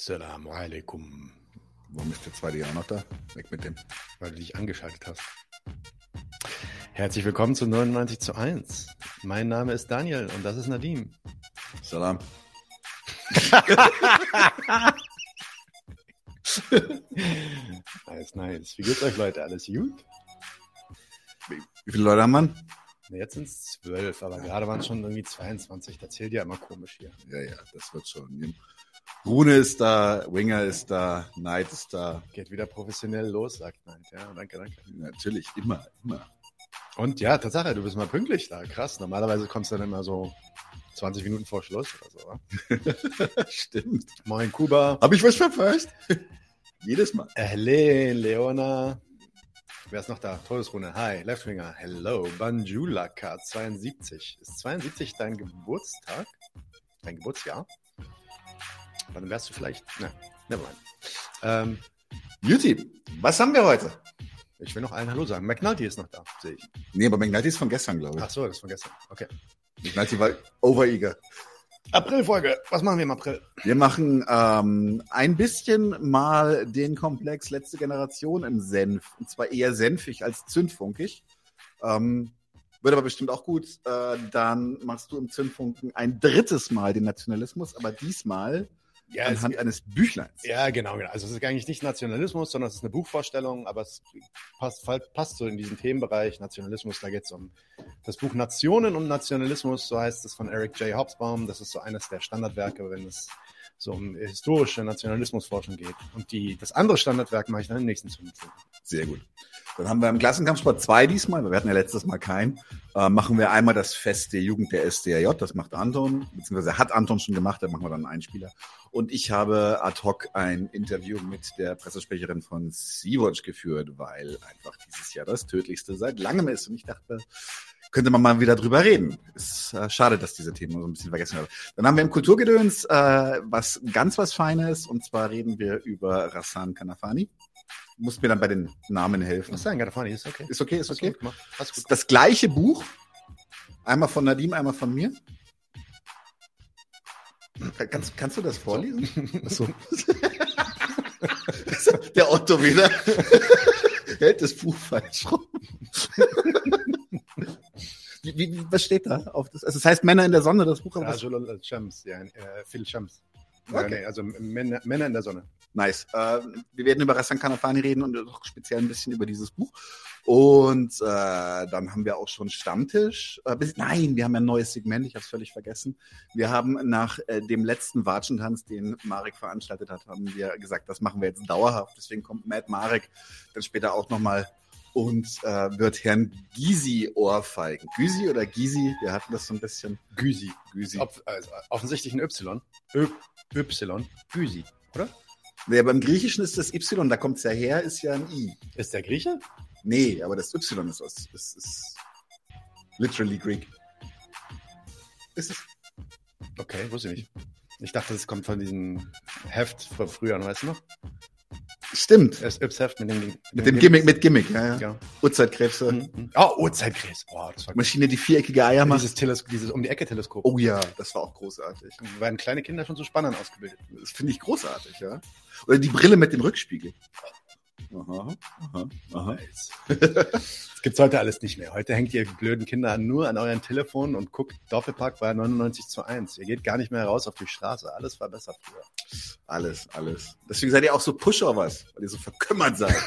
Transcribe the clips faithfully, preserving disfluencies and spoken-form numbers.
Assalamu alaikum. Warum ist der zweite Jahr noch da? Weg mit dem. Weil du dich angeschaltet hast. Herzlich willkommen zu neunundneunzig zu eins. Mein Name ist Daniel und das ist Nadim. Salam. Nice, nice. Wie geht's euch, Leute? Alles gut? Wie, wie viele Leute haben wir? Jetzt sind es zwölf, aber gerade waren es schon irgendwie zweiundzwanzig. Das zählt ja immer komisch hier. Ja, ja, das wird schon. Rune ist da, Winger ist da, Knight ist da. Geht wieder professionell los, sagt Knight. Ja, danke, danke. Natürlich, immer, immer. Und ja, Tatsache, du bist mal pünktlich da. Krass. Normalerweise kommst du dann immer so zwanzig Minuten vor Schluss oder so. Stimmt. Moin, Kuba. Hab ich was verpasst? Jedes Mal. Helene, Leona. Wer ist noch da? Todesrune. Hi, Leftwinger. Hello. Banjulaka zweiundsiebzig. Ist zweiundsiebzig dein Geburtstag? Dein Geburtsjahr? Dann wärst du vielleicht... Ne, nevermind. Ähm, Beauty, was haben wir heute? Ich will noch allen Hallo sagen. McNulty ist noch da, sehe ich. Nee, aber McNulty ist von gestern, glaube ich. Ach so, das ist von gestern. Okay. McNulty war overeager. Aprilfolge. Was machen wir im April? Wir machen ähm, ein bisschen mal den Komplex letzte Generation im Senf. Und zwar eher senfig als zündfunkig. Ähm, wird aber bestimmt auch gut. Äh, dann machst du im Zündfunken ein drittes Mal den Nationalismus, aber diesmal ja, anhand es, eines Büchleins. Ja, genau, genau. Also es ist eigentlich nicht Nationalismus, sondern es ist eine Buchvorstellung, aber es passt, passt so in diesen Themenbereich Nationalismus. Da geht es um das Buch Nationen und Nationalismus, so heißt es, von Eric J. Hobsbawm. Das ist so eines der Standardwerke, wenn es so um historische Nationalismusforschung geht. Und die, das andere Standardwerk mache ich dann im nächsten Zündfunken. Sehr gut. Dann haben wir im Klassenkampfsport zwei diesmal, weil wir hatten ja letztes Mal keinen, äh, machen wir einmal das Fest der Jugend der S D R J, das macht Anton, beziehungsweise hat Anton schon gemacht, da machen wir dann einen Einspieler. Und ich habe ad hoc ein Interview mit der Pressesprecherin von Sea-Watch geführt, weil einfach dieses Jahr das Tödlichste seit langem ist. Und ich dachte, könnte man mal wieder drüber reden. Ist äh, schade, dass diese Themen so ein bisschen vergessen werden. Dann haben wir im Kulturgedöns äh, was ganz was Feines, und zwar reden wir über Rassan Kanafani. Muss mir dann bei den Namen helfen. Was sagen, Kanafani, ist okay. Ist okay, ist okay. Hast gut gemacht. Hast gut gemacht. Das gleiche Buch, einmal von Nadim, einmal von mir. Kannst, kannst du das vorlesen? So. Der Otto wieder hält das Buch falsch rum. Wie, wie, was steht da? Auf das, also es heißt Männer in der Sonne, das Buch. Rajul Shams, ja, äh, Phil Shams. Okay. Nee, also Männer, Männer in der Sonne. Nice. Äh, wir werden über Rassan Kanafani reden und auch speziell ein bisschen über dieses Buch. Und äh, dann haben wir auch schon Stammtisch. Äh, bis, nein, wir haben ein neues Segment, ich habe es völlig vergessen. Wir haben nach äh, dem letzten Watschentanz, den Marek veranstaltet hat, haben wir gesagt, das machen wir jetzt dauerhaft. Deswegen kommt Matt Marek dann später auch nochmal und äh, wird Herrn Gysi ohrfeigen. Gysi oder Gysi? Wir hatten das so ein bisschen. Gysi. Gysi. Ob, also offensichtlich ein Y. Ö, Y. Gysi, oder? Nee, beim Griechischen ist das Y, da kommt es ja her, ist ja ein I. Ist der Grieche? Nee, aber das Y ist aus. Ist, ist literally Greek. Ist es? Okay, wusste ich nicht. Ich dachte, das kommt von diesem Heft von früher, weißt du noch? Stimmt. Das Yps-Heft mit dem, mit Mit dem Gimmick, mit Gimmick, ja, ja. Genau. Uhrzeitkrebse. Mhm. Oh, Uhrzeitkrebs. Oh, das war Maschine, die viereckige Eier macht. dieses, Teles dieses Um-die-Ecke-Teleskop. Oh ja, das war auch großartig. Da werden kleine Kinder schon zu Spannern ausgebildet. Das finde ich großartig, ja. Oder die Brille mit dem Rückspiegel. Aha, aha, aha. Das gibt's heute alles nicht mehr. Heute hängt ihr blöden Kinder nur an euren Telefonen und guckt Doppelpack bei neunundneunzig zu eins. Ihr geht gar nicht mehr raus auf die Straße. Alles war besser früher. Alles, alles. Deswegen seid ihr auch so Pushovers, weil ihr so verkümmert seid.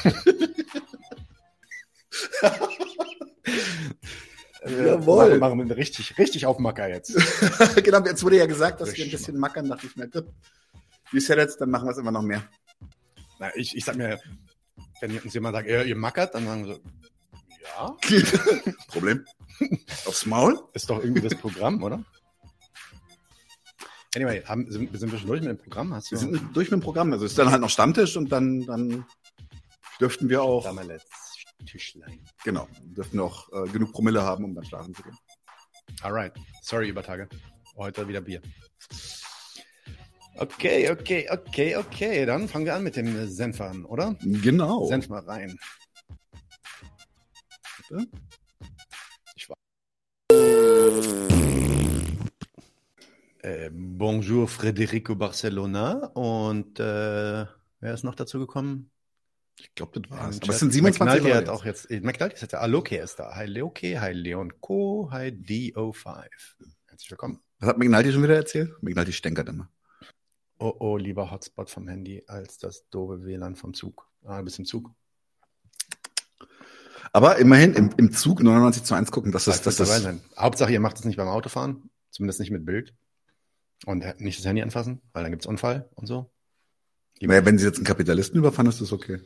Jawohl. Machen wir richtig, richtig auf Macker jetzt. Genau, jetzt wurde ja gesagt, dass Richtig wir ein bisschen mackern, dachte ich mir, wie said jetzt, dann machen wir es immer noch mehr. Na, ich, ich sag mir, wenn uns jemand sagt, ihr, ihr mackert, dann sagen wir so, ja. Problem? Aufs Maul? Ist doch irgendwie das Programm, oder? Anyway, haben, sind, sind wir schon durch mit dem Programm? Hast du wir sind durch mit dem Programm. Also es ist dann halt noch Stammtisch und dann, dann dürften wir auch. Damals Tischlein. Genau, dürften wir auch äh, genug Promille haben, um dann schlafen zu gehen. Alright. Sorry, Übertage. Heute wieder Bier. Okay, okay, okay, okay. Dann fangen wir an mit dem Senf an, oder? Genau. Senf mal rein. Bitte? Ich war. Äh, Bonjour Federico Barcelona und äh, wer ist noch dazu gekommen? Ich glaube, das war's. Ähm, Aber es sind siebenundzwanzig McNulty Leute hat jetzt. auch jetzt, äh, McNulty ist jetzt der Aloke ist da. Hi Leoke, hi Leon Co, hi D O fünf. Herzlich willkommen. Was hat McNulty schon wieder erzählt? McNulty stänkert immer. Oh, oh, lieber Hotspot vom Handy als das doofe W L A N vom Zug. Ah, bis im Zug. Aber immerhin im, im Zug neunundneunzig zu eins gucken, das ist, das dabei ist, sein. Hauptsache, ihr macht es nicht beim Autofahren, zumindest nicht mit Bild. Und nicht das Handy anfassen, weil dann gibt es Unfall und so. naja, wenn sie jetzt einen Kapitalisten überfahren, ist das okay.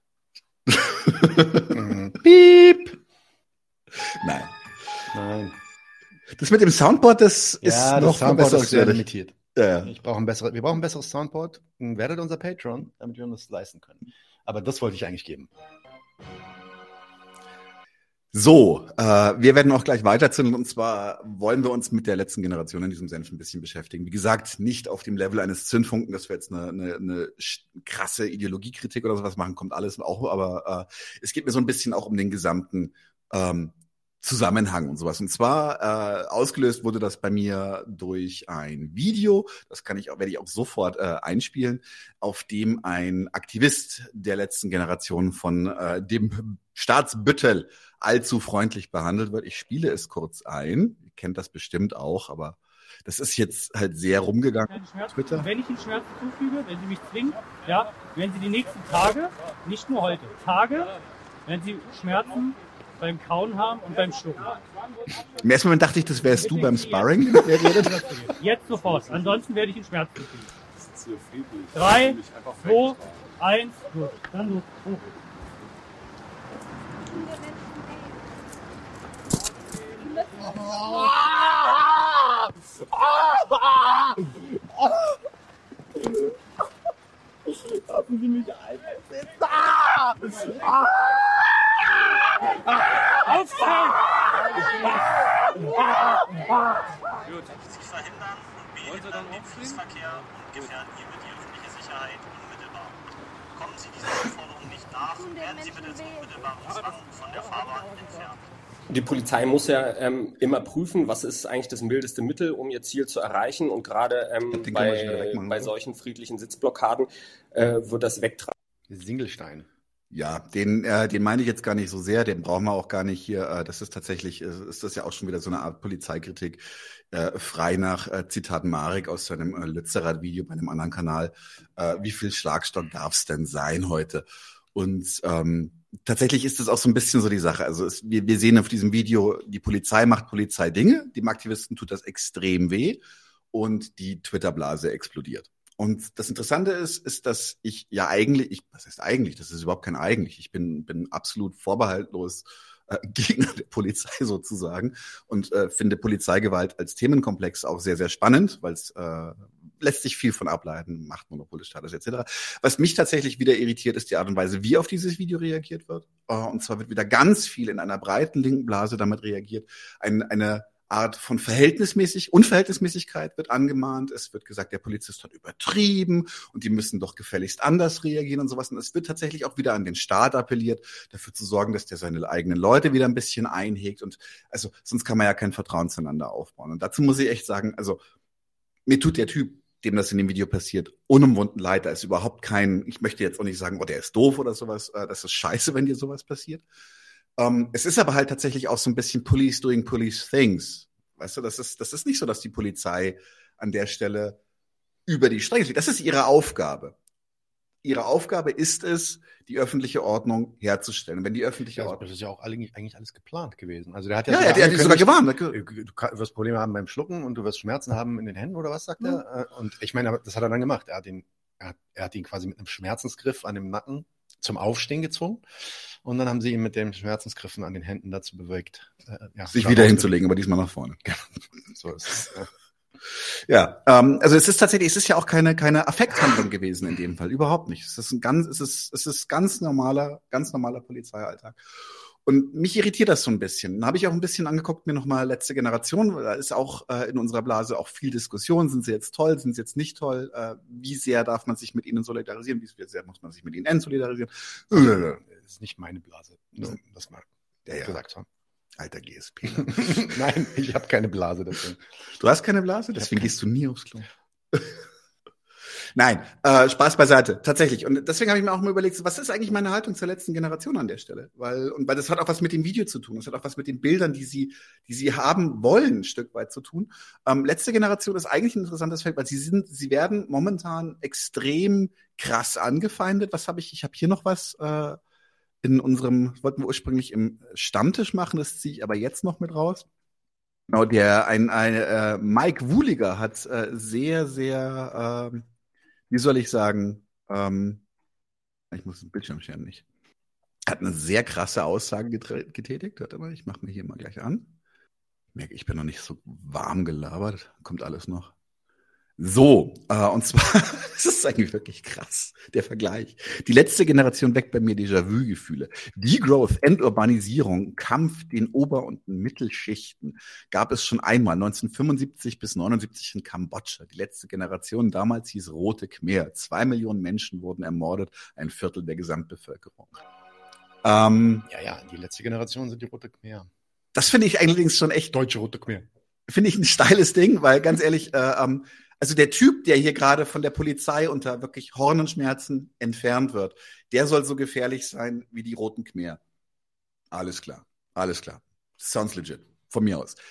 Mhm. Piep! Nein. Nein. Das mit dem Soundboard, das ist Ja, noch das Soundboard ist sehr verbesserungswürdig. limitiert. Ja, ja. Ich brauche ein besseres, wir brauchen ein besseres Soundboard. Werdet unser Patreon, damit wir uns das leisten können. Aber das wollte ich eigentlich geben. So, äh, wir werden auch gleich weiterzählen und zwar wollen wir uns mit der letzten Generation in diesem Senf ein bisschen beschäftigen. Wie gesagt, nicht auf dem Level eines Zündfunken, dass wir jetzt eine, eine, eine krasse Ideologiekritik oder sowas machen, kommt alles auch, aber äh, es geht mir so ein bisschen auch um den gesamten ähm, Zusammenhang und sowas. Und zwar äh, ausgelöst wurde das bei mir durch ein Video, das kann ich auch, werde ich auch sofort äh, einspielen, auf dem ein Aktivist der letzten Generation von äh, dem Staatsbüttel allzu freundlich behandelt wird. Ich spiele es kurz ein. Ihr kennt das bestimmt auch, aber das ist jetzt halt sehr rumgegangen. Twitter. Und wenn ich Ihnen Schmerzen zufüge, wenn Sie mich zwingen, ja, werden Sie die nächsten Tage, nicht nur heute, Tage, wenn Sie Schmerzen beim Kauen haben und beim Schlucken. Im ersten Moment dachte ich, das wärst du beim Sparring, mit der redet. Jetzt sofort, ansonsten werde ich Ihnen Schmerzen zufügen. Drei, zwei, eins, los. Dann los. Hoch. Lassen Sie mich einsetzen. Ah! Ah! Aufstehen! Gut. Sie verhindern und behindern den Fußverkehr und gefährden hiermit die öffentliche Sicherheit unmittelbar. Kommen Sie dieser Aufforderung nicht nach, werden Sie bitte zum unmittelbaren Zwang von der Fahrbahn entfernt. Die Polizei muss ja ähm, immer prüfen, was ist eigentlich das mildeste Mittel, um ihr Ziel zu erreichen. Und gerade ähm, bei, bei solchen friedlichen Sitzblockaden äh, wird das Wegtragen. Singelstein. Ja, den, äh, den meine ich jetzt gar nicht so sehr, den brauchen wir auch gar nicht hier. Äh, das ist tatsächlich, äh, ist das ja auch schon wieder so eine Art Polizeikritik, äh, frei nach äh, Zitat Marek aus seinem äh, Lützerath-Video bei einem anderen Kanal. Äh, wie viel Schlagstock darf es denn sein heute? Und ähm, tatsächlich ist das auch so ein bisschen so die Sache. Also es, wir, wir sehen auf diesem Video, die Polizei macht Polizeidinge, dem Aktivisten tut das extrem weh und die Twitter-Blase explodiert. Und das Interessante ist, ist, dass ich ja eigentlich, ich, was heißt eigentlich, das ist überhaupt kein eigentlich, ich bin, bin absolut vorbehaltlos äh, Gegner der Polizei sozusagen und äh, finde Polizeigewalt als Themenkomplex auch sehr, sehr spannend, weil es äh, lässt sich viel von ableiten, Machtmonopol des Staates et cetera. Was mich tatsächlich wieder irritiert, ist die Art und Weise, wie auf dieses Video reagiert wird. Äh, und zwar wird wieder ganz viel in einer breiten linken Blase damit reagiert, ein, eine Art von Verhältnismäßig, Unverhältnismäßigkeit wird angemahnt. Es wird gesagt, der Polizist hat übertrieben und die müssen doch gefälligst anders reagieren und sowas. Und es wird tatsächlich auch wieder an den Staat appelliert, dafür zu sorgen, dass der seine eigenen Leute wieder ein bisschen einhegt. Und also sonst kann man ja kein Vertrauen zueinander aufbauen. Und dazu muss ich echt sagen, also mir tut der Typ, dem das in dem Video passiert, unumwunden leid. Da ist überhaupt kein, ich möchte jetzt auch nicht sagen, oh, der ist doof oder sowas. Das ist scheiße, wenn dir sowas passiert. Um, es ist aber halt tatsächlich auch so ein bisschen Police doing Police things. Weißt du, das ist, das ist nicht so, dass die Polizei an der Stelle über die Stränge schlägt. Das ist ihre Aufgabe. Ihre Aufgabe ist es, die öffentliche Ordnung herzustellen. Wenn die öffentliche Ja, Ordnung. das ist ja auch eigentlich alles geplant gewesen. Also der hat ja, Ja, er hat sogar gewarnt. Du wirst Probleme haben beim Schlucken und du wirst Schmerzen haben in den Händen oder was sagt ja. er? Und ich meine, das hat er dann gemacht. Er hat ihn, er hat, er hat ihn quasi mit einem Schmerzensgriff an dem Nacken zum Aufstehen gezwungen. Und dann haben sie ihn mit den Schmerzensgriffen an den Händen dazu bewegt, äh, ja, sich wieder hinzulegen, aber diesmal nach vorne. So ist es. Ja. Ja, ähm, also es ist tatsächlich, es ist ja auch keine keine Affekthandlung gewesen in dem Fall, überhaupt nicht. Es ist ein ganz, es ist es ist ganz normaler, ganz normaler Polizeialltag. Und mich irritiert das so ein bisschen. Dann habe ich auch ein bisschen angeguckt, mir nochmal letzte Generation, da ist auch äh, in unserer Blase auch viel Diskussion. Sind sie jetzt toll, sind sie jetzt nicht toll? Äh, wie sehr darf man sich mit ihnen solidarisieren? Wie sehr muss man sich mit ihnen entsolidarisieren? Das ist nicht meine Blase, nur das mal ja, ja. gesagt haben. Alter G S P. Nein, ich habe keine Blase deswegen. Du hast keine Blase? Deswegen gehst du nie aufs Klo. Nein, äh, Spaß beiseite, tatsächlich. Und deswegen habe ich mir auch mal überlegt, was ist eigentlich meine Haltung zur letzten Generation an der Stelle? Weil, und weil das hat auch was mit dem Video zu tun. Das hat auch was mit den Bildern, die sie, die sie haben wollen, ein Stück weit zu tun. Ähm, letzte Generation ist eigentlich ein interessantes Feld, weil sie sind, sie werden momentan extrem krass angefeindet. Was habe ich? Ich habe hier noch was äh, in unserem, wollten wir ursprünglich im Stammtisch machen, das ziehe ich aber jetzt noch mit raus. Genau, der ein, ein äh, Mike Wuliger hat äh, sehr, sehr äh, wie soll ich sagen, ähm, ich muss den Bildschirm scheren, nicht. Hat eine sehr krasse Aussage getre- getätigt. Warte mal, ich mache mir hier mal gleich an. Ich merke, ich bin noch nicht so warm gelabert. Kommt alles noch. So, äh, und zwar, das ist eigentlich wirklich krass, der Vergleich. Die letzte Generation weckt bei mir Déjà-vu-Gefühle. Degrowth, Enturbanisierung, Kampf den Ober- und Mittelschichten gab es schon einmal, neunzehnhundertfünfundsiebzig bis neunundsiebzig in Kambodscha. Die letzte Generation damals hieß Rote Khmer. Zwei Millionen Menschen wurden ermordet, ein Viertel der Gesamtbevölkerung. Ähm, ja, ja, die letzte Generation sind die Rote Khmer. Das finde ich allerdings schon echt... Deutsche Rote Khmer. Finde ich ein steiles Ding, weil ganz ehrlich, äh, ähm, also der Typ, der hier gerade von der Polizei unter wirklich Hornenschmerzen entfernt wird, der soll so gefährlich sein wie die Roten Khmer. Alles klar, alles klar. Sounds legit, von mir aus.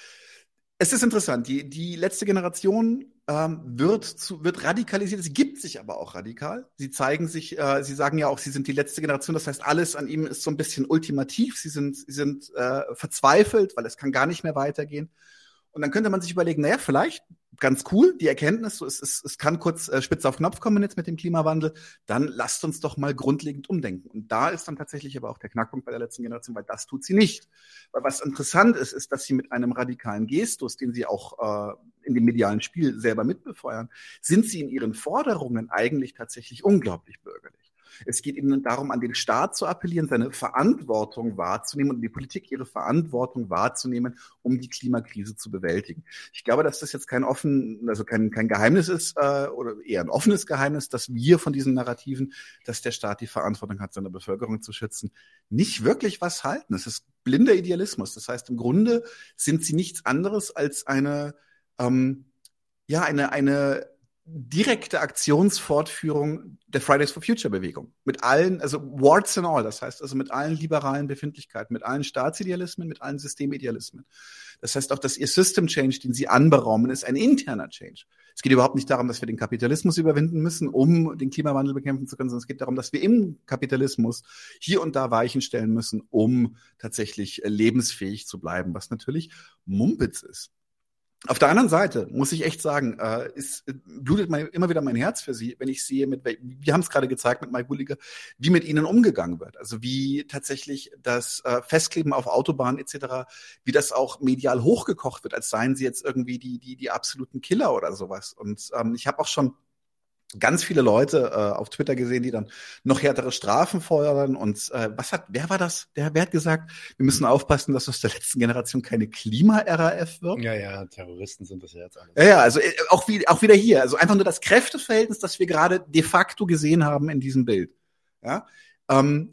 Es ist interessant, die, die letzte Generation ähm, wird, zu, wird radikalisiert, sie gibt sich aber auch radikal. Sie zeigen sich, äh, sie sagen ja auch, sie sind die letzte Generation, das heißt, alles an ihm ist so ein bisschen ultimativ, sie sind, sie sind äh, verzweifelt, weil es kann gar nicht mehr weitergehen. Und dann könnte man sich überlegen, naja, vielleicht ganz cool, die Erkenntnis, so, es, es, es kann kurz äh, spitz auf Knopf kommen jetzt mit dem Klimawandel, dann lasst uns doch mal grundlegend umdenken. Und da ist dann tatsächlich aber auch der Knackpunkt bei der letzten Generation, weil das tut sie nicht. Weil was interessant ist, ist, dass sie mit einem radikalen Gestus, den sie auch äh, in dem medialen Spiel selber mitbefeuern, sind sie in ihren Forderungen eigentlich tatsächlich unglaublich bürgerlich. Es geht ihnen darum, an den Staat zu appellieren, seine Verantwortung wahrzunehmen und die Politik ihre Verantwortung wahrzunehmen, um die Klimakrise zu bewältigen. Ich glaube, dass das jetzt kein offen, also kein, kein Geheimnis ist, äh, oder eher ein offenes Geheimnis, dass wir von diesen Narrativen, dass der Staat die Verantwortung hat, seine Bevölkerung zu schützen, nicht wirklich was halten. Es ist blinder Idealismus. Das heißt, im Grunde sind sie nichts anderes als eine, ähm, ja, eine, eine direkte Aktionsfortführung der Fridays for Future Bewegung. Mit allen, also warts and all, das heißt also mit allen liberalen Befindlichkeiten, mit allen Staatsidealismen, mit allen Systemidealismen. Das heißt auch, dass ihr System Change, den sie anberaumen, ist ein interner Change. Es geht überhaupt nicht darum, dass wir den Kapitalismus überwinden müssen, um den Klimawandel bekämpfen zu können, sondern es geht darum, dass wir im Kapitalismus hier und da Weichen stellen müssen, um tatsächlich lebensfähig zu bleiben, was natürlich Mumpitz ist. Auf der anderen Seite muss ich echt sagen, äh, ist, blutet mein, immer wieder mein Herz für sie, wenn ich sehe, mit, wir haben es gerade gezeigt mit Mike Wuliger, wie mit ihnen umgegangen wird. Also wie tatsächlich das äh, Festkleben auf Autobahnen et cetera, wie das auch medial hochgekocht wird, als seien sie jetzt irgendwie die die die absoluten Killer oder sowas. Und ähm, ich habe auch schon ganz viele Leute äh, auf Twitter gesehen, die dann noch härtere Strafen fordern. Und äh, was hat, wer war das? Der, wer hat gesagt, wir müssen aufpassen, dass aus der letzten Generation keine Klima-R A F wird? Ja, ja, Terroristen sind das ja jetzt alles. Ja, ja, also äh, auch, wie, auch wieder hier. Also einfach nur das Kräfteverhältnis, das wir gerade de facto gesehen haben in diesem Bild. Ja, ähm,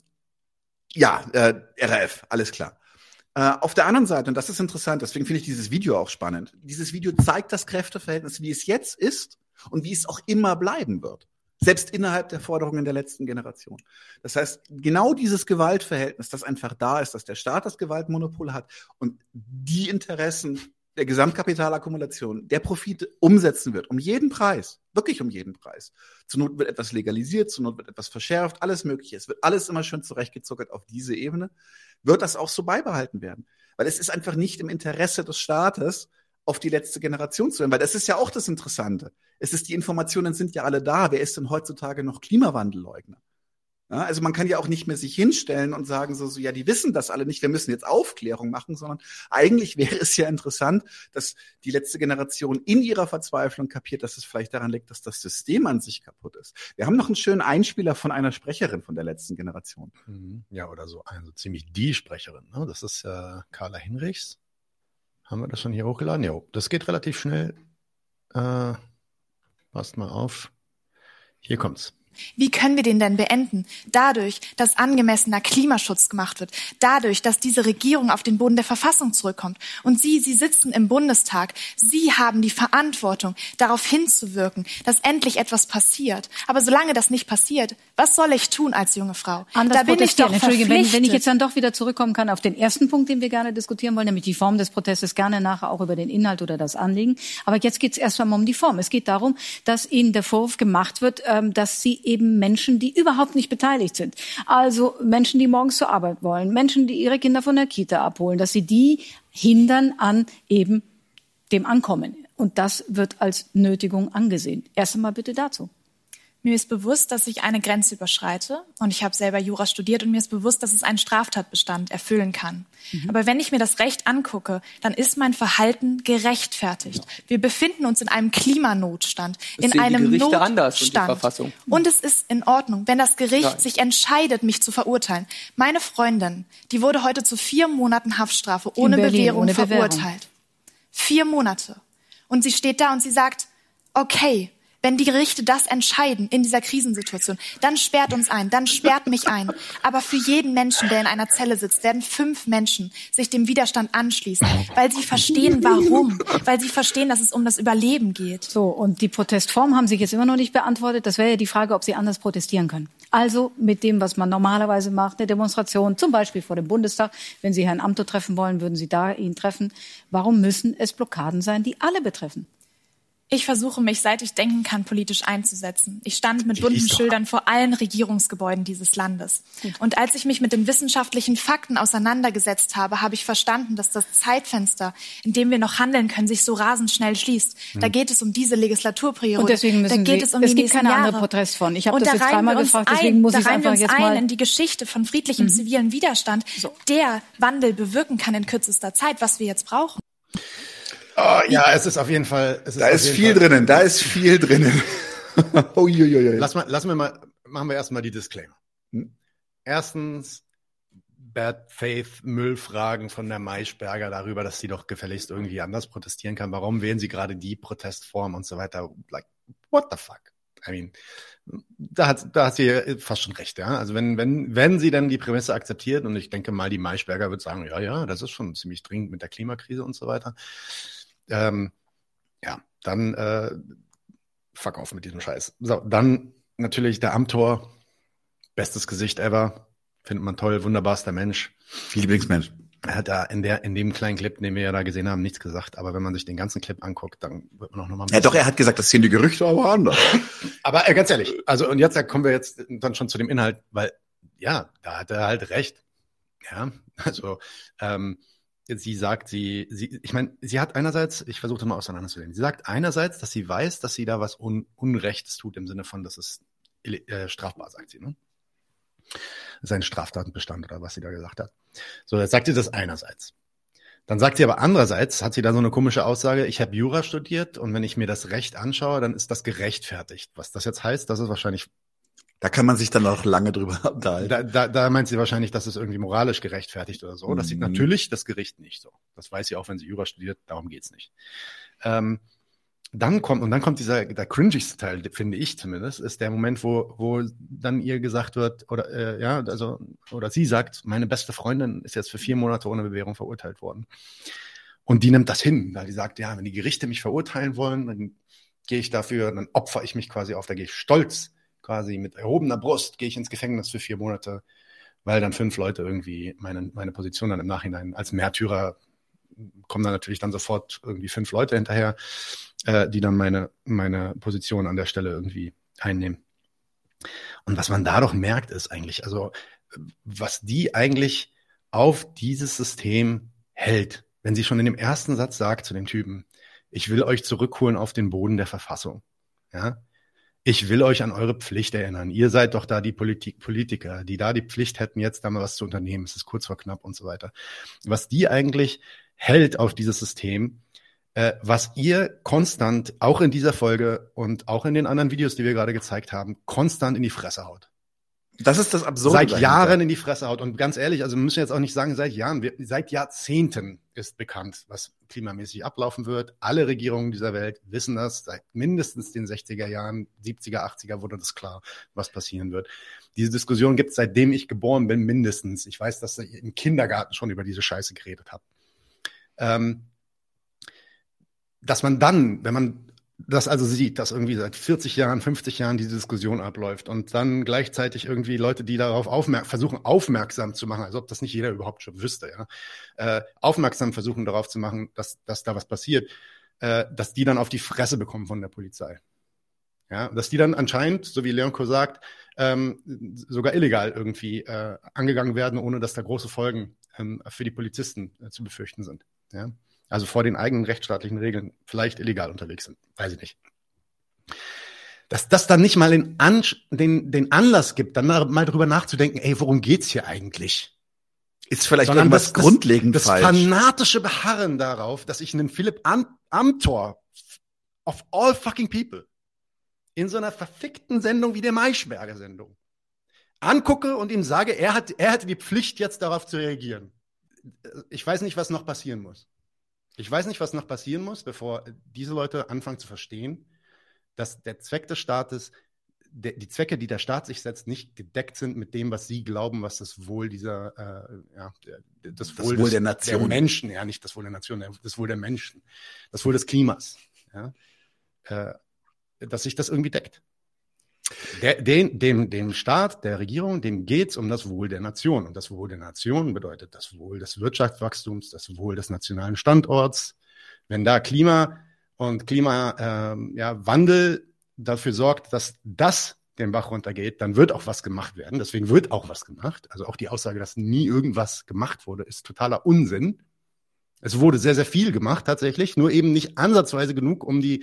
ja äh, R A F, alles klar. Äh, auf der anderen Seite, und das ist interessant, deswegen finde ich dieses Video auch spannend, dieses Video zeigt das Kräfteverhältnis, wie es jetzt ist, und wie es auch immer bleiben wird. Selbst innerhalb der Forderungen der letzten Generation. Das heißt, genau dieses Gewaltverhältnis, das einfach da ist, dass der Staat das Gewaltmonopol hat und die Interessen der Gesamtkapitalakkumulation, der Profit umsetzen wird, um jeden Preis, wirklich um jeden Preis. Zur Not wird etwas legalisiert, zur Not wird etwas verschärft, alles Mögliche. Es wird alles immer schön zurechtgezuckert auf diese Ebene. Wird das auch so beibehalten werden? Weil es ist einfach nicht im Interesse des Staates, auf die letzte Generation zu hören, weil das ist ja auch das Interessante. Es ist, die Informationen sind ja alle da. Wer ist denn heutzutage noch Klimawandelleugner? Ja, also man kann ja auch nicht mehr sich hinstellen und sagen so, so, ja, die wissen das alle nicht, wir müssen jetzt Aufklärung machen, sondern eigentlich wäre es ja interessant, dass die letzte Generation in ihrer Verzweiflung kapiert, dass es vielleicht daran liegt, dass das System an sich kaputt ist. Wir haben noch einen schönen Einspieler von einer Sprecherin von der letzten Generation. Ja, oder so, also ziemlich die Sprecherin, ne? Das ist äh, Carla Hinrichs. Haben wir das schon hier hochgeladen? Ja, das geht relativ schnell. Äh, passt mal auf. Hier kommt's. Wie können wir den denn beenden? Dadurch, dass angemessener Klimaschutz gemacht wird. Dadurch, dass diese Regierung auf den Boden der Verfassung zurückkommt. Und Sie, Sie sitzen im Bundestag. Sie haben die Verantwortung, darauf hinzuwirken, dass endlich etwas passiert. Aber solange das nicht passiert, was soll ich tun als junge Frau? Anders da bin ich doch Entschuldige, verpflichtet. wenn, wenn ich jetzt dann doch wieder zurückkommen kann auf den ersten Punkt, den wir gerne diskutieren wollen, nämlich die Form des Protestes, gerne nachher auch über den Inhalt oder das Anliegen. Aber jetzt geht es erst einmal um die Form. Es geht darum, dass Ihnen der Vorwurf gemacht wird, dass Sie eben Menschen, die überhaupt nicht beteiligt sind, also Menschen, die morgens zur Arbeit wollen, Menschen, die ihre Kinder von der Kita abholen, dass Sie die hindern an eben dem Ankommen. Und das wird als Nötigung angesehen. Erst einmal bitte dazu. Mir ist bewusst, dass ich eine Grenze überschreite und ich habe selber Jura studiert und mir ist bewusst, dass es einen Straftatbestand erfüllen kann. Mhm. Aber wenn ich mir das Recht angucke, dann ist mein Verhalten gerechtfertigt. Ja. Wir befinden uns in einem Klimanotstand, das in einem die Notstand. Anders und, die Verfassung. Und es ist in Ordnung, wenn das Gericht Nein. sich entscheidet, mich zu verurteilen. Meine Freundin, die wurde heute zu vier Monaten Haftstrafe ohne Berlin, Bewährung ohne verurteilt. Bewährung. Vier Monate. Und sie steht da und sie sagt, okay, wenn die Gerichte das entscheiden in dieser Krisensituation, dann sperrt uns ein, dann sperrt mich ein. Aber für jeden Menschen, der in einer Zelle sitzt, werden fünf Menschen sich dem Widerstand anschließen, weil sie verstehen, warum. Weil sie verstehen, dass es um das Überleben geht. So, und die Protestform haben Sie jetzt immer noch nicht beantwortet. Das wäre ja die Frage, ob Sie anders protestieren können. Also mit dem, was man normalerweise macht, eine Demonstration, zum Beispiel vor dem Bundestag. Wenn Sie Herrn Amthor treffen wollen, würden Sie da ihn treffen. Warum müssen es Blockaden sein, die alle betreffen? Ich versuche mich, seit ich denken kann, politisch einzusetzen. Ich stand mit bunten Schildern vor allen Regierungsgebäuden dieses Landes. Und als ich mich mit den wissenschaftlichen Fakten auseinandergesetzt habe, habe ich verstanden, dass das Zeitfenster, in dem wir noch handeln können, sich so rasend schnell schließt. Hm. Da geht es um diese Legislaturperiode. Und deswegen müssen da geht Sie, es um es die gibt keine Jahre. andere Protestform. Ich habe Und das da jetzt dreimal gefragt, deswegen muss ich es einfach jetzt mal... Da rein wir uns ein in die Geschichte von friedlichem mhm. zivilen Widerstand, so. der Wandel bewirken kann in kürzester Zeit, was wir jetzt brauchen. Oh, ja, es ist auf jeden Fall. Es ist da ist viel Fall. drinnen, da ist viel drinnen. Lass mal, lassen wir mal, machen wir erstmal die Disclaimer. Hm? Erstens, Bad Faith Müllfragen von der Maischberger darüber, dass sie doch gefälligst irgendwie anders protestieren kann. Warum wählen sie gerade die Protestform und so weiter? Like, what the fuck? I mean, da hat, da hat sie fast schon recht, ja. Also wenn, wenn, wenn sie dann die Prämisse akzeptiert, und ich denke mal, die Maischberger wird sagen, ja, ja, das ist schon ziemlich dringend mit der Klimakrise und so weiter. Ähm, ja, dann äh, fuck off mit diesem Scheiß. So, dann natürlich der Amthor, bestes Gesicht ever, findet man toll, wunderbarster Mensch. Lieblingsmensch. Er hat da in der in dem kleinen Clip, den wir ja da gesehen haben, nichts gesagt, aber wenn man sich den ganzen Clip anguckt, dann wird man auch nochmal... Ja doch, er hat gesagt, das sind die Gerüchte, aber anders. Aber äh, ganz ehrlich, also und jetzt da kommen wir jetzt dann schon zu dem Inhalt, weil, ja, da hat er halt recht. Ja, also, ähm, sie sagt, sie, sie, ich meine, sie hat einerseits, ich versuche das mal auseinanderzunehmen, sie sagt einerseits, dass sie weiß, dass sie da was Un- Unrechtes tut, im Sinne von, dass es äh, strafbar, sagt sie, ne? Das ist ein Straftatenbestand oder was sie da gesagt hat. So, jetzt sagt sie das einerseits. Dann sagt sie aber andererseits, hat sie da so eine komische Aussage, ich habe Jura studiert und wenn ich mir das Recht anschaue, dann ist das gerechtfertigt. Was das jetzt heißt, das ist wahrscheinlich... Da kann man sich dann auch lange drüber unterhalten. Da, da, da meint sie wahrscheinlich, dass es irgendwie moralisch gerechtfertigt oder so. Das sieht mhm. natürlich das Gericht nicht so. Das weiß sie auch, wenn sie Jura studiert, darum geht's nicht. Ähm, dann kommt, und dann kommt dieser, der cringigste Teil, finde ich zumindest, ist der Moment, wo, wo dann ihr gesagt wird, oder, äh, ja, also, oder sie sagt, meine beste Freundin ist jetzt für vier Monate ohne Bewährung verurteilt worden. Und die nimmt das hin, weil die sagt, ja, wenn die Gerichte mich verurteilen wollen, dann gehe ich dafür, dann opfer ich mich quasi auf, da gehe ich stolz quasi mit erhobener Brust gehe ich ins Gefängnis für vier Monate, weil dann fünf Leute irgendwie meine, meine Position dann im Nachhinein als Märtyrer kommen dann natürlich dann sofort irgendwie fünf Leute hinterher, äh, die dann meine, meine Position an der Stelle irgendwie einnehmen. Und was man da doch merkt, ist eigentlich, also was die eigentlich auf dieses System hält, wenn sie schon in dem ersten Satz sagt zu dem Typen, ich will euch zurückholen auf den Boden der Verfassung, ja, ich will euch an eure Pflicht erinnern. Ihr seid doch da die Politik, Politiker, die da die Pflicht hätten, jetzt da mal was zu unternehmen. Es ist kurz vor knapp und so weiter. Was die eigentlich hält auf dieses System, äh, was ihr konstant, auch in dieser Folge und auch in den anderen Videos, die wir gerade gezeigt haben, konstant in die Fresse haut. Das ist das Absurde. Seit dahinter. Jahren in die Fresse haut. Und ganz ehrlich, also wir müssen jetzt auch nicht sagen seit Jahren, wir, seit Jahrzehnten ist bekannt, was klimamäßig ablaufen wird. Alle Regierungen dieser Welt wissen das. Seit mindestens den sechziger Jahren, siebziger, achtziger wurde das klar, was passieren wird. Diese Diskussion gibt es, seitdem ich geboren bin, mindestens. Ich weiß, dass ihr im Kindergarten schon über diese Scheiße geredet habt. Ähm, dass man dann, wenn man das also sieht, dass irgendwie seit vierzig Jahren, fünfzig Jahren diese Diskussion abläuft und dann gleichzeitig irgendwie Leute, die darauf aufmer- versuchen, aufmerksam zu machen, als ob das nicht jeder überhaupt schon wüsste, ja, äh, aufmerksam versuchen darauf zu machen, dass, dass da was passiert, äh, dass die dann auf die Fresse bekommen von der Polizei. Ja, dass die dann anscheinend, so wie Leonko sagt, ähm, sogar illegal irgendwie äh, angegangen werden, ohne dass da große Folgen ähm, für die Polizisten äh, zu befürchten sind. Ja? Also vor den eigenen rechtsstaatlichen Regeln vielleicht illegal unterwegs sind. Weiß ich nicht. Dass das dann nicht mal den, An- den, den Anlass gibt, dann mal drüber nachzudenken, ey, worum geht's hier eigentlich? Ist vielleicht Sondern irgendwas das, das, grundlegend das falsch. fanatische Beharren darauf, dass ich einen Philipp Am- Amthor of all fucking people in so einer verfickten Sendung wie der Maischberger-Sendung angucke und ihm sage, er hat, er hätte die Pflicht, jetzt darauf zu reagieren. Ich weiß nicht, was noch passieren muss. Ich weiß nicht, was noch passieren muss, bevor diese Leute anfangen zu verstehen, dass der Zweck des Staates, der, die Zwecke, die der Staat sich setzt, nicht gedeckt sind mit dem, was sie glauben, was das Wohl dieser, äh, ja, das, das Wohl, Wohl des, der Nation, der Menschen, ja, nicht das Wohl der Nation, das Wohl der Menschen, das Wohl des Klimas, ja, äh, dass sich das irgendwie deckt. Der, den, dem, dem Staat, der Regierung, dem geht's um das Wohl der Nation. Und das Wohl der Nation bedeutet das Wohl des Wirtschaftswachstums, das Wohl des nationalen Standorts. Wenn da Klima und Klimawandel äh, ja, Wandel dafür sorgt, dass das den Bach runtergeht, dann wird auch was gemacht werden. Deswegen wird auch was gemacht. Also auch die Aussage, dass nie irgendwas gemacht wurde, ist totaler Unsinn. Es wurde sehr, sehr viel gemacht tatsächlich, nur eben nicht ansatzweise genug, um die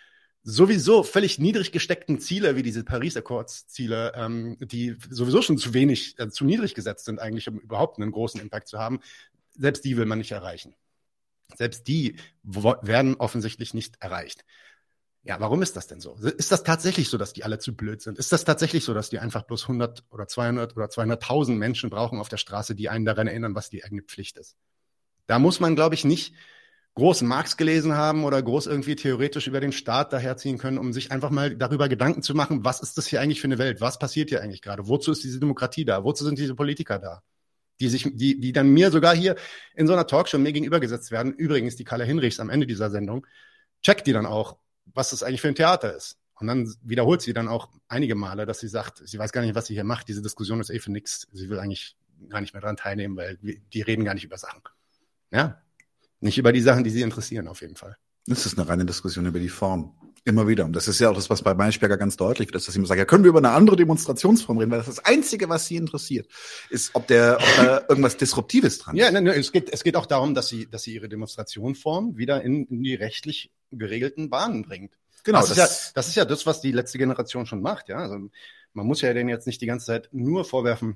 sowieso völlig niedrig gesteckten Ziele, wie diese Paris-Accords-Ziele, ähm, die sowieso schon zu wenig, äh, zu niedrig gesetzt sind eigentlich, um überhaupt einen großen Impact zu haben, selbst die will man nicht erreichen. Selbst die wo- werden offensichtlich nicht erreicht. Ja, warum ist das denn so? Ist das tatsächlich so, dass die alle zu blöd sind? Ist das tatsächlich so, dass die einfach bloß hundert oder zweihundert oder zweihunderttausend Menschen brauchen auf der Straße, die einen daran erinnern, was die eigene Pflicht ist? Da muss man, glaube ich, nicht groß Marx gelesen haben oder groß irgendwie theoretisch über den Staat daherziehen können, um sich einfach mal darüber Gedanken zu machen, was ist das hier eigentlich für eine Welt? Was passiert hier eigentlich gerade? Wozu ist diese Demokratie da? Wozu sind diese Politiker da? Die sich, die, die dann mir sogar hier in so einer Talkshow mir gegenübergesetzt werden. Übrigens, die Carla Hinrichs am Ende dieser Sendung checkt die dann auch, was das eigentlich für ein Theater ist. Und dann wiederholt sie dann auch einige Male, dass sie sagt, sie weiß gar nicht, was sie hier macht. Diese Diskussion ist eh für nix. Sie will eigentlich gar nicht mehr dran teilnehmen, weil die reden gar nicht über Sachen. Ja? Nicht über die Sachen, die sie interessieren, auf jeden Fall. Das ist eine reine Diskussion über die Form. Immer wieder. Und das ist ja auch das, was bei Maischberger ganz deutlich wird, dass ich immer sage, ja, können wir über eine andere Demonstrationsform reden, weil das, das Einzige, was sie interessiert, ist, ob der, ob da irgendwas Disruptives dran ist. Ja, ne, ne, es geht, es geht auch darum, dass sie, dass sie ihre Demonstrationsform wieder in, in die rechtlich geregelten Bahnen bringt. Genau. Das, das, ist ja, das ist ja das, was die letzte Generation schon macht, ja. Also, man muss ja denen jetzt nicht die ganze Zeit nur vorwerfen,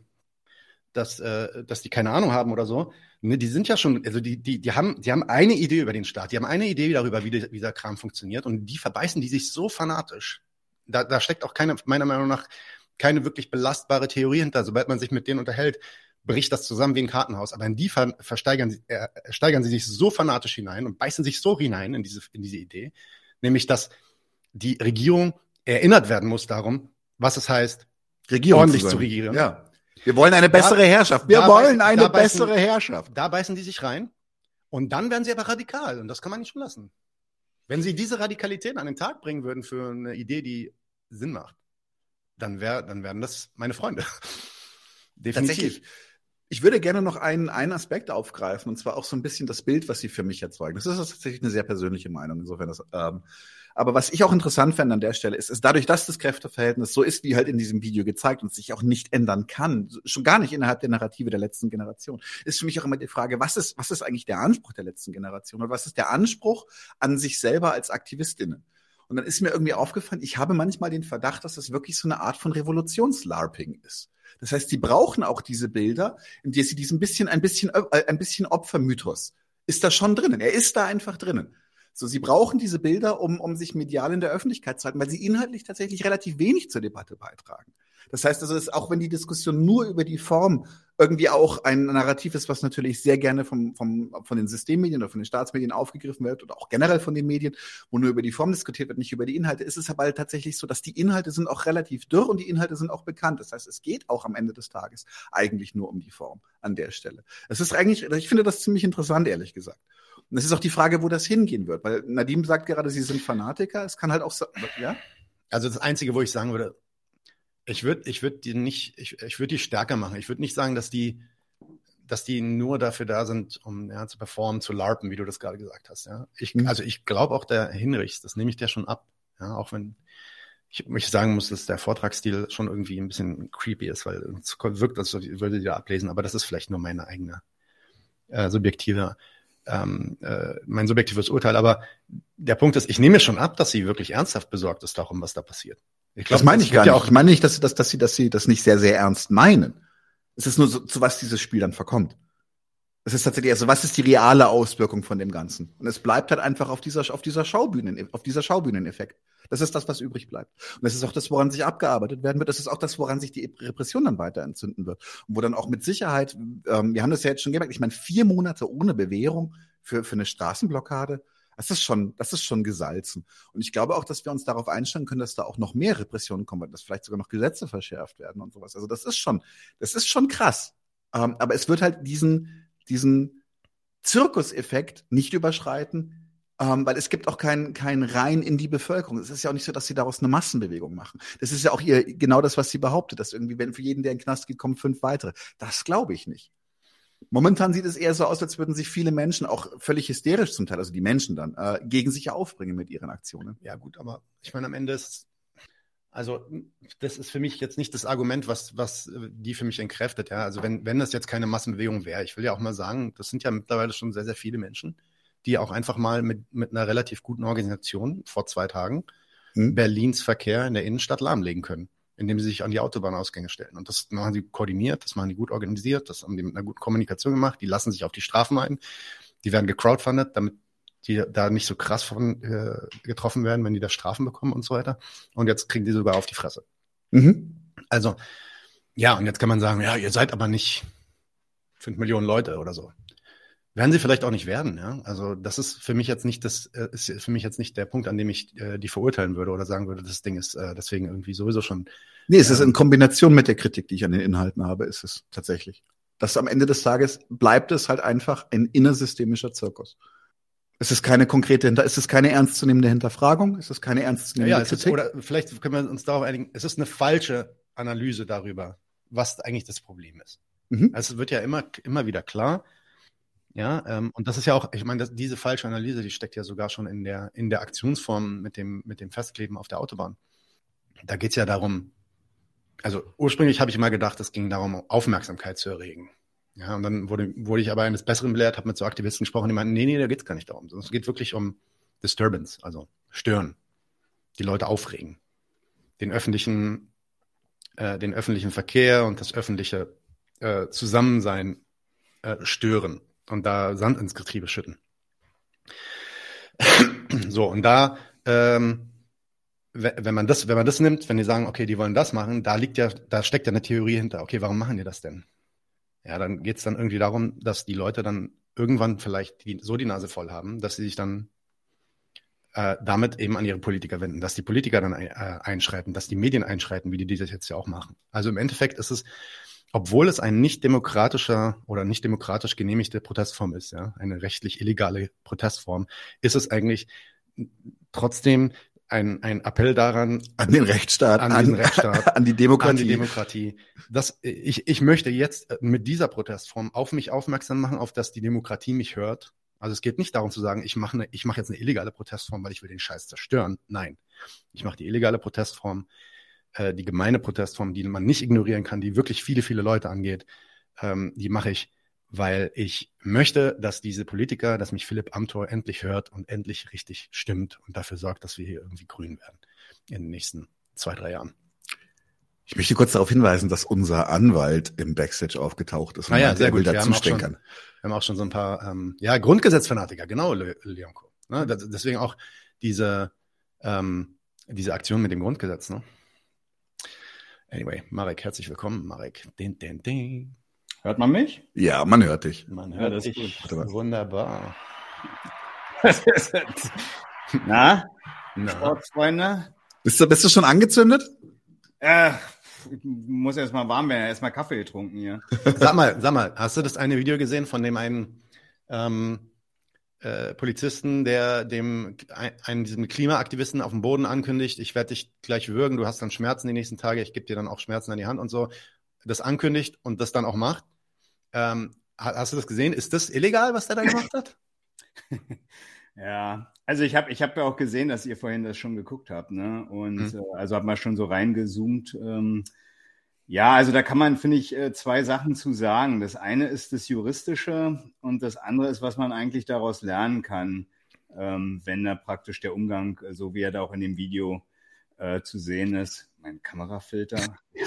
dass, äh, dass die keine Ahnung haben oder so. Ne, die sind ja schon, also die, die, die haben, die haben eine Idee über den Staat, die haben eine Idee darüber, wie, die, wie dieser Kram funktioniert und die verbeißen die sich so fanatisch. Da, da steckt auch keine, meiner Meinung nach, keine wirklich belastbare Theorie hinter. Sobald man sich mit denen unterhält, bricht das zusammen wie ein Kartenhaus. Aber in die ver, versteigern sie, äh, steigern sie sich so fanatisch hinein und beißen sich so hinein in diese, in diese Idee, nämlich, dass die Regierung erinnert werden muss darum, was es heißt, Regierung ordentlich zu, zu regieren. Ja. Wir wollen eine bessere Da- Herrschaft. Wir da wollen beißen- eine da beißen- bessere Herrschaft. Da beißen die sich rein und dann werden sie aber radikal und das kann man nicht lassen. Wenn sie diese Radikalität an den Tag bringen würden für eine Idee, die Sinn macht, dann, wär, dann wären das meine Freunde. Definitiv. Tatsächlich. Ich würde gerne noch einen, einen Aspekt aufgreifen, und zwar auch so ein bisschen das Bild, was sie für mich erzeugen. Das ist tatsächlich eine sehr persönliche Meinung, insofern das, ähm, aber was ich auch interessant fände an der Stelle ist, ist dadurch, dass das Kräfteverhältnis so ist, wie halt in diesem Video gezeigt und sich auch nicht ändern kann, schon gar nicht innerhalb der Narrative der letzten Generation, ist für mich auch immer die Frage, was ist, was ist eigentlich der Anspruch der letzten Generation oder was ist der Anspruch an sich selber als Aktivistinnen? Und dann ist mir irgendwie aufgefallen, ich habe manchmal den Verdacht, dass das wirklich so eine Art von Revolutions-LARPing ist. Das heißt, die brauchen auch diese Bilder, in der sie diesen bisschen, ein bisschen, äh, ein bisschen Opfermythos ist da schon drinnen. Er ist da einfach drinnen. So, sie brauchen diese Bilder, um, um sich medial in der Öffentlichkeit zu halten, weil sie inhaltlich tatsächlich relativ wenig zur Debatte beitragen. Das heißt also, dass auch wenn die Diskussion nur über die Form irgendwie auch ein Narrativ ist, was natürlich sehr gerne vom, vom, von den Systemmedien oder von den Staatsmedien aufgegriffen wird oder auch generell von den Medien, wo nur über die Form diskutiert wird, nicht über die Inhalte, ist es aber halt tatsächlich so, dass die Inhalte sind auch relativ dürr und die Inhalte sind auch bekannt. Das heißt, es geht auch am Ende des Tages eigentlich nur um die Form an der Stelle. Es ist eigentlich, ich finde das ziemlich interessant, ehrlich gesagt. Und es ist auch die Frage, wo das hingehen wird, weil Nadim sagt gerade, sie sind Fanatiker. Es kann halt auch so, ja? Also das Einzige, wo ich sagen würde, Ich würde ich würd die nicht, ich, ich würde die stärker machen. Ich würde nicht sagen, dass die, dass die nur dafür da sind, um ja, zu performen, zu larpen, wie du das gerade gesagt hast. Ja? Ich, mhm. Also ich glaube auch der Hinrichs, das nehme ich dir schon ab. Ja? Auch wenn ich, ich sagen muss, dass der Vortragsstil schon irgendwie ein bisschen creepy ist, weil es wirkt, als würde die da ablesen, aber das ist vielleicht nur meine eigene äh, subjektive, ähm, äh, mein subjektives Urteil. Aber der Punkt ist, ich nehme mir schon ab, dass sie wirklich ernsthaft besorgt ist darum, was da passiert. Ich glaub, das meine ich gar nicht. Ja auch ich meine nicht, dass, dass, dass, sie, dass sie das nicht sehr, sehr ernst meinen. Es ist nur so, zu was dieses Spiel dann verkommt. Es ist tatsächlich, also was ist die reale Auswirkung von dem Ganzen? Und es bleibt halt einfach auf dieser, auf dieser Schaubühnen, auf dieser Schaubühneneffekt. Das ist das, was übrig bleibt. Und das ist auch das, woran sich abgearbeitet werden wird. Das ist auch das, woran sich die Repression dann weiter entzünden wird. Und wo dann auch mit Sicherheit, ähm, wir haben das ja jetzt schon gemerkt, ich meine, vier Monate ohne Bewährung für, für eine Straßenblockade, Das ist schon, das ist schon gesalzen. Und ich glaube auch, dass wir uns darauf einstellen können, dass da auch noch mehr Repressionen kommen, dass vielleicht sogar noch Gesetze verschärft werden und sowas. Also das ist schon, das ist schon krass. Ähm, aber es wird halt diesen, diesen Zirkuseffekt nicht überschreiten, ähm, weil es gibt auch keinen, keinen Rein in die Bevölkerung. Es ist ja auch nicht so, dass sie daraus eine Massenbewegung machen. Das ist ja auch ihr, genau das, was sie behauptet, dass irgendwie, wenn für jeden, der in den Knast geht, kommen fünf weitere. Das glaube ich nicht. Momentan sieht es eher so aus, als würden sich viele Menschen, auch völlig hysterisch zum Teil, also die Menschen dann, äh, gegen sich aufbringen mit ihren Aktionen. Ja gut, aber ich meine, am Ende ist, also das ist für mich jetzt nicht das Argument, was, was die für mich entkräftet. Ja? Also wenn, wenn das jetzt keine Massenbewegung wäre, ich will ja auch mal sagen, das sind ja mittlerweile schon sehr, sehr viele Menschen, die auch einfach mal mit, mit einer relativ guten Organisation vor zwei Tagen hm. Berlins Verkehr in der Innenstadt lahmlegen können, indem sie sich an die Autobahnausgänge stellen. Und das machen sie koordiniert, das machen die gut organisiert, das haben die mit einer guten Kommunikation gemacht, die lassen sich auf die Strafen ein, die werden gecrowdfundet, damit die da nicht so krass von äh, getroffen werden, wenn die da Strafen bekommen und so weiter. Und jetzt kriegen die sogar auf die Fresse. Mhm. Also, ja, und jetzt kann man sagen, ja, ihr seid aber nicht fünf Millionen Leute oder so. Werden sie vielleicht auch nicht werden, ja. Also das ist für mich jetzt nicht das, äh, ist für mich jetzt nicht der Punkt, an dem ich äh, die verurteilen würde oder sagen würde, das Ding ist äh, deswegen irgendwie sowieso schon. Nee, es ähm, ist in Kombination mit der Kritik, die ich an den Inhalten habe, ist es tatsächlich. Dass am Ende des Tages bleibt es halt einfach ein innersystemischer Zirkus. Es ist keine konkrete, es ist keine ernstzunehmende Hinterfragung, es ist keine ernstzunehmende ja, ja, Kritik. Ist, oder vielleicht können wir uns darauf einigen, es ist eine falsche Analyse darüber, was eigentlich das Problem ist. Mhm. Also es wird ja immer, immer wieder klar. Ja, ähm, und das ist ja auch, ich meine, das, diese falsche Analyse, die steckt ja sogar schon in der, in der Aktionsform mit dem, mit dem Festkleben auf der Autobahn. Da geht's ja darum, also ursprünglich habe ich immer gedacht, es ging darum, Aufmerksamkeit zu erregen. Ja, und dann wurde, wurde ich aber eines Besseren belehrt, habe mit so Aktivisten gesprochen, die meinten, nee, nee, da geht's gar nicht darum. Es geht wirklich um Disturbance, also stören, die Leute aufregen, den öffentlichen, äh, den öffentlichen Verkehr und das öffentliche äh, Zusammensein äh, stören. Und da Sand ins Getriebe schütten. So, und da, ähm, wenn man das, wenn man das nimmt, wenn die sagen, okay, die wollen das machen, da liegt ja, da steckt ja eine Theorie hinter. Okay, warum machen die das denn? Ja, dann geht's dann irgendwie darum, dass die Leute dann irgendwann vielleicht die, so die Nase voll haben, dass sie sich dann äh, damit eben an ihre Politiker wenden, dass die Politiker dann äh, einschreiten, dass die Medien einschreiten, wie die das jetzt ja auch machen. Also im Endeffekt ist es, obwohl es ein nicht demokratischer oder nicht demokratisch genehmigte Protestform ist, ja, eine rechtlich illegale Protestform, ist es eigentlich trotzdem ein, ein Appell daran, an den Rechtsstaat, an, den Rechtsstaat, an die Demokratie. An die Demokratie. Das, ich, ich möchte jetzt mit dieser Protestform auf mich aufmerksam machen, auf dass die Demokratie mich hört. Also es geht nicht darum zu sagen, ich mache, eine, ich mache jetzt eine illegale Protestform, weil ich will den Scheiß zerstören. Nein, ich mache die illegale Protestform, die gemeine Protestform, die man nicht ignorieren kann, die wirklich viele, viele Leute angeht, ähm, die mache ich, weil ich möchte, dass diese Politiker, dass mich Philipp Amthor endlich hört und endlich richtig stimmt und dafür sorgt, dass wir hier irgendwie grün werden in den nächsten zwei, drei Jahren. Ich möchte kurz darauf hinweisen, dass unser Anwalt im Backstage aufgetaucht ist. Und naja, sehr gut. Wir haben, schon, wir haben auch schon so ein paar ähm, ja, Grundgesetzfanatiker, genau, Le- Leonko. Ne? Das, deswegen auch diese, ähm, diese Aktion mit dem Grundgesetz, ne? Anyway, Marek, herzlich willkommen, Marek. Din, din, din. Hört man mich? Ja, man hört dich. Man hört ja, das dich. ist gut. Wunderbar. Na, Na. Sportsfreunde? Bist du, bist du schon angezündet? Äh, ich muss erst mal warm werden, erst mal Kaffee getrunken hier. Sag mal, sag mal, hast du das eine Video gesehen von dem einen ähm, äh, Polizisten, der dem einen diesem Klimaaktivisten auf dem Boden ankündigt, ich werde dich gleich würgen, du hast dann Schmerzen die nächsten Tage, ich gebe dir dann auch Schmerzen an die Hand und so, das ankündigt und das dann auch macht. Ähm, hast du das gesehen? Ist das illegal, was der da gemacht hat? Ja, also ich habe ich hab ja auch gesehen, dass ihr vorhin das schon geguckt habt, ne? Und mhm. äh, also hab mal schon so reingezoomt. Ähm, ja, also da kann man, finde ich, äh, zwei Sachen zu sagen. Das eine ist das Juristische und das andere ist, was man eigentlich daraus lernen kann, ähm, wenn da praktisch der Umgang, äh, so wie er da auch in dem Video äh, zu sehen ist. Mein Kamerafilter.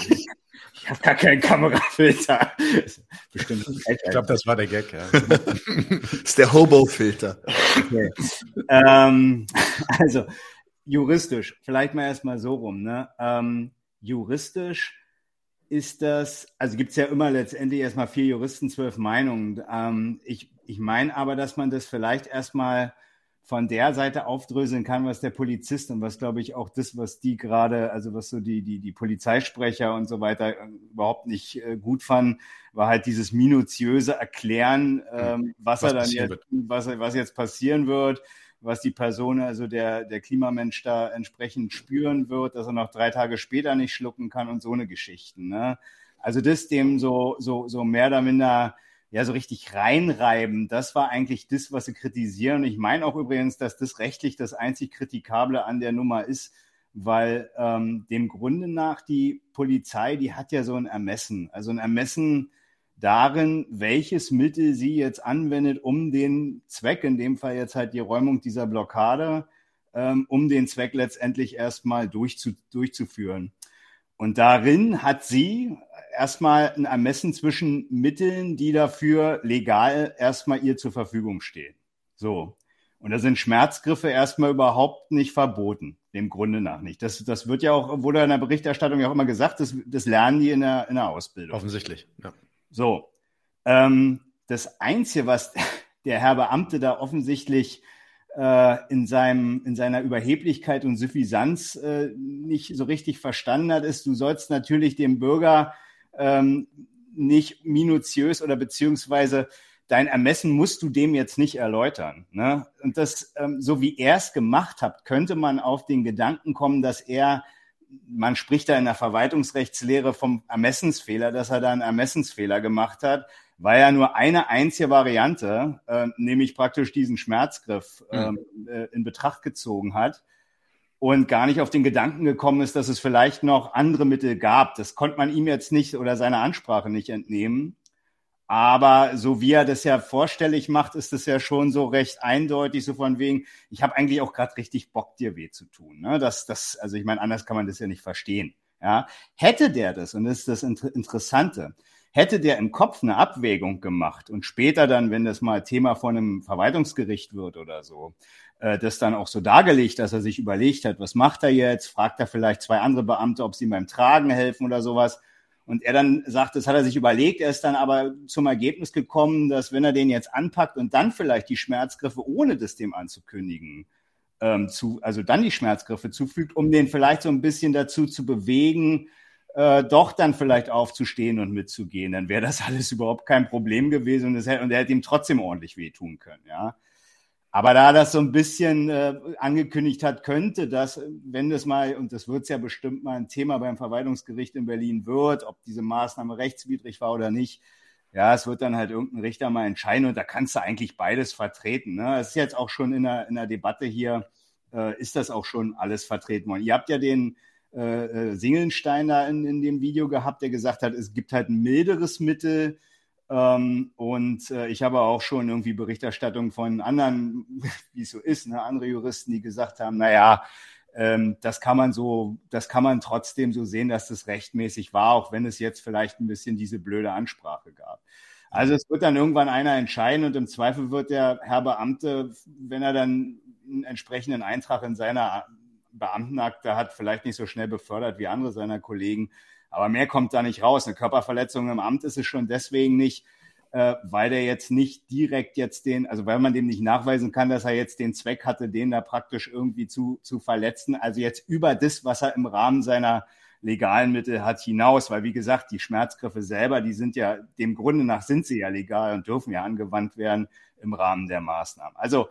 Ich habe gar keinen Kamerafilter. Bestimmt. Ich glaube, das war der Gag, ja. Das ist der Hobo-Filter. Okay. ähm, also, juristisch, vielleicht mal erstmal so rum, ne? Ähm, juristisch ist das, also gibt es ja immer letztendlich erstmal vier Juristen, zwölf Meinungen. Ähm, ich ich meine aber, dass man das vielleicht erstmal von der Seite aufdröseln kann, was der Polizist und was, glaube ich, auch das, was die gerade, also was so die, die, die Polizeisprecher und so weiter äh, überhaupt nicht äh, gut fanden, war halt dieses minutiöse Erklären, ähm, was, was er dann jetzt, was, was jetzt passieren wird, was die Person, also der, der Klimamensch da entsprechend spüren wird, dass er noch drei Tage später nicht schlucken kann und so eine Geschichten, ne? Also das dem so, so, so mehr oder minder ja, so richtig reinreiben, das war eigentlich das, was sie kritisieren. Ich meine auch übrigens, dass das rechtlich das einzig Kritikable an der Nummer ist, weil ähm, dem Grunde nach die Polizei, die hat ja so ein Ermessen, also ein Ermessen darin, welches Mittel sie jetzt anwendet, um den Zweck, in dem Fall jetzt halt die Räumung dieser Blockade, ähm, um den Zweck letztendlich erstmal durchzu, durchzuführen. Und darin hat sie erstmal ein Ermessen zwischen Mitteln, die dafür legal erstmal ihr zur Verfügung stehen. So. Und da sind Schmerzgriffe erstmal überhaupt nicht verboten, dem Grunde nach nicht. Das, das wird ja auch, wurde in der Berichterstattung ja auch immer gesagt, das, das lernen die in der, in der Ausbildung. Offensichtlich, ja. So. Ähm, das Einzige, was der Herr Beamte da offensichtlich in seinem, in seiner Überheblichkeit und Suffisanz äh, nicht so richtig verstanden hat, ist, du sollst natürlich dem Bürger ähm, nicht minutiös oder beziehungsweise dein Ermessen musst du dem jetzt nicht erläutern, ne? Und das, ähm, so wie er es gemacht hat, könnte man auf den Gedanken kommen, dass er, man spricht da in der Verwaltungsrechtslehre vom Ermessensfehler, dass er da einen Ermessensfehler gemacht hat, weil er nur eine einzige Variante, äh, nämlich praktisch diesen Schmerzgriff äh, äh, in Betracht gezogen hat und gar nicht auf den Gedanken gekommen ist, dass es vielleicht noch andere Mittel gab. Das konnte man ihm jetzt nicht oder seiner Ansprache nicht entnehmen. Aber so wie er das ja vorstellig macht, ist es ja schon so recht eindeutig, so von wegen, ich habe eigentlich auch gerade richtig Bock, dir weh zu tun. Ne? Das, das, also ich meine, anders kann man das ja nicht verstehen. Ja? Hätte der das, und das ist das Inter- Interessante, hätte der im Kopf eine Abwägung gemacht und später dann, wenn das mal Thema von einem Verwaltungsgericht wird oder so, äh, das dann auch so dargelegt, dass er sich überlegt hat, was macht er jetzt, fragt er vielleicht zwei andere Beamte, ob sie ihm beim Tragen helfen oder sowas. Und er dann sagt, das hat er sich überlegt, er ist dann aber zum Ergebnis gekommen, dass wenn er den jetzt anpackt und dann vielleicht die Schmerzgriffe, ohne das dem anzukündigen, ähm, zu, also dann die Schmerzgriffe zufügt, um den vielleicht so ein bisschen dazu zu bewegen, Äh, doch dann vielleicht aufzustehen und mitzugehen, dann wäre das alles überhaupt kein Problem gewesen und, das hätte, und er hätte ihm trotzdem ordentlich wehtun können, ja. Aber da das so ein bisschen äh, angekündigt hat, könnte das, wenn das mal, und das wird es ja bestimmt mal ein Thema beim Verwaltungsgericht in Berlin wird, ob diese Maßnahme rechtswidrig war oder nicht, ja, es wird dann halt irgendein Richter mal entscheiden und da kannst du eigentlich beides vertreten, ne? Es ist jetzt auch schon in der, in der Debatte hier, äh, ist das auch schon alles vertreten worden. Ihr habt ja den Äh, Singelstein da in, in dem Video gehabt, der gesagt hat, es gibt halt ein milderes Mittel ähm, und äh, ich habe auch schon irgendwie Berichterstattung von anderen, wie es so ist, ne, andere Juristen, die gesagt haben, naja, ähm, das kann man so, das kann man trotzdem so sehen, dass das rechtmäßig war, auch wenn es jetzt vielleicht ein bisschen diese blöde Ansprache gab. Also es wird dann irgendwann einer entscheiden und im Zweifel wird der Herr Beamte, wenn er dann einen entsprechenden Eintrag in seiner Beamtenakte hat, vielleicht nicht so schnell befördert wie andere seiner Kollegen, Aber mehr kommt da nicht raus. Eine Körperverletzung im Amt ist es schon deswegen nicht, äh, weil der jetzt nicht direkt jetzt den, also weil man dem nicht nachweisen kann, dass er jetzt den Zweck hatte, den da praktisch irgendwie zu, zu verletzen. Also jetzt über das, was er im Rahmen seiner legalen Mittel hat, hinaus. Weil wie gesagt, die Schmerzgriffe selber, die sind ja, dem Grunde nach sind sie ja legal und dürfen ja angewandt werden im Rahmen der Maßnahmen. Also,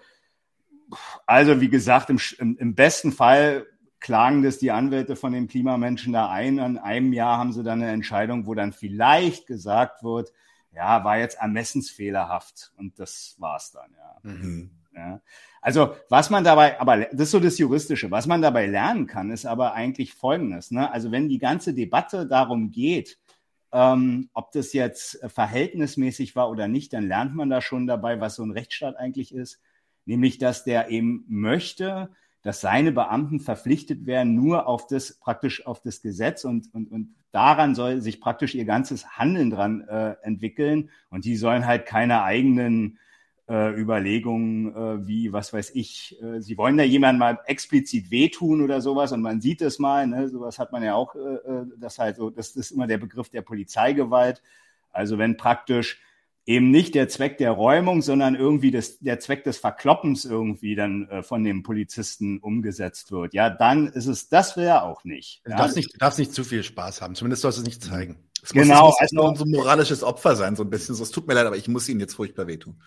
also wie gesagt, im, im, im besten Fall klagen das die Anwälte von den Klimamenschen da ein. In einem Jahr haben sie dann eine Entscheidung, wo dann vielleicht gesagt wird, ja, war jetzt ermessensfehlerhaft. Und das war's dann, ja. Mhm. Ja. Also, was man dabei, aber das ist so das Juristische, was man dabei lernen kann, ist aber eigentlich Folgendes, ne? Also, wenn die ganze Debatte darum geht, ähm, ob das jetzt verhältnismäßig war oder nicht, dann lernt man da schon dabei, was so ein Rechtsstaat eigentlich ist. Nämlich, dass der eben möchte, dass seine Beamten verpflichtet werden, nur auf das, praktisch auf das Gesetz und, und, und daran soll sich praktisch ihr ganzes Handeln dran äh, entwickeln und die sollen halt keine eigenen äh, Überlegungen äh, wie, was weiß ich, äh, sie wollen da jemandem mal explizit wehtun oder sowas und man sieht es mal, ne, sowas hat man ja auch, äh, das halt so, das ist immer der Begriff der Polizeigewalt, also wenn praktisch eben nicht der Zweck der Räumung, sondern irgendwie das, der Zweck des Verkloppens irgendwie dann äh, von dem Polizisten umgesetzt wird. Ja, dann ist es, das will er auch nicht. Du ja? darfst nicht, du darfst nicht zu viel Spaß haben. Zumindest sollst du es nicht zeigen. Es genau. Muss, es muss also, so ein moralisches Opfer sein, so ein bisschen. So, es tut mir leid, aber ich muss Ihnen jetzt furchtbar wehtun.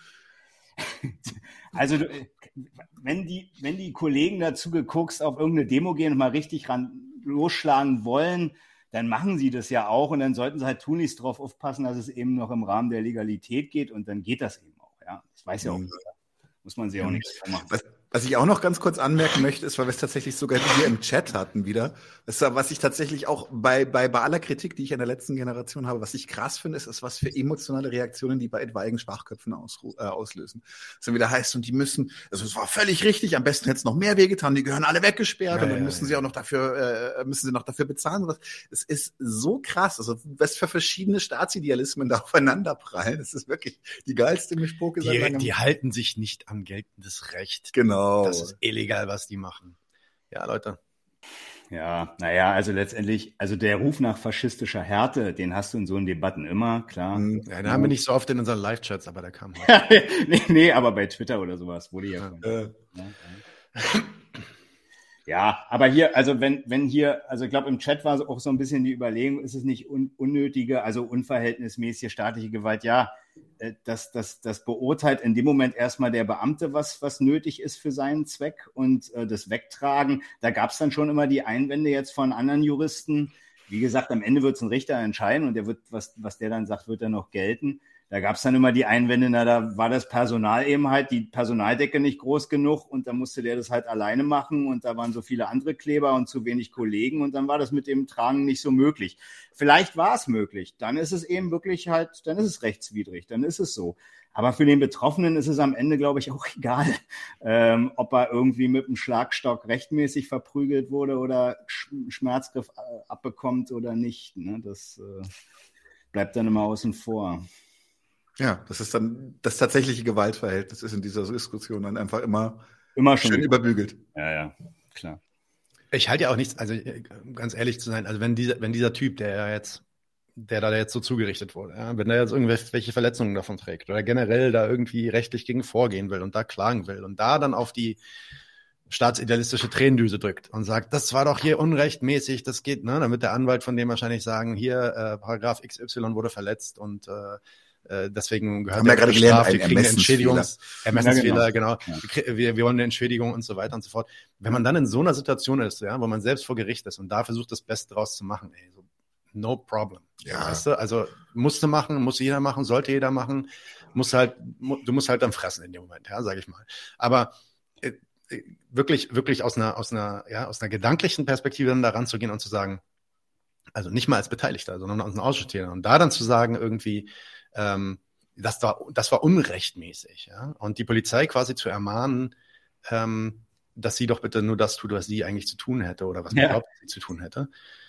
Also, wenn die, wenn die Kollegen dazu geguckt auf irgendeine Demo gehen und mal richtig ran losschlagen wollen, dann machen sie das ja auch und dann sollten sie halt tunlichst darauf aufpassen, dass es eben noch im Rahmen der Legalität geht und dann geht das eben auch. Ja, das weiß ja auch jeder. Muss man sich auch nichts vormachen. Was, was ich auch noch ganz kurz anmerken möchte, ist, weil wir es tatsächlich sogar hier im Chat hatten wieder, das ist, was ich tatsächlich auch bei, bei, bei aller Kritik, die ich an der letzten Generation habe, was ich krass finde, ist, ist was für emotionale Reaktionen die bei etwaigen Schwachköpfen ausru- äh, auslösen. Das dann wieder heißt, und die müssen, also es war völlig richtig, am besten hätte es noch mehr wehgetan, die gehören alle weggesperrt ja, und dann ja, müssen ja. sie auch noch dafür, äh, müssen sie noch dafür bezahlen. Es ist so krass, also was für verschiedene Staatsidealismen da aufeinander prallen. Das ist wirklich die geilste Mischpoke seit langem. Die halten sich nicht an geltendes Recht. Genau. Das ist illegal, was die machen. Ja, Leute. Ja, naja, also letztendlich, also der Ruf nach faschistischer Härte, den hast du in so einen Debatten immer, klar. Ja, den haben wir nicht so oft in unseren Live-Chats, aber der kam halt. nee, nee, aber bei Twitter oder sowas wurde ja. ja. Äh. ja, ja. Ja, aber hier, also wenn, wenn hier, also ich glaube im Chat war auch so ein bisschen die Überlegung, ist es nicht un, unnötige, also unverhältnismäßige staatliche Gewalt? Ja, das, das, das beurteilt in dem Moment erstmal der Beamte, was, was nötig ist für seinen Zweck und äh, das Wegtragen. Da gab es dann schon immer die Einwände jetzt von anderen Juristen. Wie gesagt, am Ende wird es ein Richter entscheiden und der wird, was, was der dann sagt, wird dann noch gelten. Da gab es dann immer die Einwände, na, da war das Personal eben halt, die Personaldecke nicht groß genug und da musste der das halt alleine machen und da waren so viele andere Kleber und zu wenig Kollegen und dann war das mit dem Tragen nicht so möglich. Vielleicht war es möglich, dann ist es eben wirklich halt, dann ist es rechtswidrig, dann ist es so. Aber für den Betroffenen ist es am Ende, glaube ich, auch egal, ähm, ob er irgendwie mit dem Schlagstock rechtmäßig verprügelt wurde oder Sch- Schmerzgriff abbekommt oder nicht. Ne? Das äh, bleibt dann immer außen vor. Ja, das ist dann das tatsächliche Gewaltverhältnis ist in dieser Diskussion dann einfach immer, immer schon schön überbügelt. Ja, ja, klar. Ich halte ja auch nichts, also ganz ehrlich zu sein, also wenn dieser, wenn dieser Typ, der ja jetzt, der da jetzt so zugerichtet wurde, ja, wenn er jetzt irgendwelche Verletzungen davon trägt oder generell da irgendwie rechtlich gegen vorgehen will und da klagen will und da dann auf die staatsidealistische Tränendüse drückt und sagt, das war doch hier unrechtmäßig, das geht, ne, dann wird der Anwalt von dem wahrscheinlich sagen, hier, äh, Paragraph X Y wurde verletzt und äh, deswegen gehört der bestraft, wir kriegen eine Entschädigung, Ermessensfehler, ja, genau. genau. Ja. Wir, wir wollen eine Entschädigung und so weiter und so fort. Wenn man dann in so einer Situation ist, ja, wo man selbst vor Gericht ist und da versucht, das Beste draus zu machen, ey, so, no problem. Ja. Weißt du? Also musste machen, muss jeder machen, sollte jeder machen, muss halt, mu, du musst halt dann fressen in dem Moment, ja, sage ich mal. Aber äh, wirklich, wirklich aus einer, aus einer, ja, aus einer gedanklichen Perspektive dann da ranzugehen und zu sagen, also nicht mal als Beteiligter, sondern als ein Ausschussträger und da dann zu sagen irgendwie, Ähm, das war, das war unrechtmäßig, ja. Und die Polizei quasi zu ermahnen, ähm, dass sie doch bitte nur das tut, was sie eigentlich zu tun hätte oder was man ja. glaubt, sie zu tun hätte.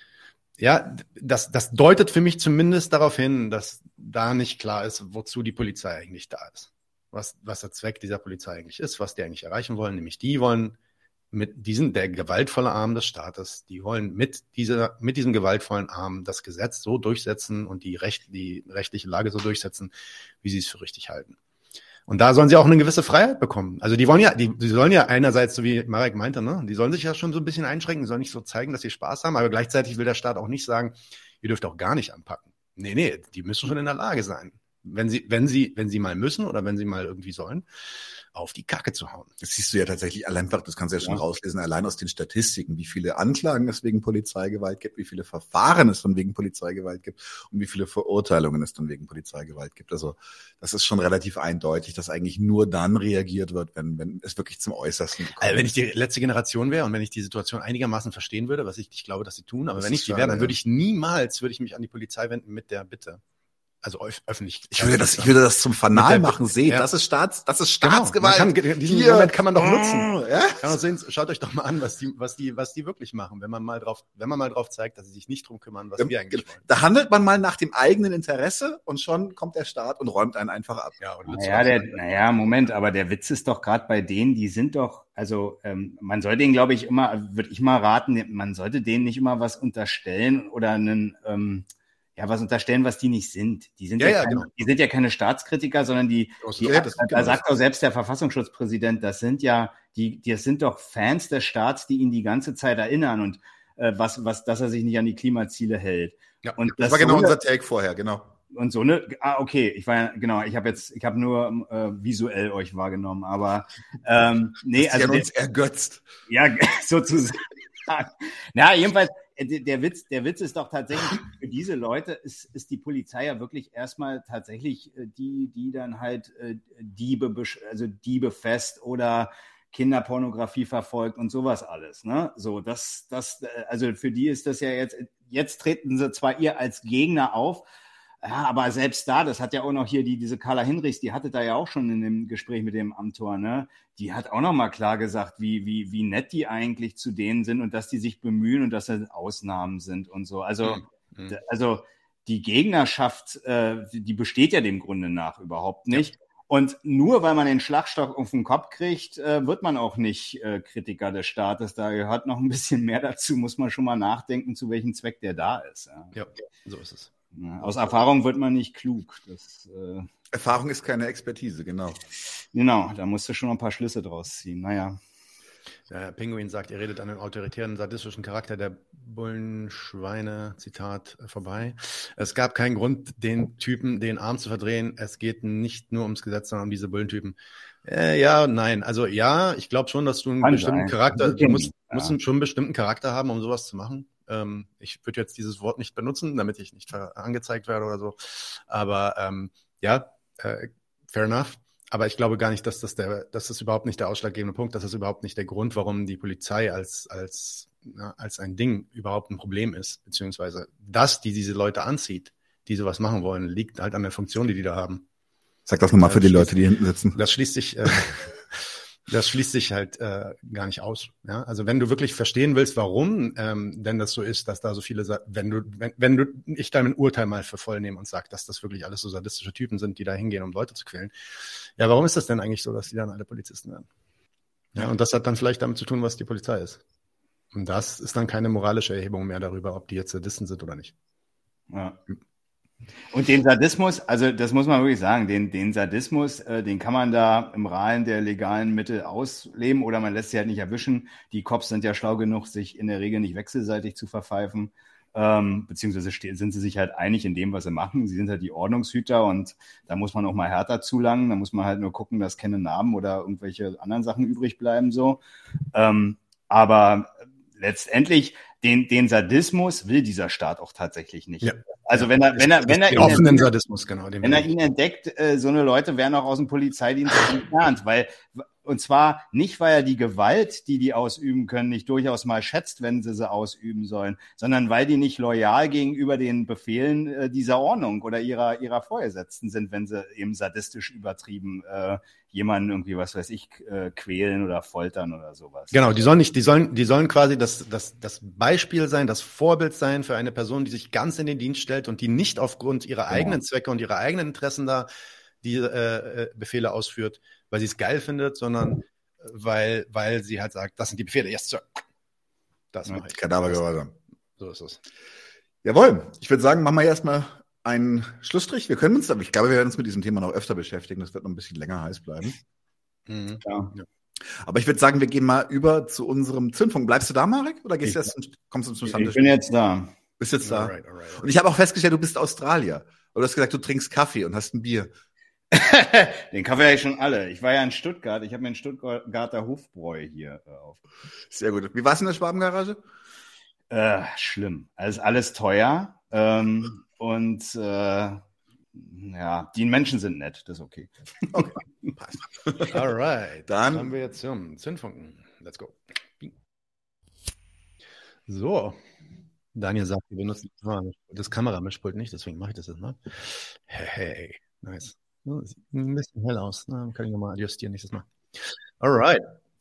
Ja, das, das deutet für mich zumindest darauf hin, dass da nicht klar ist, wozu die Polizei eigentlich da ist. Was, was der Zweck dieser Polizei eigentlich ist, was die eigentlich erreichen wollen. Nämlich die wollen mit diesem, der gewaltvolle Arm des Staates, die wollen mit dieser, mit diesem gewaltvollen Arm das Gesetz so durchsetzen und die Recht, die rechtliche Lage so durchsetzen, wie sie es für richtig halten. Und da sollen sie auch eine gewisse Freiheit bekommen. Also die wollen ja, die, die sollen ja einerseits, so wie Marek meinte, ne, die sollen sich ja schon so ein bisschen einschränken, die sollen nicht so zeigen, dass sie Spaß haben, aber gleichzeitig will der Staat auch nicht sagen, ihr dürft auch gar nicht anpacken. Nee, nee, die müssen schon in der Lage sein, wenn sie, wenn sie, wenn sie mal müssen oder wenn sie mal irgendwie sollen, auf die Kacke zu hauen. Das siehst du ja tatsächlich einfach, das kannst du ja schon ja. rauslesen, allein aus den Statistiken, wie viele Anklagen es wegen Polizeigewalt gibt, wie viele Verfahren es dann wegen Polizeigewalt gibt und wie viele Verurteilungen es dann wegen Polizeigewalt gibt. Also das ist schon relativ eindeutig, dass eigentlich nur dann reagiert wird, wenn, wenn es wirklich zum Äußersten kommt. Also wenn ich die letzte Generation wäre und wenn ich die Situation einigermaßen verstehen würde, was ich nicht glaube, dass sie tun, aber das wenn ich die wäre, dann würde ich niemals, würde ich mich an die Polizei wenden mit der Bitte. Also öf- öffentlich. Ich würde das, ich würde das zum Fanal machen. Seht, ja. das ist Staats, das ist Staatsgewalt. Genau. Man kann, diesen Hier. Moment kann man doch nutzen. Ja? Kann man sehen, schaut euch doch mal an, was die, was die, was die wirklich machen, wenn man mal drauf, wenn man mal drauf zeigt, dass sie sich nicht drum kümmern, was ja, wir eigentlich wollen. Da handelt man mal nach dem eigenen Interesse und schon kommt der Staat und räumt einen einfach ab. Ja, und naja, der, naja, Moment, aber der Witz ist doch gerade bei denen, die sind doch, also ähm, man soll denen, glaube ich, immer, würde ich mal raten, man sollte denen nicht immer was unterstellen oder einen ähm, ja, was unterstellen, was die nicht sind. Die sind ja, ja, ja keine, genau. die sind ja keine Staatskritiker, sondern die, die ja, das, da genau. sagt auch selbst der Verfassungsschutzpräsident, das sind ja, die, das sind doch Fans des Staats, die ihn die ganze Zeit erinnern und äh, was, was, dass er sich nicht an die Klimaziele hält. Ja, und das, das war genau so unser Take vorher, genau. Und so eine, ah, okay, ich war ja, genau, ich habe jetzt, ich habe nur äh, visuell euch wahrgenommen, aber ähm, nee, also der uns ergötzt. Ja, sozusagen. Na, jedenfalls, der, der Witz, der Witz ist doch tatsächlich, für diese Leute ist, ist die Polizei ja wirklich erstmal tatsächlich die, die dann halt äh, Diebe, also Diebe fest oder Kinderpornografie verfolgt und sowas alles, ne? So, das, das, also für die ist das ja jetzt, jetzt treten sie zwar ihr als Gegner auf, ja, aber selbst da, das hat ja auch noch hier die, diese Carla Hinrichs, die hatte da ja auch schon in dem Gespräch mit dem Amtor, ne? Die hat auch noch mal klar gesagt, wie, wie, wie nett die eigentlich zu denen sind und dass die sich bemühen und dass das Ausnahmen sind und so. Also, mhm. d- also, die Gegnerschaft, äh, die besteht ja dem Grunde nach überhaupt nicht. Ja. Und nur weil man den Schlagstock auf den Kopf kriegt, äh, wird man auch nicht äh, Kritiker des Staates. Da gehört noch ein bisschen mehr dazu, muss man schon mal nachdenken, zu welchem Zweck der da ist. Ja, ja so ist es. Ja, aus Erfahrung wird man nicht klug. Das, äh, Erfahrung ist keine Expertise, genau. Genau, da musst du schon ein paar Schlüsse draus ziehen. Naja. Der Herr Pinguin sagt, ihr redet an den autoritären, sadistischen Charakter der Bullenschweine, Zitat, vorbei. Es gab keinen Grund, den Typen den Arm zu verdrehen. Es geht nicht nur ums Gesetz, sondern um diese Bullentypen. Äh, ja, nein. Also ja, ich glaube schon, dass du einen Kann bestimmten sein. Charakter, du musst, ja. musst schon einen bestimmten Charakter haben, um sowas zu machen. Ähm, ich würde jetzt dieses Wort nicht benutzen, damit ich nicht angezeigt werde oder so. Aber ähm, ja, äh, fair enough. Aber ich glaube gar nicht, dass das der, dass das überhaupt nicht der ausschlaggebende Punkt, dass das überhaupt nicht der Grund, warum die Polizei als als na, als ein Ding überhaupt ein Problem ist, beziehungsweise dass die diese Leute anzieht, die sowas machen wollen, liegt halt an der Funktion, die die da haben. Sag das nochmal für die Leute, die hinten sitzen. Das schließt sich, äh, das schließt sich halt äh, gar nicht aus. Ja? Also wenn du wirklich verstehen willst, warum ähm, denn das so ist, dass da so viele, wenn du, wenn, wenn du, ich dein Urteil mal für voll nehme und sag, dass das wirklich alles so sadistische Typen sind, die da hingehen, um Leute zu quälen. Ja, warum ist das denn eigentlich so, dass die dann alle Polizisten werden? Ja, und das hat dann vielleicht damit zu tun, was die Polizei ist. Und das ist dann keine moralische Erhebung mehr darüber, ob die jetzt Sadisten sind oder nicht. Ja. Und den Sadismus, also das muss man wirklich sagen, den, den Sadismus, äh, den kann man da im Rahmen der legalen Mittel ausleben oder man lässt sie halt nicht erwischen. Die Cops sind ja schlau genug, sich in der Regel nicht wechselseitig zu verpfeifen, ähm, beziehungsweise ste- sind sie sich halt einig in dem, was sie machen. Sie sind halt die Ordnungshüter und da muss man auch mal härter zulangen. Da muss man halt nur gucken, dass keine Narben oder irgendwelche anderen Sachen übrig bleiben so. Ähm, aber letztendlich den, den Sadismus will dieser Staat auch tatsächlich nicht. Ja. Also wenn er, wenn er, wenn er, ihn offenen Sadismus, genau, wenn er ihn entdeckt, äh, so eine Leute werden auch aus dem Polizeidienst entfernt, weil, und zwar nicht, weil er die Gewalt, die die ausüben können, nicht durchaus mal schätzt, wenn sie sie ausüben sollen, sondern weil die nicht loyal gegenüber den Befehlen äh, dieser Ordnung oder ihrer, ihrer Vorgesetzten sind, wenn sie eben sadistisch übertrieben äh, jemanden irgendwie, was weiß ich, äh, quälen oder foltern oder sowas. Genau, die sollen nicht, die sollen, die sollen quasi das, das, das Beispiel sein, das Vorbild sein für eine Person, die sich ganz in den Dienst stellt und die nicht aufgrund ihrer genau. eigenen Zwecke und ihrer eigenen Interessen da die äh, Befehle ausführt, weil sie es geil findet, sondern weil, weil sie halt sagt, das sind die Befehle, yes, Sir. Das mache ich. Kadavergehorsam. So ist es. Jawohl. Ich würde sagen, machen wir erstmal einen Schlussstrich. Wir können uns, aber ich glaube, wir werden uns mit diesem Thema noch öfter beschäftigen. Das wird noch ein bisschen länger heiß bleiben. Mhm. Ja. Ja. Aber ich würde sagen, wir gehen mal über zu unserem Zündfunk. Bleibst du da, Marek? Oder gehst du jetzt, kommst du zum Stammtisch? Ich bin jetzt da. Bist jetzt da. Alright, alright, alright. Und ich habe auch festgestellt, du bist Australier. Oder du hast gesagt, du trinkst Kaffee und hast ein Bier. Den Kaffee habe ich schon alle. Ich war ja in Stuttgart. Ich habe mir einen Stuttgarter Hofbräu hier äh, auf. Sehr gut. Wie war es in der Schwabengarage? Äh, schlimm. Also alles teuer. Ähm, und äh, ja, die Menschen sind nett. Das ist okay. Okay. Passt. Alright. Dann kommen wir jetzt zum Zündfunken. Let's go. So. Daniel sagt, wir benutzen das Kameramischpult nicht, deswegen mache ich das jetzt mal. Hey, hey. Nice. Sieht ein bisschen hell aus. Na, kann ich nochmal adjustieren nächstes Mal. Alright.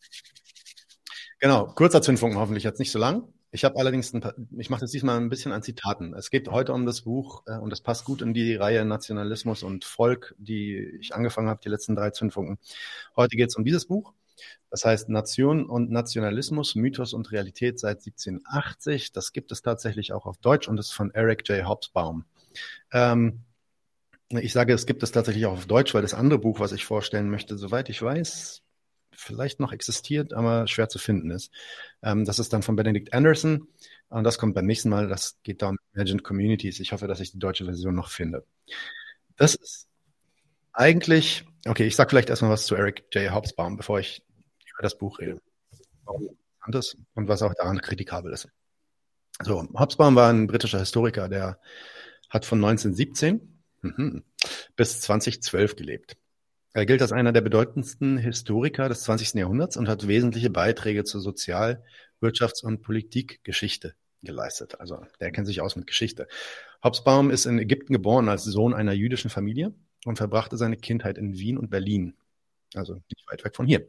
Genau, kurzer Zündfunken, hoffentlich jetzt nicht so lang. Ich habe allerdings, ein paar, ich mache das diesmal ein bisschen an Zitaten. Es geht heute um das Buch, äh, und das passt gut in die Reihe Nationalismus und Volk, die ich angefangen habe, die letzten drei Zündfunken. Heute geht es um dieses Buch. Das heißt Nation und Nationalismus, Mythos und Realität seit siebzehnhundertachtzig. Das gibt es tatsächlich auch auf Deutsch und ist von Eric J. Hobsbawm. Ähm, ich sage, es gibt es tatsächlich auch auf Deutsch, weil das andere Buch, was ich vorstellen möchte, soweit ich weiß, vielleicht noch existiert, aber schwer zu finden ist. Ähm, das ist dann von Benedict Anderson und das kommt beim nächsten Mal. Das geht da um Imagined Communities. Ich hoffe, dass ich die deutsche Version noch finde. Das ist eigentlich, okay, ich sage vielleicht erstmal was zu Eric J. Hobsbawm, bevor ich über das Buch rede. Warum das ist und was auch daran kritikabel ist. So, Hobsbawm war ein britischer Historiker, der hat von neunzehnhundertsiebzehn mhm, bis zweitausendzwölf gelebt. Er gilt als einer der bedeutendsten Historiker des zwanzigsten Jahrhunderts und hat wesentliche Beiträge zur Sozial-, Wirtschafts- und Politikgeschichte geleistet. Also der kennt sich aus mit Geschichte. Hobsbawm ist in Ägypten geboren als Sohn einer jüdischen Familie und verbrachte seine Kindheit in Wien und Berlin. Also nicht weit weg von hier.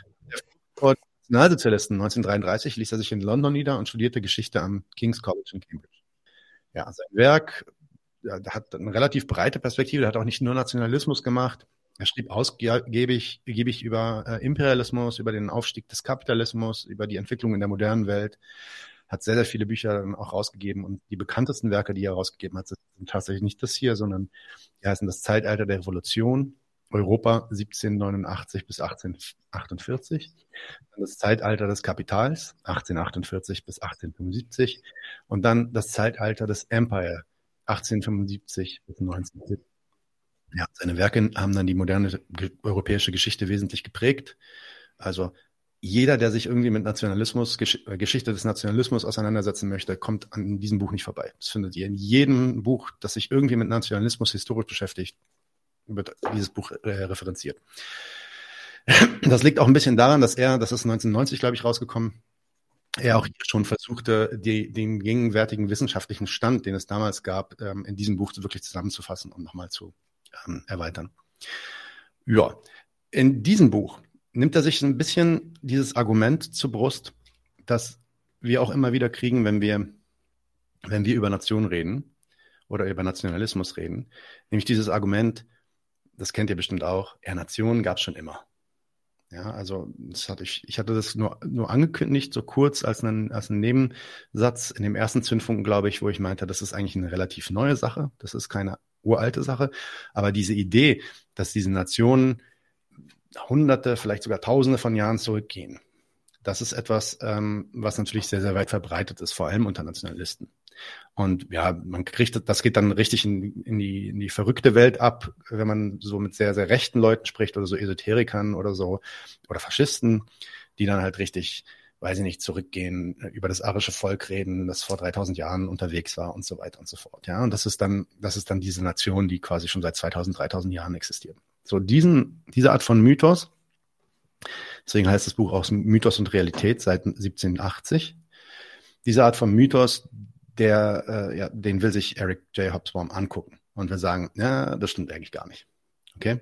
Der Nationalsozialisten neunzehnhundertdreiunddreißig ließ er sich in London nieder und studierte Geschichte am King's College in Cambridge. Ja, sein Werk ja, hat eine relativ breite Perspektive. Er hat auch nicht nur Nationalismus gemacht. Er schrieb ausgiebig, giebig über äh, Imperialismus, über den Aufstieg des Kapitalismus, über die Entwicklung in der modernen Welt, hat sehr, sehr viele Bücher dann auch rausgegeben und die bekanntesten Werke, die er rausgegeben hat, sind tatsächlich nicht das hier, sondern die heißen Das Zeitalter der Revolution, Europa siebzehnhundertneunundachtzig bis achtzehnhundertachtundvierzig, dann Das Zeitalter des Kapitals achtzehnhundertachtundvierzig bis achtzehnhundertfünfundsiebzig und dann Das Zeitalter des Empire achtzehnhundertfünfundsiebzig bis neunzehnhundertsiebzig. Ja, seine Werke haben dann die moderne ge- europäische Geschichte wesentlich geprägt. Also jeder, der sich irgendwie mit Nationalismus, Gesch- Geschichte des Nationalismus auseinandersetzen möchte, kommt an diesem Buch nicht vorbei. Das findet ihr in jedem Buch, das sich irgendwie mit Nationalismus historisch beschäftigt, wird dieses Buch äh, referenziert. Das liegt auch ein bisschen daran, dass er, das ist neunzehnhundertneunzig, glaube ich, rausgekommen, er auch hier schon versuchte, die, den gegenwärtigen wissenschaftlichen Stand, den es damals gab, ähm, in diesem Buch wirklich zusammenzufassen und nochmal zu ähm, erweitern. Ja, in diesem Buch nimmt er sich ein bisschen dieses Argument zur Brust, das wir auch immer wieder kriegen, wenn wir, wenn wir über Nation reden oder über Nationalismus reden. Nämlich dieses Argument, das kennt ihr bestimmt auch, ja, Nationen gab es schon immer. Ja, also das hatte ich, ich hatte das nur, nur angekündigt, so kurz als einen, als einen Nebensatz in dem ersten Zündfunken, glaube ich, wo ich meinte, das ist eigentlich eine relativ neue Sache, das ist keine uralte Sache, aber diese Idee, dass diese Nationen Hunderte, vielleicht sogar Tausende von Jahren zurückgehen, das ist etwas, ähm, was natürlich sehr, sehr weit verbreitet ist, vor allem unter Nationalisten. Und ja, man kriegt, das geht dann richtig in, in, die, in die verrückte Welt ab, wenn man so mit sehr, sehr rechten Leuten spricht oder so Esoterikern oder so oder Faschisten, die dann halt richtig, weiß ich nicht, zurückgehen, über das arische Volk reden, das vor dreitausend Jahren unterwegs war und so weiter und so fort. Ja, und das ist dann, das ist dann diese Nation, die quasi schon seit zweitausend, dreitausend Jahren existiert. So diesen, diese Art von Mythos, deswegen heißt das Buch auch Mythos und Realität seit siebzehnhundertachtzig. Diese Art von Mythos, der, äh, ja, den will sich Eric J. Hobsbawm angucken und will sagen, ja, das stimmt eigentlich gar nicht. Okay?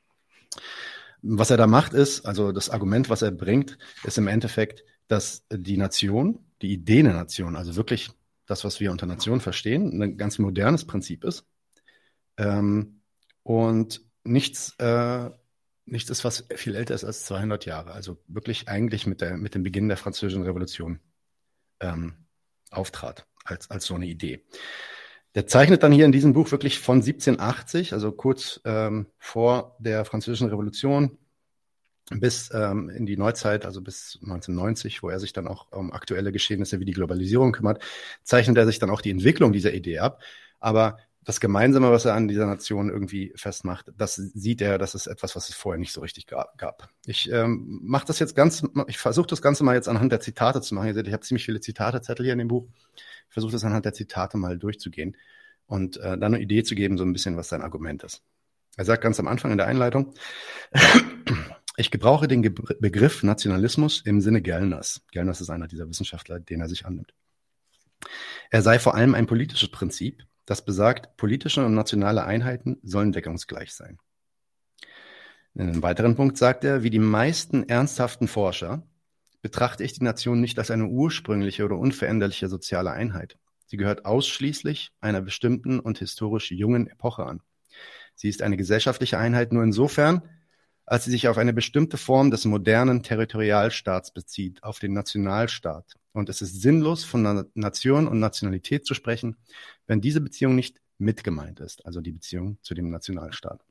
Was er da macht ist, also das Argument, was er bringt, ist im Endeffekt, dass die Nation, die Idee der Nation, also wirklich das, was wir unter Nation verstehen, ein ganz modernes Prinzip ist ähm, und nichts, äh, nichts ist, was viel älter ist als zweihundert Jahre. Also wirklich eigentlich mit, der, mit dem Beginn der Französischen Revolution ähm, auftrat, als, als so eine Idee. Der zeichnet dann hier in diesem Buch wirklich von siebzehnhundertachtzig, also kurz ähm, vor der Französischen Revolution, bis ähm, in die Neuzeit, also bis neunzehnhundertneunzig, wo er sich dann auch um aktuelle Geschehnisse wie die Globalisierung kümmert, zeichnet er sich dann auch die Entwicklung dieser Idee ab. Aber das Gemeinsame, was er an dieser Nation irgendwie festmacht, das sieht er, das ist etwas, was es vorher nicht so richtig gab. Ich ähm, mache das jetzt ganz, ich versuche das Ganze mal jetzt anhand der Zitate zu machen. Ihr seht, ich habe ziemlich viele Zitatezettel hier in dem Buch. Ich versuche das anhand der Zitate mal durchzugehen und äh, dann eine Idee zu geben, so ein bisschen, was sein Argument ist. Er sagt ganz am Anfang in der Einleitung, ich gebrauche den Ge- Begriff Nationalismus im Sinne Gellners. Gellners ist einer dieser Wissenschaftler, den er sich annimmt. Er sei vor allem ein politisches Prinzip, das besagt, politische und nationale Einheiten sollen deckungsgleich sein. In einem weiteren Punkt sagt er, wie die meisten ernsthaften Forscher betrachte ich die Nation nicht als eine ursprüngliche oder unveränderliche soziale Einheit. Sie gehört ausschließlich einer bestimmten und historisch jungen Epoche an. Sie ist eine gesellschaftliche Einheit nur insofern, als sie sich auf eine bestimmte Form des modernen Territorialstaats bezieht, auf den Nationalstaat. Und es ist sinnlos, von Na- Nation und Nationalität zu sprechen, wenn diese Beziehung nicht mitgemeint ist, also die Beziehung zu dem Nationalstaat.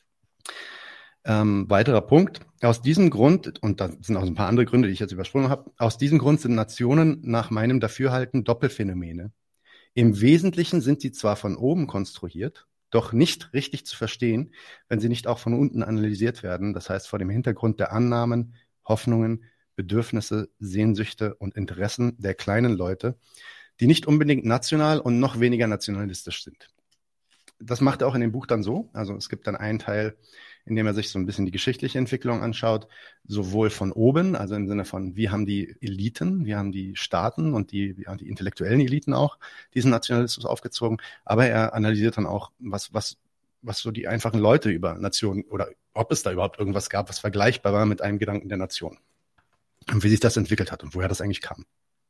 Ähm, weiterer Punkt. Aus diesem Grund, und da sind auch ein paar andere Gründe, die ich jetzt übersprungen habe, aus diesem Grund sind Nationen nach meinem Dafürhalten Doppelphänomene. Im Wesentlichen sind sie zwar von oben konstruiert, doch nicht richtig zu verstehen, wenn sie nicht auch von unten analysiert werden, das heißt vor dem Hintergrund der Annahmen, Hoffnungen, Bedürfnisse, Sehnsüchte und Interessen der kleinen Leute, die nicht unbedingt national und noch weniger nationalistisch sind. Das macht er auch in dem Buch dann so, also es gibt dann einen Teil, in dem er sich so ein bisschen die geschichtliche Entwicklung anschaut, sowohl von oben, also im Sinne von, wie haben die Eliten, wie haben die Staaten und die, wie haben die intellektuellen Eliten auch diesen Nationalismus aufgezogen, aber er analysiert dann auch, was, was, was so die einfachen Leute über Nationen oder ob es da überhaupt irgendwas gab, was vergleichbar war mit einem Gedanken der Nation und wie sich das entwickelt hat und woher das eigentlich kam.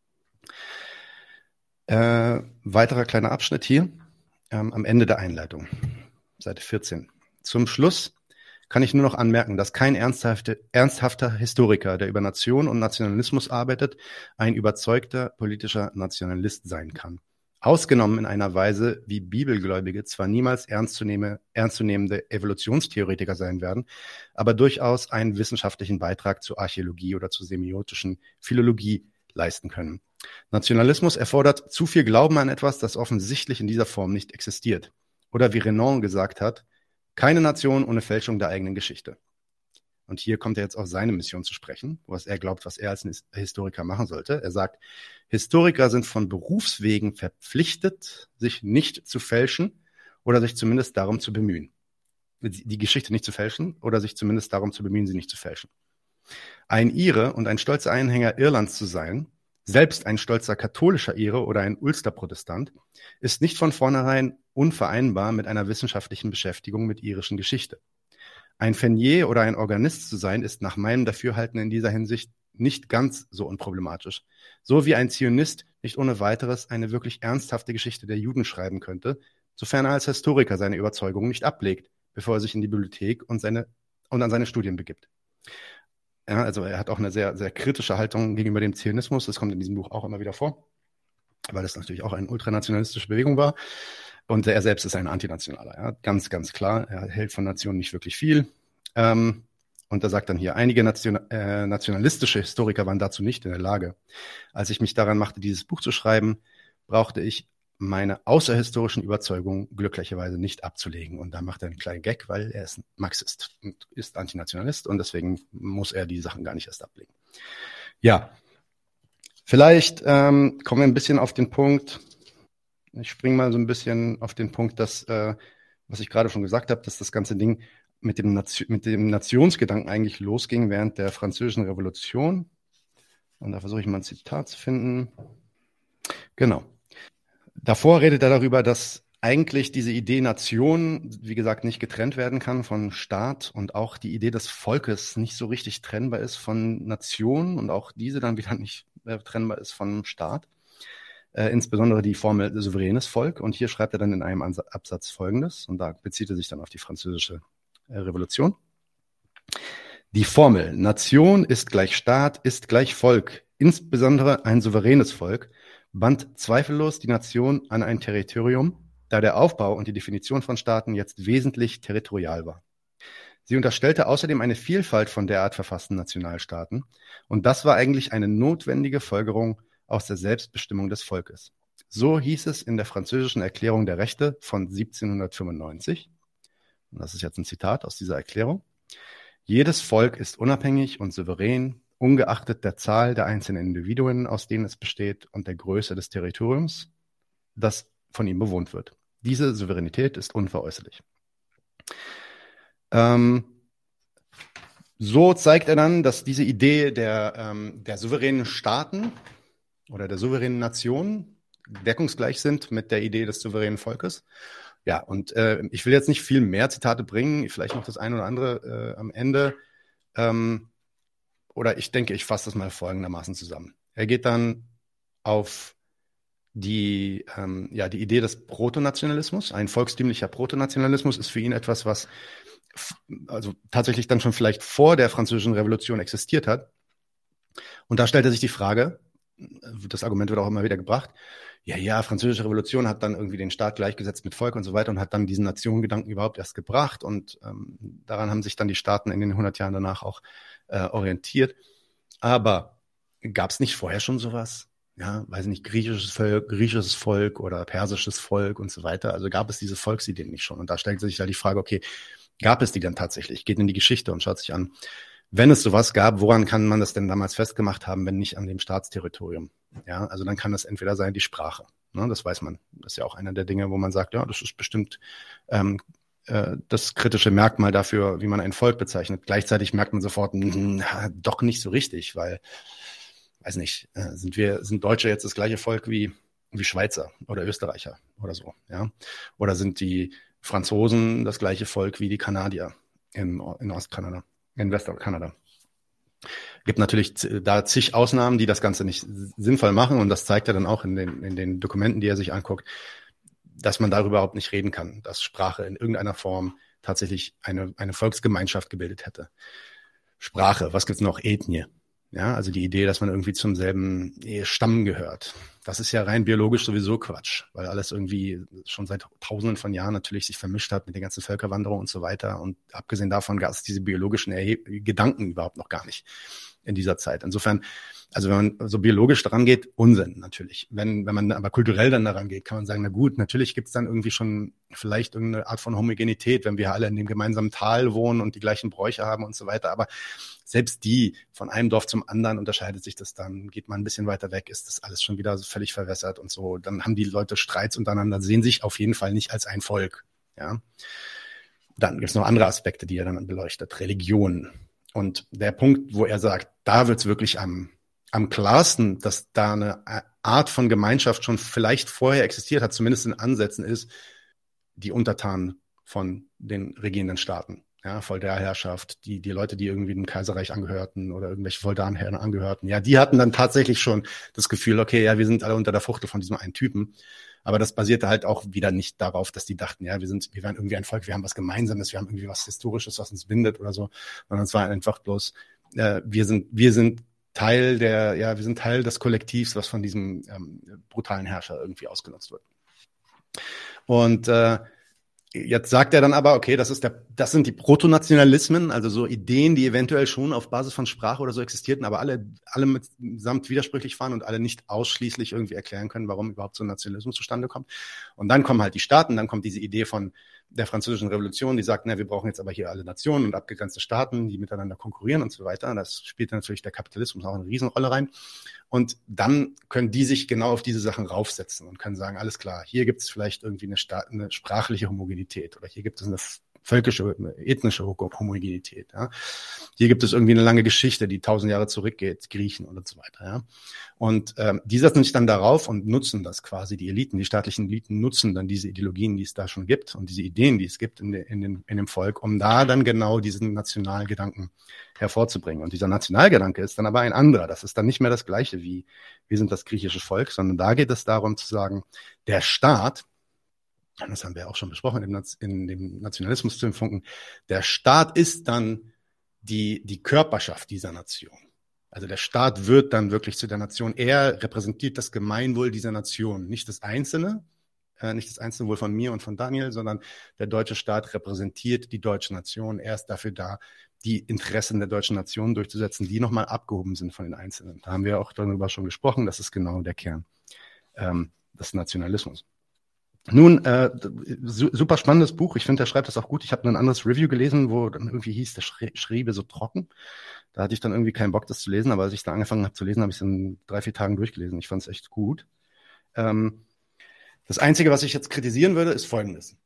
Äh, weiterer kleiner Abschnitt hier, ähm, am Ende der Einleitung, Seite vierzehn. Zum Schluss kann ich nur noch anmerken, dass kein ernsthafte, ernsthafter Historiker, der über Nation und Nationalismus arbeitet, ein überzeugter politischer Nationalist sein kann. Ausgenommen in einer Weise, wie Bibelgläubige zwar niemals ernstzunehme, ernstzunehmende Evolutionstheoretiker sein werden, aber durchaus einen wissenschaftlichen Beitrag zur Archäologie oder zur semiotischen Philologie leisten können. Nationalismus erfordert zu viel Glauben an etwas, das offensichtlich in dieser Form nicht existiert. Oder wie Renan gesagt hat, keine Nation ohne Fälschung der eigenen Geschichte. Und hier kommt er jetzt auf seine Mission zu sprechen, was er glaubt, was er als Historiker machen sollte. Er sagt, Historiker sind von Berufswegen verpflichtet, sich nicht zu fälschen oder sich zumindest darum zu bemühen. Die Geschichte nicht zu fälschen oder sich zumindest darum zu bemühen, sie nicht zu fälschen. Ein Ire und ein stolzer Anhänger Irlands zu sein, selbst ein stolzer katholischer Ire oder ein Ulster-Protestant, ist nicht von vornherein unvereinbar mit einer wissenschaftlichen Beschäftigung mit irischen Geschichte. Ein Fernier oder ein Organist zu sein, ist nach meinem Dafürhalten in dieser Hinsicht nicht ganz so unproblematisch. So wie ein Zionist nicht ohne weiteres eine wirklich ernsthafte Geschichte der Juden schreiben könnte, sofern er als Historiker seine Überzeugungen nicht ablegt, bevor er sich in die Bibliothek und, seine, und an seine Studien begibt. Ja, also er hat auch eine sehr, sehr kritische Haltung gegenüber dem Zionismus. Das kommt in diesem Buch auch immer wieder vor, weil das natürlich auch eine ultranationalistische Bewegung war. Und er selbst ist ein Antinationaler, ja, ganz, ganz klar. Er hält von Nationen nicht wirklich viel. Ähm, und er sagt dann hier, einige Nation, äh, nationalistische Historiker waren dazu nicht in der Lage. Als ich mich daran machte, dieses Buch zu schreiben, brauchte ich meine außerhistorischen Überzeugungen glücklicherweise nicht abzulegen. Und da macht er einen kleinen Gag, weil er ist Marxist und ist Antinationalist und deswegen muss er die Sachen gar nicht erst ablegen. Ja, vielleicht ähm, kommen wir ein bisschen auf den Punkt, ich springe mal so ein bisschen auf den Punkt, dass, äh, was ich gerade schon gesagt habe, dass das ganze Ding mit dem, Nation, mit dem Nationsgedanken eigentlich losging während der Französischen Revolution. Und da versuche ich mal ein Zitat zu finden. Genau. Davor redet er darüber, dass eigentlich diese Idee Nation, wie gesagt, nicht getrennt werden kann von Staat und auch die Idee des Volkes nicht so richtig trennbar ist von Nation und auch diese dann wieder nicht äh, trennbar ist vom Staat. Äh, insbesondere die Formel souveränes Volk. Und hier schreibt er dann in einem Absatz Folgendes, und da bezieht er sich dann auf die Französische äh, Revolution. Die Formel Nation ist gleich Staat ist gleich Volk, insbesondere ein souveränes Volk, band zweifellos die Nation an ein Territorium, da der Aufbau und die Definition von Staaten jetzt wesentlich territorial war. Sie unterstellte außerdem eine Vielfalt von derart verfassten Nationalstaaten, und das war eigentlich eine notwendige Folgerung aus der Selbstbestimmung des Volkes. So hieß es in der französischen Erklärung der Rechte von siebzehnhundertfünfundneunzig, und das ist jetzt ein Zitat aus dieser Erklärung: Jedes Volk ist unabhängig und souverän, ungeachtet der Zahl der einzelnen Individuen, aus denen es besteht, und der Größe des Territoriums, das von ihm bewohnt wird. Diese Souveränität ist unveräußerlich. Ähm, so zeigt er dann, dass diese Idee der, ähm, der souveränen Staaten oder der souveränen Nationen deckungsgleich sind mit der Idee des souveränen Volkes. Ja, und äh, ich will jetzt nicht viel mehr Zitate bringen, vielleicht noch das eine oder andere äh, am Ende. Ähm, oder ich denke, ich fasse das mal folgendermaßen zusammen. Er geht dann auf die, ähm, ja, die Idee des Protonationalismus. Ein volkstümlicher Protonationalismus ist für ihn etwas, was f- also tatsächlich dann schon vielleicht vor der Französischen Revolution existiert hat. Und da stellt er sich die Frage, das Argument wird auch immer wieder gebracht, ja, ja, Französische Revolution hat dann irgendwie den Staat gleichgesetzt mit Volk und so weiter und hat dann diesen Nationengedanken überhaupt erst gebracht, und ähm, daran haben sich dann die Staaten in den hundert Jahren danach auch äh, orientiert. Aber gab es nicht vorher schon sowas? Ja, weiß ich nicht, griechisches Volk, griechisches Volk oder persisches Volk und so weiter. Also gab es diese Volksideen nicht schon? Und da stellt sich halt die Frage, okay, gab es die dann tatsächlich? Geht in die Geschichte und schaut sich an, wenn es sowas gab, woran kann man das denn damals festgemacht haben, wenn nicht an dem Staatsterritorium? Ja, also dann kann das entweder sein die Sprache. Ne, das weiß man. Das ist ja auch einer der Dinge, wo man sagt, ja, das ist bestimmt ähm, äh, das kritische Merkmal dafür, wie man ein Volk bezeichnet. Gleichzeitig merkt man sofort, mh, doch nicht so richtig, weil, weiß nicht, äh, sind wir, sind Deutsche jetzt das gleiche Volk wie, wie Schweizer oder Österreicher oder so, ja? Oder sind die Franzosen das gleiche Volk wie die Kanadier in, in Ostkanada? In Westkanada. Gibt natürlich da zig Ausnahmen, die das Ganze nicht sinnvoll machen, und das zeigt er dann auch in den, in den Dokumenten, die er sich anguckt, dass man darüber überhaupt nicht reden kann, dass Sprache in irgendeiner Form tatsächlich eine, eine Volksgemeinschaft gebildet hätte. Sprache, was gibt's noch? Ethnie. Ja, also die Idee, dass man irgendwie zum selben Stamm gehört. Das ist ja rein biologisch sowieso Quatsch, weil alles irgendwie schon seit Tausenden von Jahren natürlich sich vermischt hat mit den ganzen Völkerwanderungen und so weiter. Und abgesehen davon gab es diese biologischen Erheb- Gedanken überhaupt noch gar nicht in dieser Zeit. Insofern, also wenn man so biologisch daran geht, Unsinn natürlich. Wenn, wenn man aber kulturell dann daran geht, kann man sagen, na gut, natürlich gibt es dann irgendwie schon vielleicht irgendeine Art von Homogenität, wenn wir alle in dem gemeinsamen Tal wohnen und die gleichen Bräuche haben und so weiter. Aber selbst die, von einem Dorf zum anderen unterscheidet sich das dann. Geht man ein bisschen weiter weg, ist das alles schon wieder völlig verwässert und so. Dann haben die Leute Streits untereinander, sehen sich auf jeden Fall nicht als ein Volk. Ja. Dann gibt es noch andere Aspekte, die er dann beleuchtet. Religion. Und der Punkt, wo er sagt, da wird es wirklich am, am klarsten, dass da eine Art von Gemeinschaft schon vielleicht vorher existiert hat, zumindest in Ansätzen, ist die Untertanen von den regierenden Staaten. Ja, Feudalherrschaft, die, die Leute, die irgendwie dem Kaiserreich angehörten oder irgendwelche Feudalherren angehörten, ja, die hatten dann tatsächlich schon das Gefühl, okay, ja, wir sind alle unter der Fuchtel von diesem einen Typen. Aber das basierte halt auch wieder nicht darauf, dass die dachten, ja, wir sind, wir wären irgendwie ein Volk, wir haben was Gemeinsames, wir haben irgendwie was Historisches, was uns bindet oder so, sondern es war einfach bloß, äh, wir sind, wir sind Teil der, ja, wir sind Teil des Kollektivs, was von diesem ähm, brutalen Herrscher irgendwie ausgenutzt wird. Und äh, jetzt sagt er dann aber, okay, das ist der, das sind die Protonationalismen, also so Ideen, die eventuell schon auf Basis von Sprache oder so existierten, aber alle, alle mitsamt widersprüchlich waren und alle nicht ausschließlich irgendwie erklären können, warum überhaupt so ein Nationalismus zustande kommt. Und dann kommen halt die Staaten, dann kommt diese Idee von der Französischen Revolution, die sagt, na, wir brauchen jetzt aber hier alle Nationen und abgegrenzte Staaten, die miteinander konkurrieren und so weiter. Das spielt natürlich der Kapitalismus auch eine Riesenrolle rein. Und dann können die sich genau auf diese Sachen raufsetzen und können sagen, alles klar, hier gibt es vielleicht irgendwie eine, Sta- eine sprachliche Homogenität oder hier gibt es eine völkische, eine ethnische Homogenität. Ja. Hier gibt es irgendwie eine lange Geschichte, die tausend Jahre zurückgeht, Griechen und so weiter. Ja. Und ähm, die setzen sich dann darauf und nutzen das quasi. Die Eliten, die staatlichen Eliten nutzen dann diese Ideologien, die es da schon gibt und diese Ideen, die es gibt in, de, in, den, in dem Volk, um da dann genau diesen Nationalgedanken hervorzubringen. Und dieser Nationalgedanke ist dann aber ein anderer. Das ist dann nicht mehr das Gleiche wie, wir sind das griechische Volk, sondern da geht es darum zu sagen, der Staat, das haben wir auch schon besprochen in dem Nationalismus zu empfunken, der Staat ist dann die, die Körperschaft dieser Nation. Also der Staat wird dann wirklich zu der Nation. Er repräsentiert das Gemeinwohl dieser Nation, nicht das Einzelne, äh, nicht das Einzelne wohl von mir und von Daniel, sondern der deutsche Staat repräsentiert die deutsche Nation. Er ist dafür da, die Interessen der deutschen Nation durchzusetzen, die nochmal abgehoben sind von den Einzelnen. Da haben wir auch darüber schon gesprochen. Das ist genau der Kern ähm, des Nationalismus. Nun, äh, su- super spannendes Buch. Ich finde, der schreibt das auch gut. Ich habe ein anderes Review gelesen, wo dann irgendwie hieß, der schrie- schriebe so trocken. Da hatte ich dann irgendwie keinen Bock, das zu lesen. Aber als ich da angefangen habe zu lesen, habe ich es in drei, vier Tagen durchgelesen. Ich fand es echt gut. Ähm, das Einzige, was ich jetzt kritisieren würde, ist Folgendes.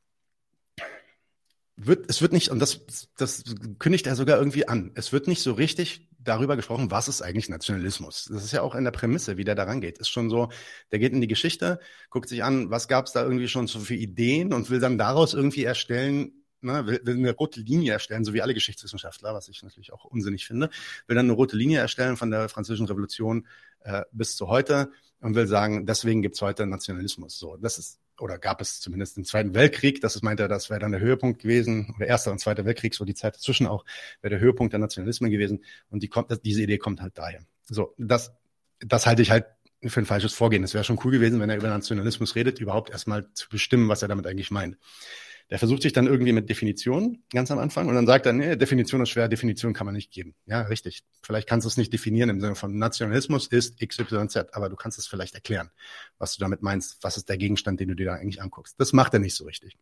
Wird, es wird nicht, und das, das kündigt er sogar irgendwie an, es wird nicht so richtig darüber gesprochen, was ist eigentlich Nationalismus. Das ist ja auch in der Prämisse, wie der da rangeht. Ist schon so, der geht in die Geschichte, guckt sich an, was gab es da irgendwie schon so für Ideen und will dann daraus irgendwie erstellen, ne, will, will eine rote Linie erstellen, so wie alle Geschichtswissenschaftler, was ich natürlich auch unsinnig finde, will dann eine rote Linie erstellen von der Französischen Revolution äh, bis zu heute und will sagen, deswegen gibt's heute Nationalismus. So, das ist oder gab es zumindest im Zweiten Weltkrieg, das ist, meinte er, das wäre dann der Höhepunkt gewesen, oder Erster und Zweiter Weltkrieg, so die Zeit dazwischen auch, wäre der Höhepunkt der Nationalismen gewesen, und die kommt, diese Idee kommt halt daher. So, das, das halte ich halt für ein falsches Vorgehen. Es wäre schon cool gewesen, wenn er über Nationalismus redet, überhaupt erstmal zu bestimmen, was er damit eigentlich meint. Der versucht sich dann irgendwie mit Definitionen ganz am Anfang und dann sagt er, nee, Definition ist schwer, Definition kann man nicht geben. Ja, richtig. Vielleicht kannst du es nicht definieren im Sinne von Nationalismus ist X Y Z, aber du kannst es vielleicht erklären, was du damit meinst, was ist der Gegenstand, den du dir da eigentlich anguckst. Das macht er nicht so richtig.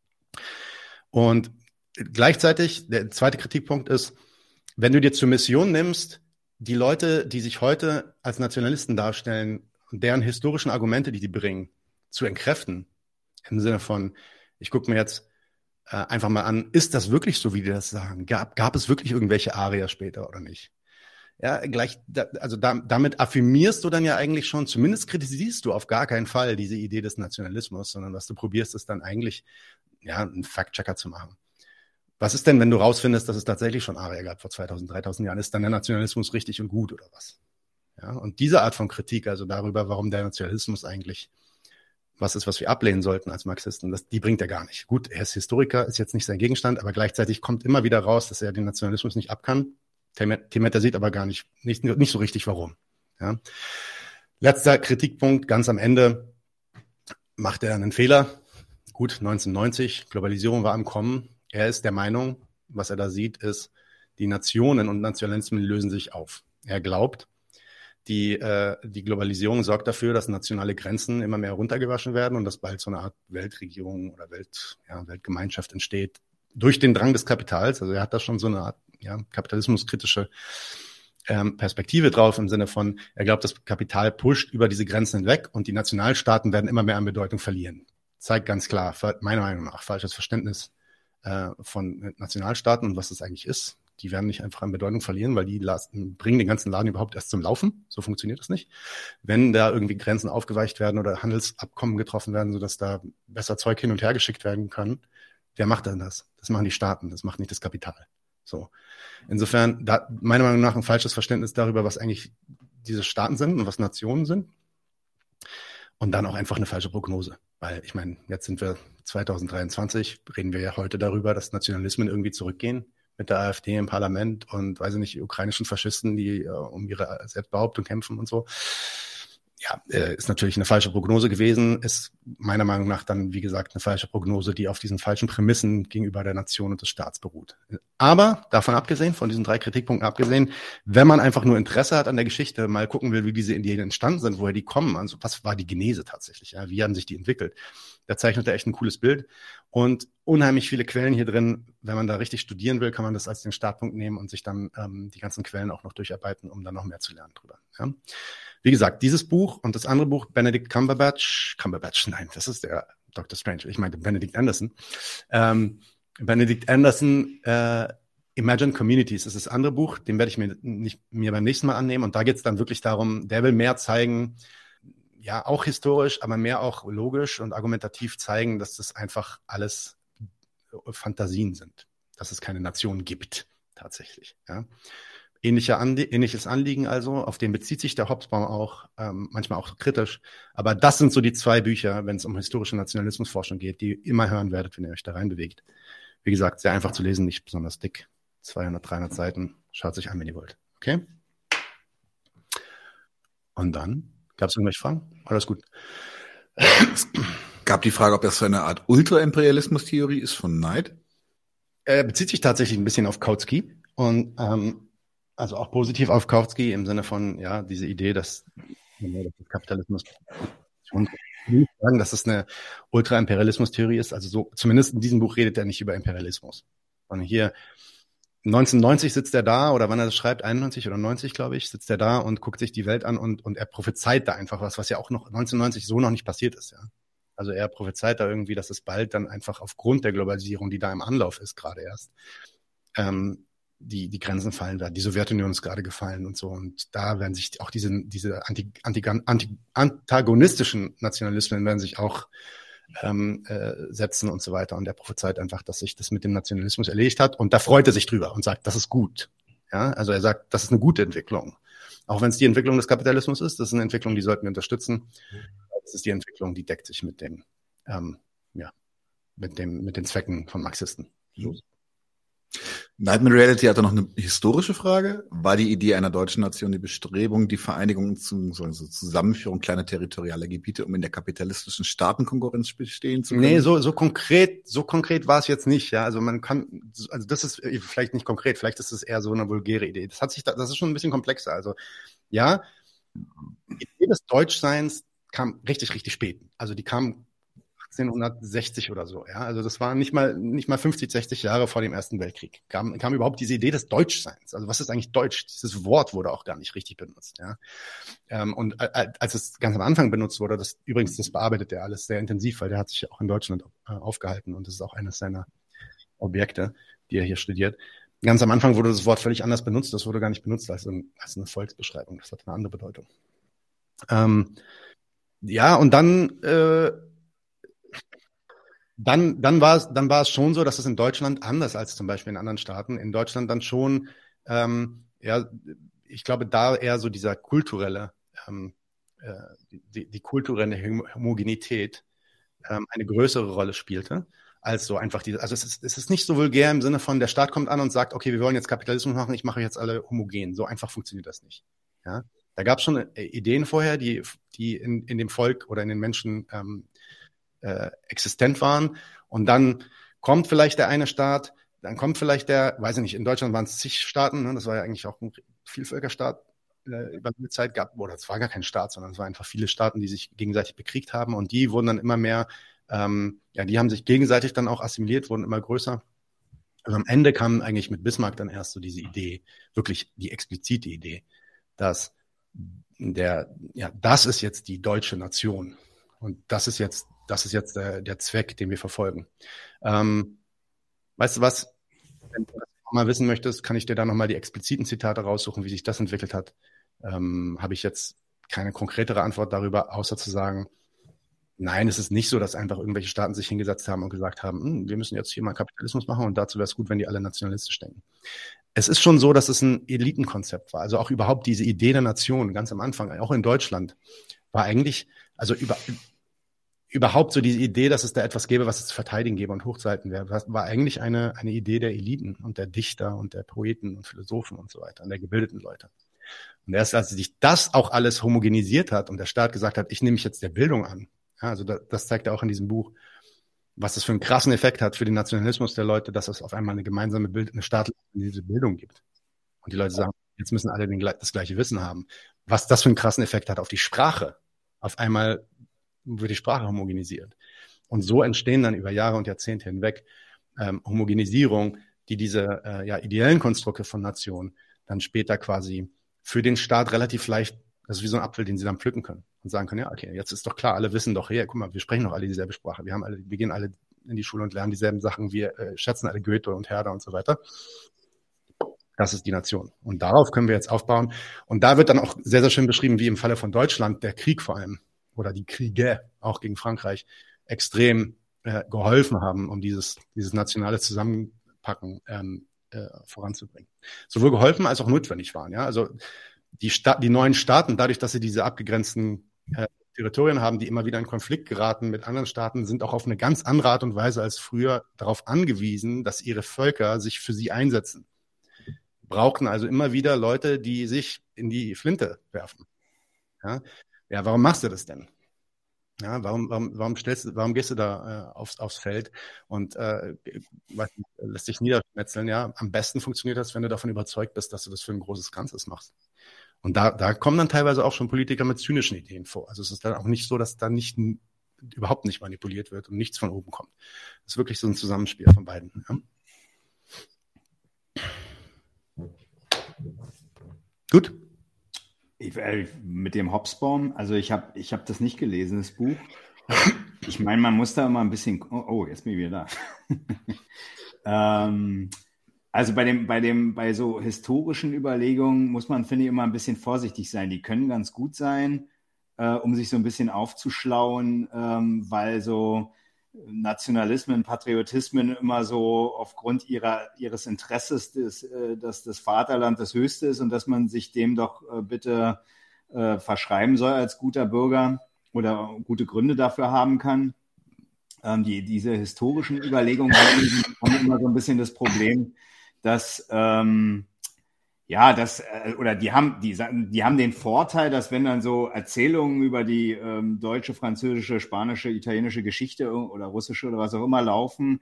Und gleichzeitig, der zweite Kritikpunkt ist, wenn du dir zur Mission nimmst, die Leute, die sich heute als Nationalisten darstellen und deren historischen Argumente, die die bringen, zu entkräften, im Sinne von, ich gucke mir jetzt äh, einfach mal an, ist das wirklich so, wie die das sagen? Gab, gab es wirklich irgendwelche Arier später oder nicht? Ja, gleich, da, also da, damit affirmierst du dann ja eigentlich schon, zumindest kritisierst du auf gar keinen Fall diese Idee des Nationalismus, sondern was du probierst, ist dann eigentlich, ja, einen Fact-Checker zu machen. Was ist denn, wenn du rausfindest, dass es tatsächlich schon Arier gab vor zweitausend, dreitausend Jahren? Ist dann der Nationalismus richtig und gut oder was? Ja, und diese Art von Kritik, also darüber, warum der Nationalismus eigentlich was ist, was wir ablehnen sollten als Marxisten, das, die bringt er gar nicht. Gut, er ist Historiker, ist jetzt nicht sein Gegenstand, aber gleichzeitig kommt immer wieder raus, dass er den Nationalismus nicht abkann. Thematisiert aber gar nicht, nicht, nicht so richtig, warum. Ja. Letzter Kritikpunkt, ganz am Ende macht er einen Fehler. Gut, neunzehnhundertneunzig, Globalisierung war am Kommen. Er ist der Meinung, was er da sieht, ist, die Nationen und Nationalismen lösen sich auf. Er glaubt, Die, äh, die Globalisierung sorgt dafür, dass nationale Grenzen immer mehr runtergewaschen werden und dass bald so eine Art Weltregierung oder Welt, ja, Weltgemeinschaft entsteht durch den Drang des Kapitals. Also er hat da schon so eine Art ja, kapitalismuskritische ähm, Perspektive drauf im Sinne von, er glaubt, das Kapital pusht über diese Grenzen hinweg und die Nationalstaaten werden immer mehr an Bedeutung verlieren. Zeigt ganz klar, meiner Meinung nach, falsches Verständnis äh, von Nationalstaaten und was das eigentlich ist. Die werden nicht einfach an Bedeutung verlieren, weil die lasten, bringen den ganzen Laden überhaupt erst zum Laufen. So funktioniert das nicht. Wenn da irgendwie Grenzen aufgeweicht werden oder Handelsabkommen getroffen werden, sodass da besser Zeug hin und her geschickt werden kann, wer macht dann das? Das machen die Staaten, das macht nicht das Kapital. So. Insofern, da, meiner Meinung nach ein falsches Verständnis darüber, was eigentlich diese Staaten sind und was Nationen sind. Und dann auch einfach eine falsche Prognose. Weil, ich meine, jetzt sind wir zwanzig dreiundzwanzig, reden wir ja heute darüber, dass Nationalismen irgendwie zurückgehen. Mit der AfD im Parlament und, weiß ich nicht, ukrainischen Faschisten, die äh, um ihre Selbstbehauptung kämpfen und so. Ja, äh, ist natürlich eine falsche Prognose gewesen, ist meiner Meinung nach dann, wie gesagt, eine falsche Prognose, die auf diesen falschen Prämissen gegenüber der Nation und des Staats beruht. Aber davon abgesehen, von diesen drei Kritikpunkten abgesehen, wenn man einfach nur Interesse hat an der Geschichte, mal gucken will, wie diese Ideen entstanden sind, woher die kommen, also was war die Genese tatsächlich, ja, wie haben sich die entwickelt, da zeichnet er echt ein cooles Bild und unheimlich viele Quellen hier drin. Wenn man da richtig studieren will, kann man das als den Startpunkt nehmen und sich dann ähm, die ganzen Quellen auch noch durcharbeiten, um dann noch mehr zu lernen drüber. Ja. Wie gesagt, dieses Buch und das andere Buch, Benedict Cumberbatch, Cumberbatch, nein, das ist der Doktor Strange, ich meinte Benedict Anderson. Ähm, Benedict Anderson, äh, Imagine Communities ist das andere Buch, den werde ich mir, nicht, mir beim nächsten Mal annehmen und da geht es dann wirklich darum, der will mehr zeigen, ja, auch historisch, aber mehr auch logisch und argumentativ zeigen, dass das einfach alles Fantasien sind, dass es keine Nation gibt, tatsächlich. Ja. Ähnliche Ande- ähnliches Anliegen also, auf den bezieht sich der Hobsbawm auch, ähm, manchmal auch kritisch. Aber das sind so die zwei Bücher, wenn es um historische Nationalismusforschung geht, die ihr immer hören werdet, wenn ihr euch da reinbewegt. Wie gesagt, sehr einfach zu lesen, nicht besonders dick. zweihundert, dreihundert Seiten. Schaut sich an, wenn ihr wollt. Okay? Und dann? Gab es irgendwelche Fragen? Alles gut. Es gab die Frage, ob das so eine Art Ultra-Imperialismus-Theorie ist von Knight. Er bezieht sich tatsächlich ein bisschen auf Kautsky und ähm, also auch positiv auf Kautsky im Sinne von, ja, diese Idee, dass, ja, dass Kapitalismus und ich sagen, dass es eine Ultra-Imperialismus-Theorie ist. Also so, zumindest in diesem Buch redet er nicht über Imperialismus. Sondern hier neunzehnhundertneunzig sitzt er da, oder wann er das schreibt, einundneunzig oder neunzig, glaube ich, sitzt er da und guckt sich die Welt an und, und er prophezeit da einfach was, was ja auch noch neunzehnhundertneunzig so noch nicht passiert ist, ja. Also er prophezeit da irgendwie, dass es bald dann einfach aufgrund der Globalisierung, die da im Anlauf ist, gerade erst, ähm, die, die Grenzen fallen da. Die Sowjetunion ist gerade gefallen und so. Und da werden sich auch diese, diese anti, anti, anti, antagonistischen Nationalismen werden sich auch ähm, äh, setzen und so weiter. Und er prophezeit einfach, dass sich das mit dem Nationalismus erledigt hat. Und da freut er sich drüber und sagt, das ist gut. Ja, also er sagt, das ist eine gute Entwicklung. Auch wenn es die Entwicklung des Kapitalismus ist, das ist eine Entwicklung, die sollten wir unterstützen. Das ist die Entwicklung, die deckt sich mit dem, ähm, ja, mit dem, mit den Zwecken von Marxisten. Mhm. Nightmare Reality hatte noch eine historische Frage. War die Idee einer deutschen Nation die Bestrebung, die Vereinigung zu, also Zusammenführung kleiner territorialer Gebiete, um in der kapitalistischen Staatenkonkurrenz bestehen zu können? Nee, so, so konkret, so konkret war es jetzt nicht, ja. Also man kann, also das ist vielleicht nicht konkret, vielleicht ist es eher so eine vulgäre Idee. Das hat sich, das ist schon ein bisschen komplexer. Also, ja, die Idee des Deutschseins kam richtig, richtig spät. Also die kam achtzehnhundertsechzig oder so, ja. Also das war nicht mal, nicht mal fünfzig, sechzig Jahre vor dem Ersten Weltkrieg. Kam, kam überhaupt diese Idee des Deutschseins. Also was ist eigentlich Deutsch? Dieses Wort wurde auch gar nicht richtig benutzt, ja. Ähm, und äh, als es ganz am Anfang benutzt wurde, das, übrigens, das bearbeitet er alles sehr intensiv, weil der hat sich auch in Deutschland äh, aufgehalten und das ist auch eines seiner Objekte, die er hier studiert. Ganz am Anfang wurde das Wort völlig anders benutzt. Das wurde gar nicht benutzt als, ein, als eine Volksbeschreibung. Das hat eine andere Bedeutung. Ähm, ja, und dann, äh, Dann, dann war es, dann war es schon so, dass es in Deutschland anders als zum Beispiel in anderen Staaten, in Deutschland dann schon, ähm, ja, ich glaube, da eher so dieser kulturelle, ähm, äh, die, die kulturelle Homogenität ähm, eine größere Rolle spielte, als so einfach diese, also es ist, es ist nicht so vulgär im Sinne von, der Staat kommt an und sagt, okay, wir wollen jetzt Kapitalismus machen, ich mache jetzt alle homogen. So einfach funktioniert das nicht. Ja, da gab es schon Ideen vorher, die, die in, in dem Volk oder in den Menschen ähm, Äh, existent waren und dann kommt vielleicht der eine Staat, dann kommt vielleicht der, weiß ich nicht, in Deutschland waren es zig Staaten, ne? Das war ja eigentlich auch ein Vielvölkerstaat äh, über eine Zeit gab, oder es war gar kein Staat, sondern es waren einfach viele Staaten, die sich gegenseitig bekriegt haben und die wurden dann immer mehr, ähm, ja, die haben sich gegenseitig dann auch assimiliert, wurden immer größer. Also am Ende kam eigentlich mit Bismarck dann erst so diese Idee, wirklich die explizite Idee, dass der, ja, das ist jetzt die deutsche Nation und das ist jetzt Das ist jetzt der, der Zweck, den wir verfolgen. Ähm, weißt du was? Wenn du das mal wissen möchtest, kann ich dir da nochmal die expliziten Zitate raussuchen, wie sich das entwickelt hat. Ähm, habe ich jetzt keine konkretere Antwort darüber, außer zu sagen, nein, es ist nicht so, dass einfach irgendwelche Staaten sich hingesetzt haben und gesagt haben, wir müssen jetzt hier mal Kapitalismus machen und dazu wäre es gut, wenn die alle nationalistisch denken. Es ist schon so, dass es ein Elitenkonzept war. Also auch überhaupt diese Idee der Nation, ganz am Anfang, auch in Deutschland, war eigentlich, also über überhaupt so diese Idee, dass es da etwas gäbe, was es zu verteidigen gäbe und hochzuhalten wäre, war eigentlich eine, eine Idee der Eliten und der Dichter und der Poeten und Philosophen und so weiter, und der gebildeten Leute. Und erst als sich das auch alles homogenisiert hat und der Staat gesagt hat, ich nehme mich jetzt der Bildung an, ja, also das, das zeigt er auch in diesem Buch, was das für einen krassen Effekt hat für den Nationalismus der Leute, dass es auf einmal eine gemeinsame Bild, eine staatliche Bildung gibt. Und die Leute sagen, jetzt müssen alle den, das gleiche Wissen haben. Was das für einen krassen Effekt hat auf die Sprache. Auf einmal wird die Sprache homogenisiert. Und so entstehen dann über Jahre und Jahrzehnte hinweg ähm, Homogenisierung, die diese äh, ja, ideellen Konstrukte von Nationen dann später quasi für den Staat relativ leicht, das ist wie so ein Apfel, den sie dann pflücken können und sagen können, ja, okay, jetzt ist doch klar, alle wissen doch, hey, guck mal, wir sprechen doch alle dieselbe Sprache, wir haben alle, wir gehen alle in die Schule und lernen dieselben Sachen, wir äh, schätzen alle Goethe und Herder und so weiter. Das ist die Nation. Und darauf können wir jetzt aufbauen. Und da wird dann auch sehr, sehr schön beschrieben, wie im Falle von Deutschland, der Krieg vor allem, oder die Kriege, auch gegen Frankreich, extrem äh, geholfen haben, um dieses, dieses nationale Zusammenpacken ähm, äh, voranzubringen. Sowohl geholfen als auch notwendig waren. Ja? Also die, Sta- die neuen Staaten, dadurch, dass sie diese abgegrenzten äh, Territorien haben, die immer wieder in Konflikt geraten mit anderen Staaten, sind auch auf eine ganz andere Art und Weise als früher darauf angewiesen, dass ihre Völker sich für sie einsetzen. brauchten also immer wieder Leute, die sich in die Flinte werfen. Ja, ja warum machst du das denn? Ja, warum, warum, warum stellst du, warum gehst du da äh, aufs, aufs Feld und äh, was, lässt dich niederschmetzeln? Ja, am besten funktioniert das, wenn du davon überzeugt bist, dass du das für ein großes Ganzes machst. Und da, da kommen dann teilweise auch schon Politiker mit zynischen Ideen vor. Also es ist dann auch nicht so, dass da nicht überhaupt nicht manipuliert wird und nichts von oben kommt. Das ist wirklich so ein Zusammenspiel von beiden. Ja? Gut. Ich, äh, mit dem Hobsbawm, also ich habe ich hab das nicht gelesen, das Buch. Ich meine, man muss da immer ein bisschen... Oh, oh jetzt bin ich wieder da. ähm, also bei dem, bei dem, bei so historischen Überlegungen muss man, finde ich, immer ein bisschen vorsichtig sein. Die können ganz gut sein, äh, um sich so ein bisschen aufzuschlauen, ähm, weil so Nationalismen, Patriotismen immer so aufgrund ihrer, ihres Interesses, des, äh, dass das Vaterland das Höchste ist und dass man sich dem doch äh, bitte äh, verschreiben soll als guter Bürger oder gute Gründe dafür haben kann. Ähm, die, diese historischen Überlegungen haben, haben immer so ein bisschen das Problem, dass ähm, ja, das, äh, oder die haben, die, die haben den Vorteil, dass wenn dann so Erzählungen über die ähm, deutsche, französische, spanische, italienische Geschichte oder russische oder was auch immer laufen,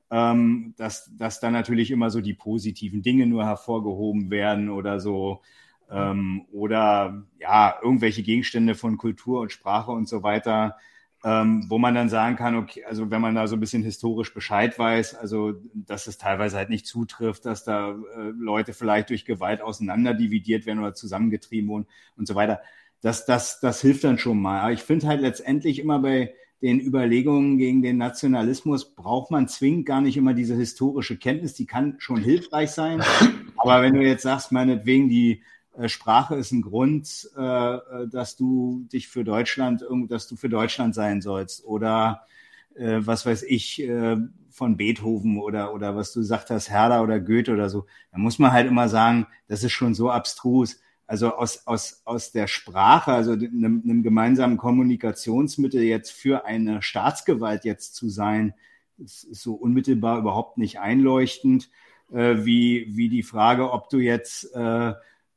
ähm, dass, dass dann natürlich immer so die positiven Dinge nur hervorgehoben werden oder so, ähm, oder ja, irgendwelche Gegenstände von Kultur und Sprache und so weiter, ähm, wo man dann sagen kann, okay, also wenn man da so ein bisschen historisch Bescheid weiß, also dass es teilweise halt nicht zutrifft, dass da äh, Leute vielleicht durch Gewalt auseinanderdividiert werden oder zusammengetrieben wurden und so weiter. Das, das, das hilft dann schon mal. Aber ich finde halt letztendlich immer bei den Überlegungen gegen den Nationalismus braucht man zwingend gar nicht immer diese historische Kenntnis, die kann schon hilfreich sein. Aber wenn du jetzt sagst, meinetwegen die Sprache ist ein Grund, äh, dass du dich für Deutschland, dass du für Deutschland sein sollst oder äh, was weiß ich, äh, von Beethoven oder oder was du gesagt hast, Herder oder Goethe oder so. Da muss man halt immer sagen, das ist schon so abstrus. Also aus aus aus der Sprache, also einem, einem gemeinsamen Kommunikationsmittel jetzt für eine Staatsgewalt jetzt zu sein, ist, ist so unmittelbar überhaupt nicht einleuchtend, äh, wie wie die Frage, ob du jetzt äh,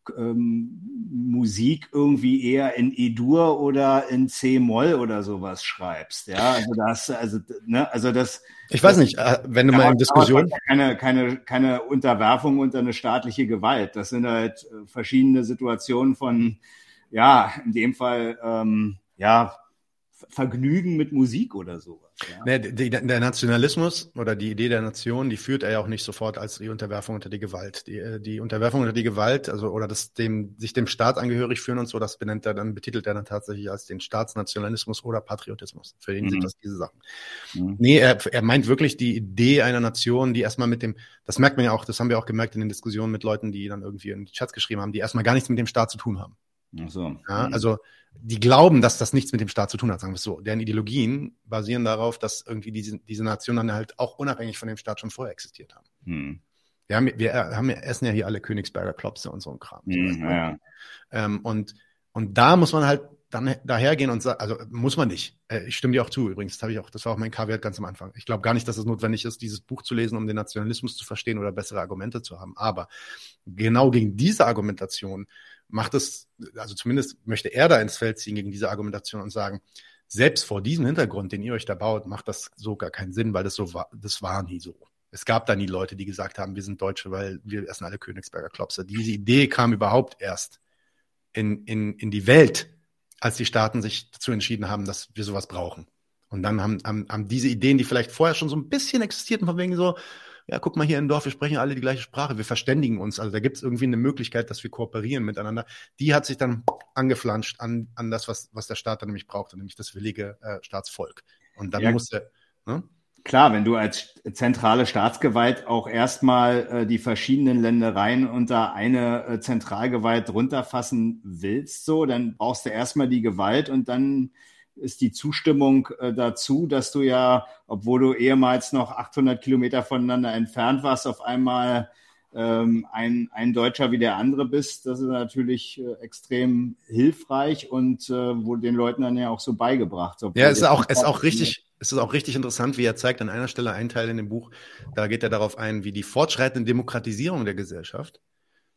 Ähm, Musik irgendwie eher in E-Dur oder in C-Moll oder sowas schreibst, ja, also das, also, ne, also das. Ich weiß das, nicht, wenn du mal in Diskussion. Keine, keine, keine Unterwerfung unter eine staatliche Gewalt. Das sind halt verschiedene Situationen von, ja, in dem Fall, ähm, ja, Vergnügen mit Musik oder sowas. Ja. Der, der, der Nationalismus oder die Idee der Nation, die führt er ja auch nicht sofort als die Unterwerfung unter die Gewalt. Die, die Unterwerfung unter die Gewalt, also oder das dem sich dem Staat angehörig führen und so, das benennt er dann, betitelt er dann tatsächlich als den Staatsnationalismus oder Patriotismus. Für ihn mhm. sind das diese Sachen. Mhm. Nee, er, er meint wirklich die Idee einer Nation, die erstmal mit dem, das merkt man ja auch, das haben wir auch gemerkt in den Diskussionen mit Leuten, die dann irgendwie in die Chats geschrieben haben, die erstmal gar nichts mit dem Staat zu tun haben. Ach so. Ja, also die glauben, dass das nichts mit dem Staat zu tun hat, sagen wir es so. Deren Ideologien basieren darauf, dass irgendwie diese, diese Nationen dann halt auch unabhängig von dem Staat schon vorher existiert haben. Hm. Wir, haben wir haben, essen ja hier alle Königsberger Klopse und so ein Kram. Hm, so ja. ähm, und, und da muss man halt dann dahergehen und sagen, also muss man nicht. Äh, ich stimme dir auch zu übrigens, das habe ich auch, das war auch mein Kaviar ganz am Anfang. Ich glaube gar nicht, dass es notwendig ist, dieses Buch zu lesen, um den Nationalismus zu verstehen oder bessere Argumente zu haben. Aber genau gegen diese Argumentation macht es, also zumindest möchte er da ins Feld ziehen gegen diese Argumentation und sagen, selbst vor diesem Hintergrund, den ihr euch da baut, macht das so gar keinen Sinn, weil das so war, das war nie so. Es gab da nie Leute, die gesagt haben, wir sind Deutsche, weil wir essen alle Königsberger Klopse. Diese Idee kam überhaupt erst in, in, in die Welt, als die Staaten sich dazu entschieden haben, dass wir sowas brauchen. Und dann haben, haben, haben diese Ideen, die vielleicht vorher schon so ein bisschen existierten, von wegen so, ja, guck mal hier im Dorf, wir sprechen alle die gleiche Sprache, wir verständigen uns, also da gibt es irgendwie eine Möglichkeit, dass wir kooperieren miteinander. Die hat sich dann angeflanscht an, an das, was, was der Staat dann nämlich brauchte, nämlich das willige äh, Staatsvolk. Und dann ja, muss er, ne? Klar, wenn du als zentrale Staatsgewalt auch erstmal äh, die verschiedenen Ländereien unter eine äh, Zentralgewalt runterfassen willst, so, dann brauchst du erstmal die Gewalt und dann ist die Zustimmung äh, dazu, dass du ja, obwohl du ehemals noch achthundert Kilometer voneinander entfernt warst, auf einmal ähm, ein, ein Deutscher wie der andere bist. Das ist natürlich äh, extrem hilfreich und äh, wurde den Leuten dann ja auch so beigebracht. Ja, es ist auch, es ist auch richtig, es ist auch richtig interessant, wie er zeigt an einer Stelle, ein Teil in dem Buch, da geht er darauf ein, wie die fortschreitende Demokratisierung der Gesellschaft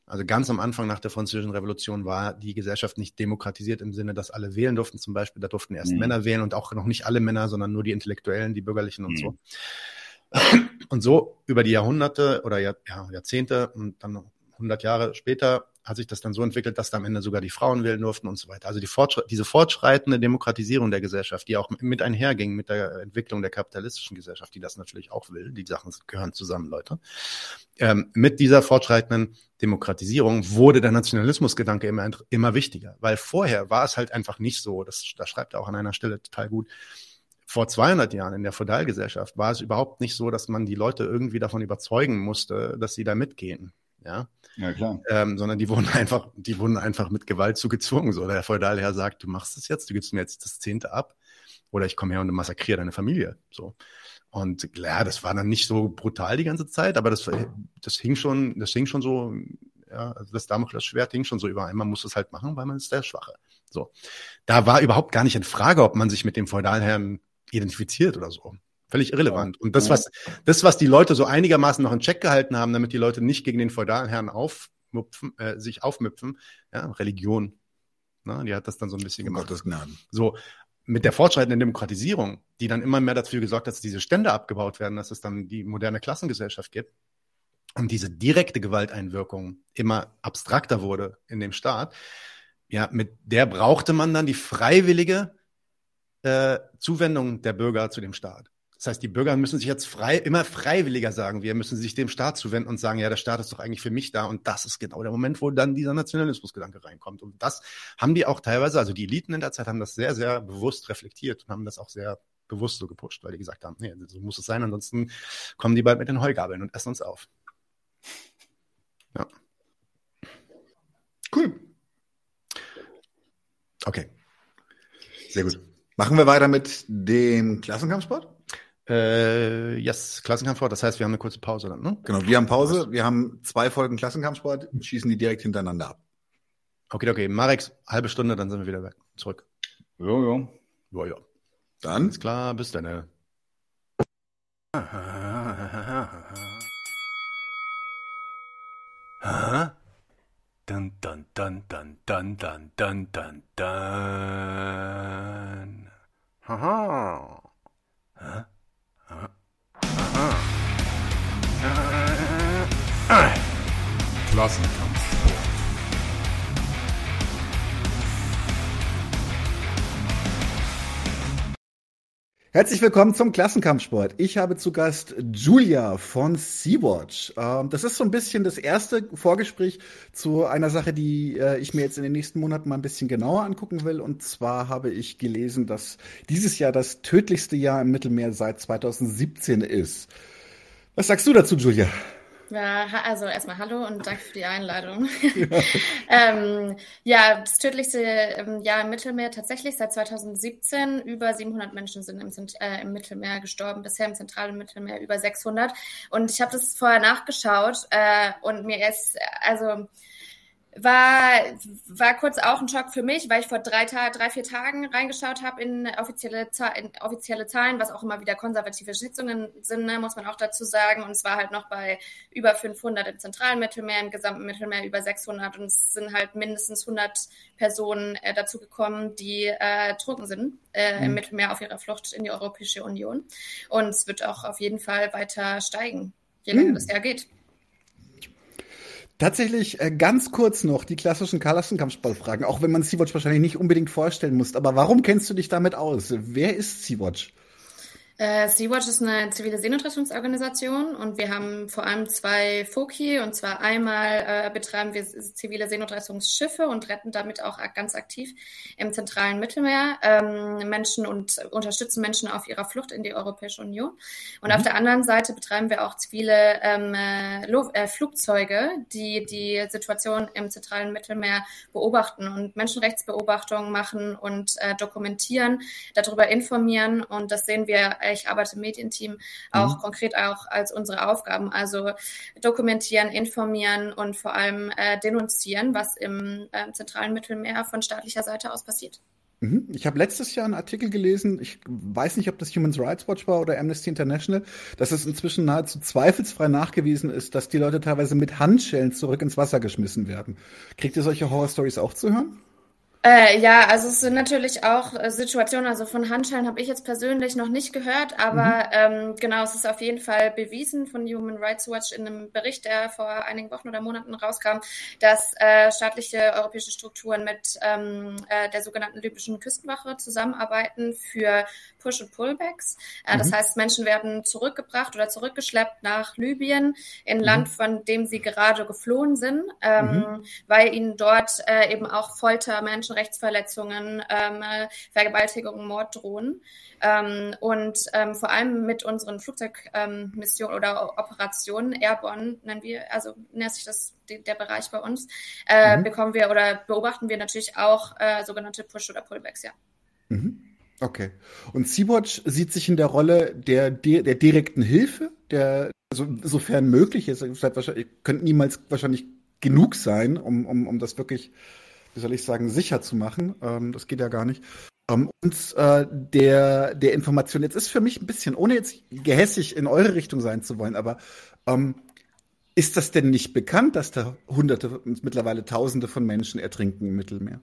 Also ganz am Anfang nach der Französischen Revolution war die Gesellschaft nicht demokratisiert im Sinne, dass alle wählen durften zum Beispiel. Da durften erst mhm. Männer wählen und auch noch nicht alle Männer, sondern nur die Intellektuellen, die Bürgerlichen und mhm. so. Und so über die Jahrhunderte oder Jahr, ja, Jahrzehnte und dann hundert Jahre später hat sich das dann so entwickelt, dass da am Ende sogar die Frauen wählen durften und so weiter. Also die Fortschritt, diese fortschreitende Demokratisierung der Gesellschaft, die auch mit einherging mit der Entwicklung der kapitalistischen Gesellschaft, die das natürlich auch will, die Sachen gehören zusammen, Leute. Ähm, mit dieser fortschreitenden Demokratisierung wurde der Nationalismusgedanke immer, immer wichtiger, weil vorher war es halt einfach nicht so, das, das schreibt er auch an einer Stelle total gut, vor zweihundert Jahren in der Feudalgesellschaft war es überhaupt nicht so, dass man die Leute irgendwie davon überzeugen musste, dass sie da mitgehen. Ja, ja klar. Ähm, sondern die wurden einfach, die wurden einfach mit Gewalt zu gezwungen. So, der Feudalherr sagt, du machst es jetzt, du gibst mir jetzt das Zehnte ab, oder ich komme her und massakriere deine Familie. So. Und ja, das war dann nicht so brutal die ganze Zeit, aber das, das hing schon, das hing schon so, ja, also das Damoklesschwert hing schon so über. Man muss es halt machen, weil man ist der Schwache. So. Da war überhaupt gar nicht in Frage, ob man sich mit dem Feudalherrn identifiziert oder so. Völlig irrelevant. Und das, was, das, was die Leute so einigermaßen noch in Check gehalten haben, damit die Leute nicht gegen den Feudalherrn aufmupfen, äh, sich aufmüpfen, ja, Religion, ne, die hat das dann so ein bisschen gemacht. Gottes Gnaden. So, mit der fortschreitenden Demokratisierung, die dann immer mehr dafür gesorgt hat, dass diese Stände abgebaut werden, dass es dann die moderne Klassengesellschaft gibt und diese direkte Gewalteinwirkung immer abstrakter wurde in dem Staat, ja, mit der brauchte man dann die freiwillige äh, Zuwendung der Bürger zu dem Staat. Das heißt, die Bürger müssen sich jetzt frei, immer freiwilliger sagen, wir müssen sich dem Staat zuwenden und sagen, ja, der Staat ist doch eigentlich für mich da. Und das ist genau der Moment, wo dann dieser Nationalismusgedanke reinkommt. Und das haben die auch teilweise, also die Eliten in der Zeit haben das sehr, sehr bewusst reflektiert und haben das auch sehr bewusst so gepusht, weil die gesagt haben, nee, so muss es sein, ansonsten kommen die bald mit den Heugabeln und essen uns auf. Ja. Cool. Okay. Sehr gut. Machen wir weiter mit dem Klassenkampfsport? Äh, yes, Klassenkampfsport, das heißt, wir haben eine kurze Pause dann, ne? Genau, wir haben Pause, wir haben zwei Folgen Klassenkampfsport, schießen die direkt hintereinander ab. Okay, okay, Marek, halbe Stunde, dann sind wir wieder weg, zurück. Jo, jo. Ja, ja. Dann? Ist klar, bis dann. Ne? Dun, dun, dun, dun, dun, dun, dun, dun, dun. Haha. Huh? Aha. Aha. Klassenkampfsport. Herzlich willkommen zum Klassenkampfsport. Ich habe zu Gast Julia von Sea-Watch. Ähm, das ist so ein bisschen das erste Vorgespräch zu einer Sache, die äh, ich mir jetzt in den nächsten Monaten mal ein bisschen genauer angucken will. Und zwar habe ich gelesen, dass dieses Jahr das tödlichste Jahr im Mittelmeer seit zweitausendsiebzehn ist. Was sagst du dazu, Julia? Ja, also erstmal hallo und danke für die Einladung. Ja, ähm, ja das tödlichste ähm, Jahr im Mittelmeer tatsächlich seit zweitausendsiebzehn. Über siebenhundert Menschen sind im, äh, im Mittelmeer gestorben, bisher im zentralen Mittelmeer über sechshundert. Und ich habe das vorher nachgeschaut äh, und mir ist, also war war kurz auch ein Schock für mich, weil ich vor drei, Ta- drei vier Tagen reingeschaut habe in offizielle, Za- in offizielle Zahlen, was auch immer wieder konservative Schätzungen sind, ne, muss man auch dazu sagen. Und es war halt noch bei über fünfhundert im zentralen Mittelmeer, im gesamten Mittelmeer über sechshundert. Und es sind halt mindestens hundert Personen äh, dazugekommen, die äh, ertrunken sind äh, mhm. im Mittelmeer auf ihrer Flucht in die Europäische Union. Und es wird auch auf jeden Fall weiter steigen, je länger mhm. das Jahr geht. Tatsächlich äh, ganz kurz noch die klassischen Klassenkampfsportfragen, auch wenn man Sea-Watch wahrscheinlich nicht unbedingt vorstellen muss. Aber warum kennst du dich damit aus? Wer ist Sea-Watch? Äh, Sea-Watch ist eine zivile Seenotrettungsorganisation und wir haben vor allem zwei Foci, und zwar einmal äh, betreiben wir zivile Seenotrettungsschiffe und retten damit auch ganz aktiv im zentralen Mittelmeer ähm, Menschen und unterstützen Menschen auf ihrer Flucht in die Europäische Union. Und mhm. auf der anderen Seite betreiben wir auch zivile ähm, Lo- äh, Flugzeuge, die die Situation im zentralen Mittelmeer beobachten und Menschenrechtsbeobachtungen machen und äh, dokumentieren, darüber informieren, und das sehen wir. Ich arbeite im Medienteam auch mhm. konkret auch als unsere Aufgaben, also dokumentieren, informieren und vor allem äh, denunzieren, was im äh, zentralen Mittelmeer von staatlicher Seite aus passiert. Ich habe letztes Jahr einen Artikel gelesen, ich weiß nicht, ob das Human Rights Watch war oder Amnesty International, dass es inzwischen nahezu zweifelsfrei nachgewiesen ist, dass die Leute teilweise mit Handschellen zurück ins Wasser geschmissen werden. Kriegt ihr solche Horror-Stories auch zu hören? Äh, ja, also es sind natürlich auch äh, Situationen, also von Handschellen habe ich jetzt persönlich noch nicht gehört, aber mhm. ähm, genau, es ist auf jeden Fall bewiesen von Human Rights Watch in einem Bericht, der vor einigen Wochen oder Monaten rauskam, dass äh, staatliche europäische Strukturen mit ähm, äh, der sogenannten libyschen Küstenwache zusammenarbeiten für Push- und Pullbacks. Äh, mhm. Das heißt, Menschen werden zurückgebracht oder zurückgeschleppt nach Libyen, in mhm. Land, von dem sie gerade geflohen sind, ähm, mhm. weil ihnen dort äh, eben auch Folter, Menschen Rechtsverletzungen, ähm, Vergewaltigungen, Mord drohen. Ähm, und ähm, vor allem mit unseren Flugzeugmissionen ähm, oder Operationen, Airborne nennen wir, also nennt sich das die, der Bereich bei uns, äh, mhm. bekommen wir oder beobachten wir natürlich auch äh, sogenannte Push- oder Pullbacks, ja. Mhm. Okay. Und Sea-Watch sieht sich in der Rolle der, der direkten Hilfe, der, also sofern möglich ist, wahrscheinlich, könnte niemals wahrscheinlich genug sein, um, um, um das wirklich, wie soll ich sagen, sicher zu machen. Ähm, das geht ja gar nicht. Ähm, und äh, der, der Information, jetzt ist für mich ein bisschen, ohne jetzt gehässig in eure Richtung sein zu wollen, aber ähm, ist das denn nicht bekannt, dass da Hunderte, mittlerweile Tausende von Menschen ertrinken im Mittelmeer?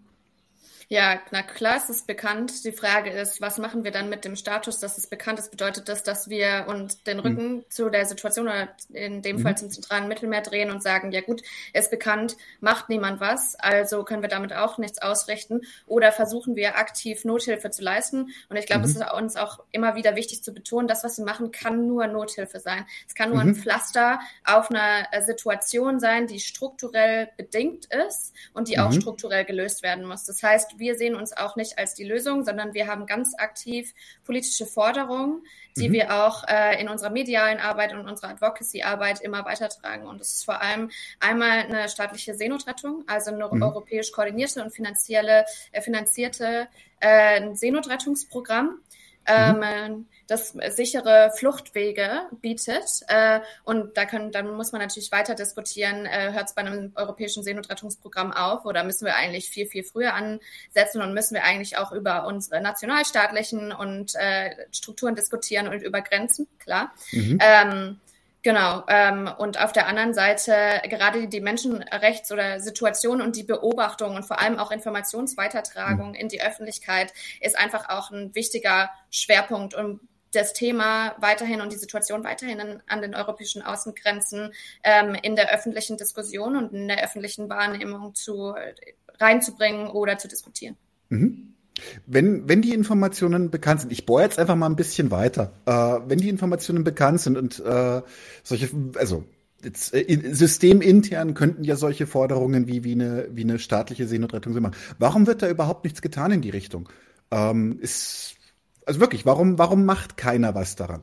Ja, na klar, es ist bekannt. Die Frage ist, was machen wir dann mit dem Status, dass es bekannt ist? Bedeutet das, dass wir uns den Rücken mhm. zu der Situation oder in dem mhm. Fall zum zentralen Mittelmeer drehen und sagen, ja gut, ist bekannt, macht niemand was, also können wir damit auch nichts ausrichten? Oder versuchen wir aktiv Nothilfe zu leisten? Und ich glaube, mhm. es ist uns auch immer wieder wichtig zu betonen, das, was wir machen, kann nur Nothilfe sein. Es kann nur mhm. ein Pflaster auf einer Situation sein, die strukturell bedingt ist und die mhm. auch strukturell gelöst werden muss. Das heißt, wir sehen uns auch nicht als die Lösung, sondern wir haben ganz aktiv politische Forderungen, die mhm. wir auch äh, in unserer medialen Arbeit und unserer Advocacy-Arbeit immer weitertragen. Und das ist vor allem einmal eine staatliche Seenotrettung, also eine mhm. europäisch koordinierte und finanzielle, äh, finanzierte äh, Seenotrettungsprogramm, mhm. ähm, das sichere Fluchtwege bietet. Äh, und da können, dann muss man natürlich weiter diskutieren, äh, hört es bei einem europäischen Seenotrettungsprogramm auf oder müssen wir eigentlich viel, viel früher ansetzen und müssen wir eigentlich auch über unsere nationalstaatlichen und äh, Strukturen diskutieren und über Grenzen, klar. Mhm. Ähm, Genau. Ähm, und auf der anderen Seite gerade die Menschenrechts- oder Situation und die Beobachtung und vor allem auch Informationsweitertragung in die Öffentlichkeit ist einfach auch ein wichtiger Schwerpunkt, um das Thema weiterhin und die Situation weiterhin an, an den europäischen Außengrenzen ähm, in der öffentlichen Diskussion und in der öffentlichen Wahrnehmung zu reinzubringen oder zu diskutieren. Mhm. Wenn, wenn die Informationen bekannt sind, ich bohre jetzt einfach mal ein bisschen weiter, äh, wenn die Informationen bekannt sind und äh, solche, also jetzt, äh, systemintern könnten ja solche Forderungen wie, wie, eine, wie eine staatliche Seenotrettung Sinn machen. Warum wird da überhaupt nichts getan in die Richtung? Ähm, ist, also wirklich, warum, warum macht keiner was daran?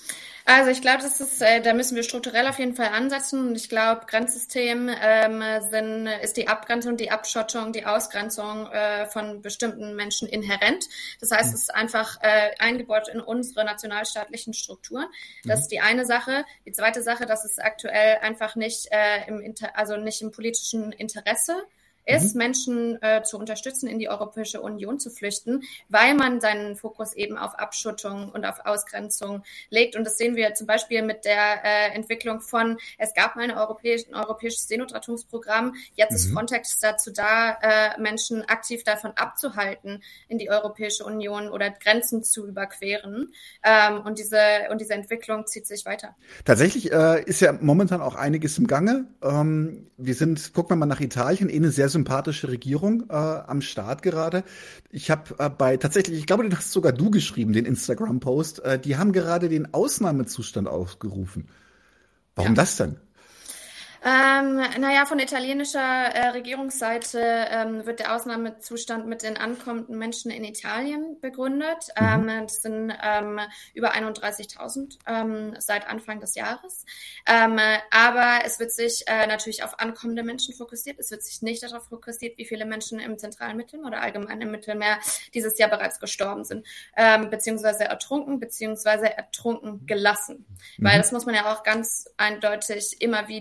Also ich glaube, das ist, äh, da müssen wir strukturell auf jeden Fall ansetzen. Und ich glaube, Grenzsystem ähm, sind, ist die Abgrenzung, die Abschottung, die Ausgrenzung äh, von bestimmten Menschen inhärent. Das heißt, mhm. es ist einfach äh, eingebaut in unsere nationalstaatlichen Strukturen. Das mhm. ist die eine Sache. Die zweite Sache, dass es aktuell einfach nicht äh, im Inter- also nicht im politischen Interesse ist, mhm. Menschen äh, zu unterstützen, in die Europäische Union zu flüchten, weil man seinen Fokus eben auf Abschottung und auf Ausgrenzung legt. Und das sehen wir zum Beispiel mit der äh, Entwicklung von, es gab mal ein, europäisch, ein europäisches Seenotrettungsprogramm, jetzt mhm. ist Frontex dazu da, äh, Menschen aktiv davon abzuhalten, in die Europäische Union oder Grenzen zu überqueren. Ähm, und diese und diese Entwicklung zieht sich weiter. Tatsächlich äh, ist ja momentan auch einiges im Gange. Ähm, wir sind, gucken wir mal nach Italien, eh eine sehr sympathische Regierung äh, am Start gerade. Ich habe äh, bei tatsächlich, ich glaube, den hast sogar du geschrieben, den Instagram-Post. Äh, die haben gerade den Ausnahmezustand aufgerufen. Warum ja. das denn? Ähm, naja, von italienischer äh, Regierungsseite ähm, wird der Ausnahmezustand mit den ankommenden Menschen in Italien begründet. Mhm. Ähm, das sind ähm, über einunddreißigtausend ähm, seit Anfang des Jahres. Ähm, aber es wird sich äh, natürlich auf ankommende Menschen fokussiert. Es wird sich nicht darauf fokussiert, wie viele Menschen im zentralen Mittelmeer oder allgemein im Mittelmeer dieses Jahr bereits gestorben sind, ähm, beziehungsweise ertrunken, beziehungsweise ertrunken gelassen. Mhm. Weil das muss man ja auch ganz eindeutig immer wieder irgendwie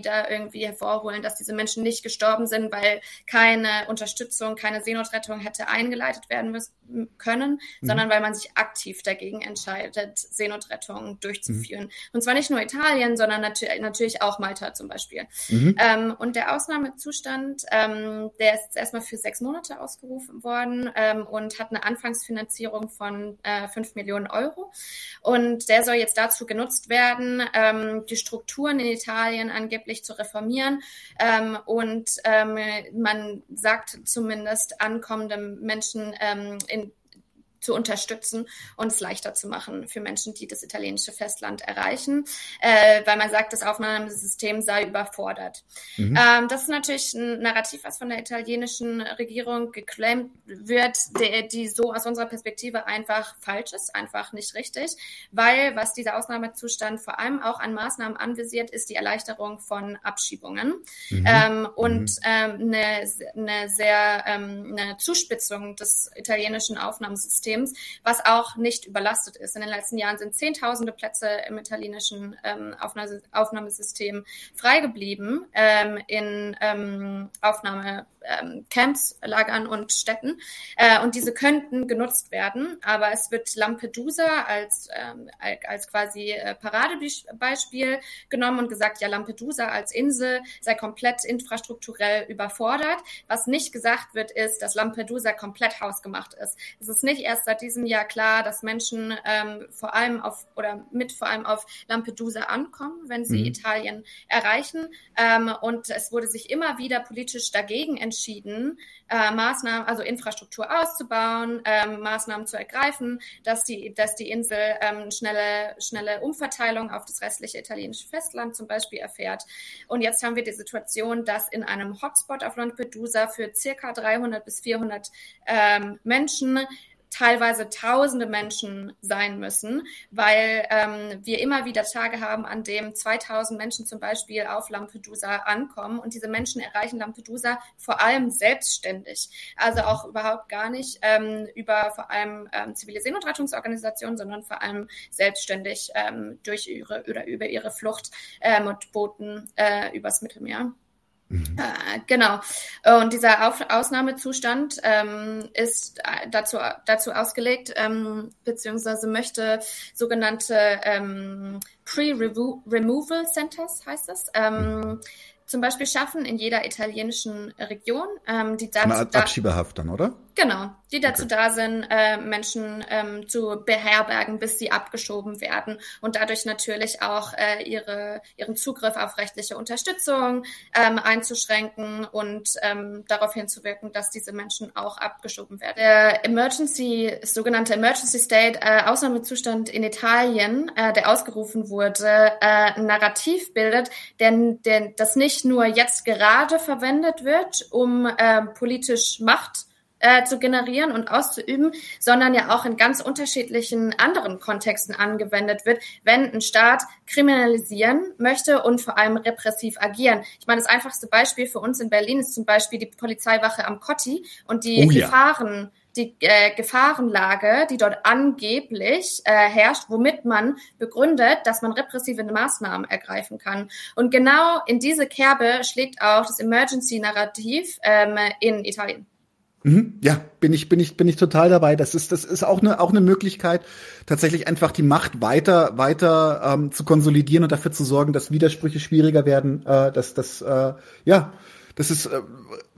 irgendwie hervorholen, dass diese Menschen nicht gestorben sind, weil keine Unterstützung, keine Seenotrettung hätte eingeleitet werden müssen, können, mhm. sondern weil man sich aktiv dagegen entscheidet, Seenotrettung durchzuführen. Mhm. Und zwar nicht nur Italien, sondern nat- natürlich auch Malta zum Beispiel. Mhm. Ähm, und der Ausnahmezustand, ähm, der ist erstmal für sechs Monate ausgerufen worden ähm, und hat eine Anfangsfinanzierung von äh, fünf Millionen Euro. Und der soll jetzt dazu genutzt werden, ähm, die Strukturen in Italien angeblich zu reformieren. Ähm, und ähm, man sagt zumindest ankommenden Menschen ähm, in zu unterstützen und es leichter zu machen für Menschen, die das italienische Festland erreichen, äh, weil man sagt, das Aufnahmesystem sei überfordert. Mhm. Ähm, das ist natürlich ein Narrativ, was von der italienischen Regierung geclaimt wird, die, die so aus unserer Perspektive einfach falsch ist, einfach nicht richtig, weil was dieser Ausnahmezustand vor allem auch an Maßnahmen anvisiert, ist die Erleichterung von Abschiebungen mhm. ähm, und mhm. ähm, eine, eine sehr ähm, eine Zuspitzung des italienischen Aufnahmesystems, was auch nicht überlastet ist. In den letzten Jahren sind zehntausende Plätze im italienischen ähm, Aufnahme, Aufnahmesystem frei geblieben ähm, in ähm, Aufnahmecamps, ähm, Lagern und Städten. Äh, und diese könnten genutzt werden, aber es wird Lampedusa als, ähm, als quasi äh, Paradebeispiel genommen und gesagt, ja, Lampedusa als Insel sei komplett infrastrukturell überfordert. Was nicht gesagt wird, ist, dass Lampedusa komplett hausgemacht ist. Es ist nicht erst seit diesem Jahr klar, dass Menschen ähm, vor allem auf oder mit vor allem auf Lampedusa ankommen, wenn sie mhm. Italien erreichen. Ähm, und es wurde sich immer wieder politisch dagegen entschieden, äh, Maßnahmen, also Infrastruktur auszubauen, ähm, Maßnahmen zu ergreifen, dass die, dass die Insel ähm, schnelle, schnelle Umverteilung auf das restliche italienische Festland zum Beispiel erfährt. Und jetzt haben wir die Situation, dass in einem Hotspot auf Lampedusa für circa dreihundert bis vierhundert ähm, Menschen teilweise tausende Menschen sein müssen, weil ähm, wir immer wieder Tage haben, an dem zweitausend Menschen zum Beispiel auf Lampedusa ankommen und diese Menschen erreichen Lampedusa vor allem selbstständig, also auch überhaupt gar nicht ähm, über vor allem ähm, zivile Seenotrettungsorganisationen, sondern vor allem selbstständig ähm, durch ihre oder über ihre Flucht äh, mit Booten äh, übers Mittelmeer. Mhm. Äh, genau. Und dieser Auf- Ausnahmezustand ähm, ist dazu, dazu ausgelegt, ähm, beziehungsweise möchte sogenannte ähm, Pre-Removal Centers, heißt es, ähm, zum Beispiel schaffen in jeder italienischen Region, ähm, die dazu Eine Art Abschiebehaft dann, oder? Genau, die dazu okay. da sind, äh, Menschen ähm, zu beherbergen, bis sie abgeschoben werden und dadurch natürlich auch äh, ihre, ihren Zugriff auf rechtliche Unterstützung ähm, einzuschränken und ähm, darauf hinzuwirken, dass diese Menschen auch abgeschoben werden. Der Emergency, das sogenannte Emergency State, äh, Ausnahmezustand in Italien, äh, der ausgerufen wurde, äh, ein Narrativ bildet, der, der das nicht nur jetzt gerade verwendet wird, um äh, politisch Macht Äh, zu generieren und auszuüben, sondern ja auch in ganz unterschiedlichen anderen Kontexten angewendet wird, wenn ein Staat kriminalisieren möchte und vor allem repressiv agieren. Ich meine, das einfachste Beispiel für uns in Berlin ist zum Beispiel die Polizeiwache am Kotti und die oh, ja. Gefahren, die äh, Gefahrenlage, die dort angeblich äh, herrscht, womit man begründet, dass man repressive Maßnahmen ergreifen kann. Und genau in diese Kerbe schlägt auch das Emergency-Narrativ ähm, in Italien. Mhm, ja, bin ich, bin ich, bin ich total dabei. Das ist, das ist auch eine, auch eine Möglichkeit, tatsächlich einfach die Macht weiter, weiter ähm, zu konsolidieren und dafür zu sorgen, dass Widersprüche schwieriger werden. Äh, dass das, äh, ja, das ist äh,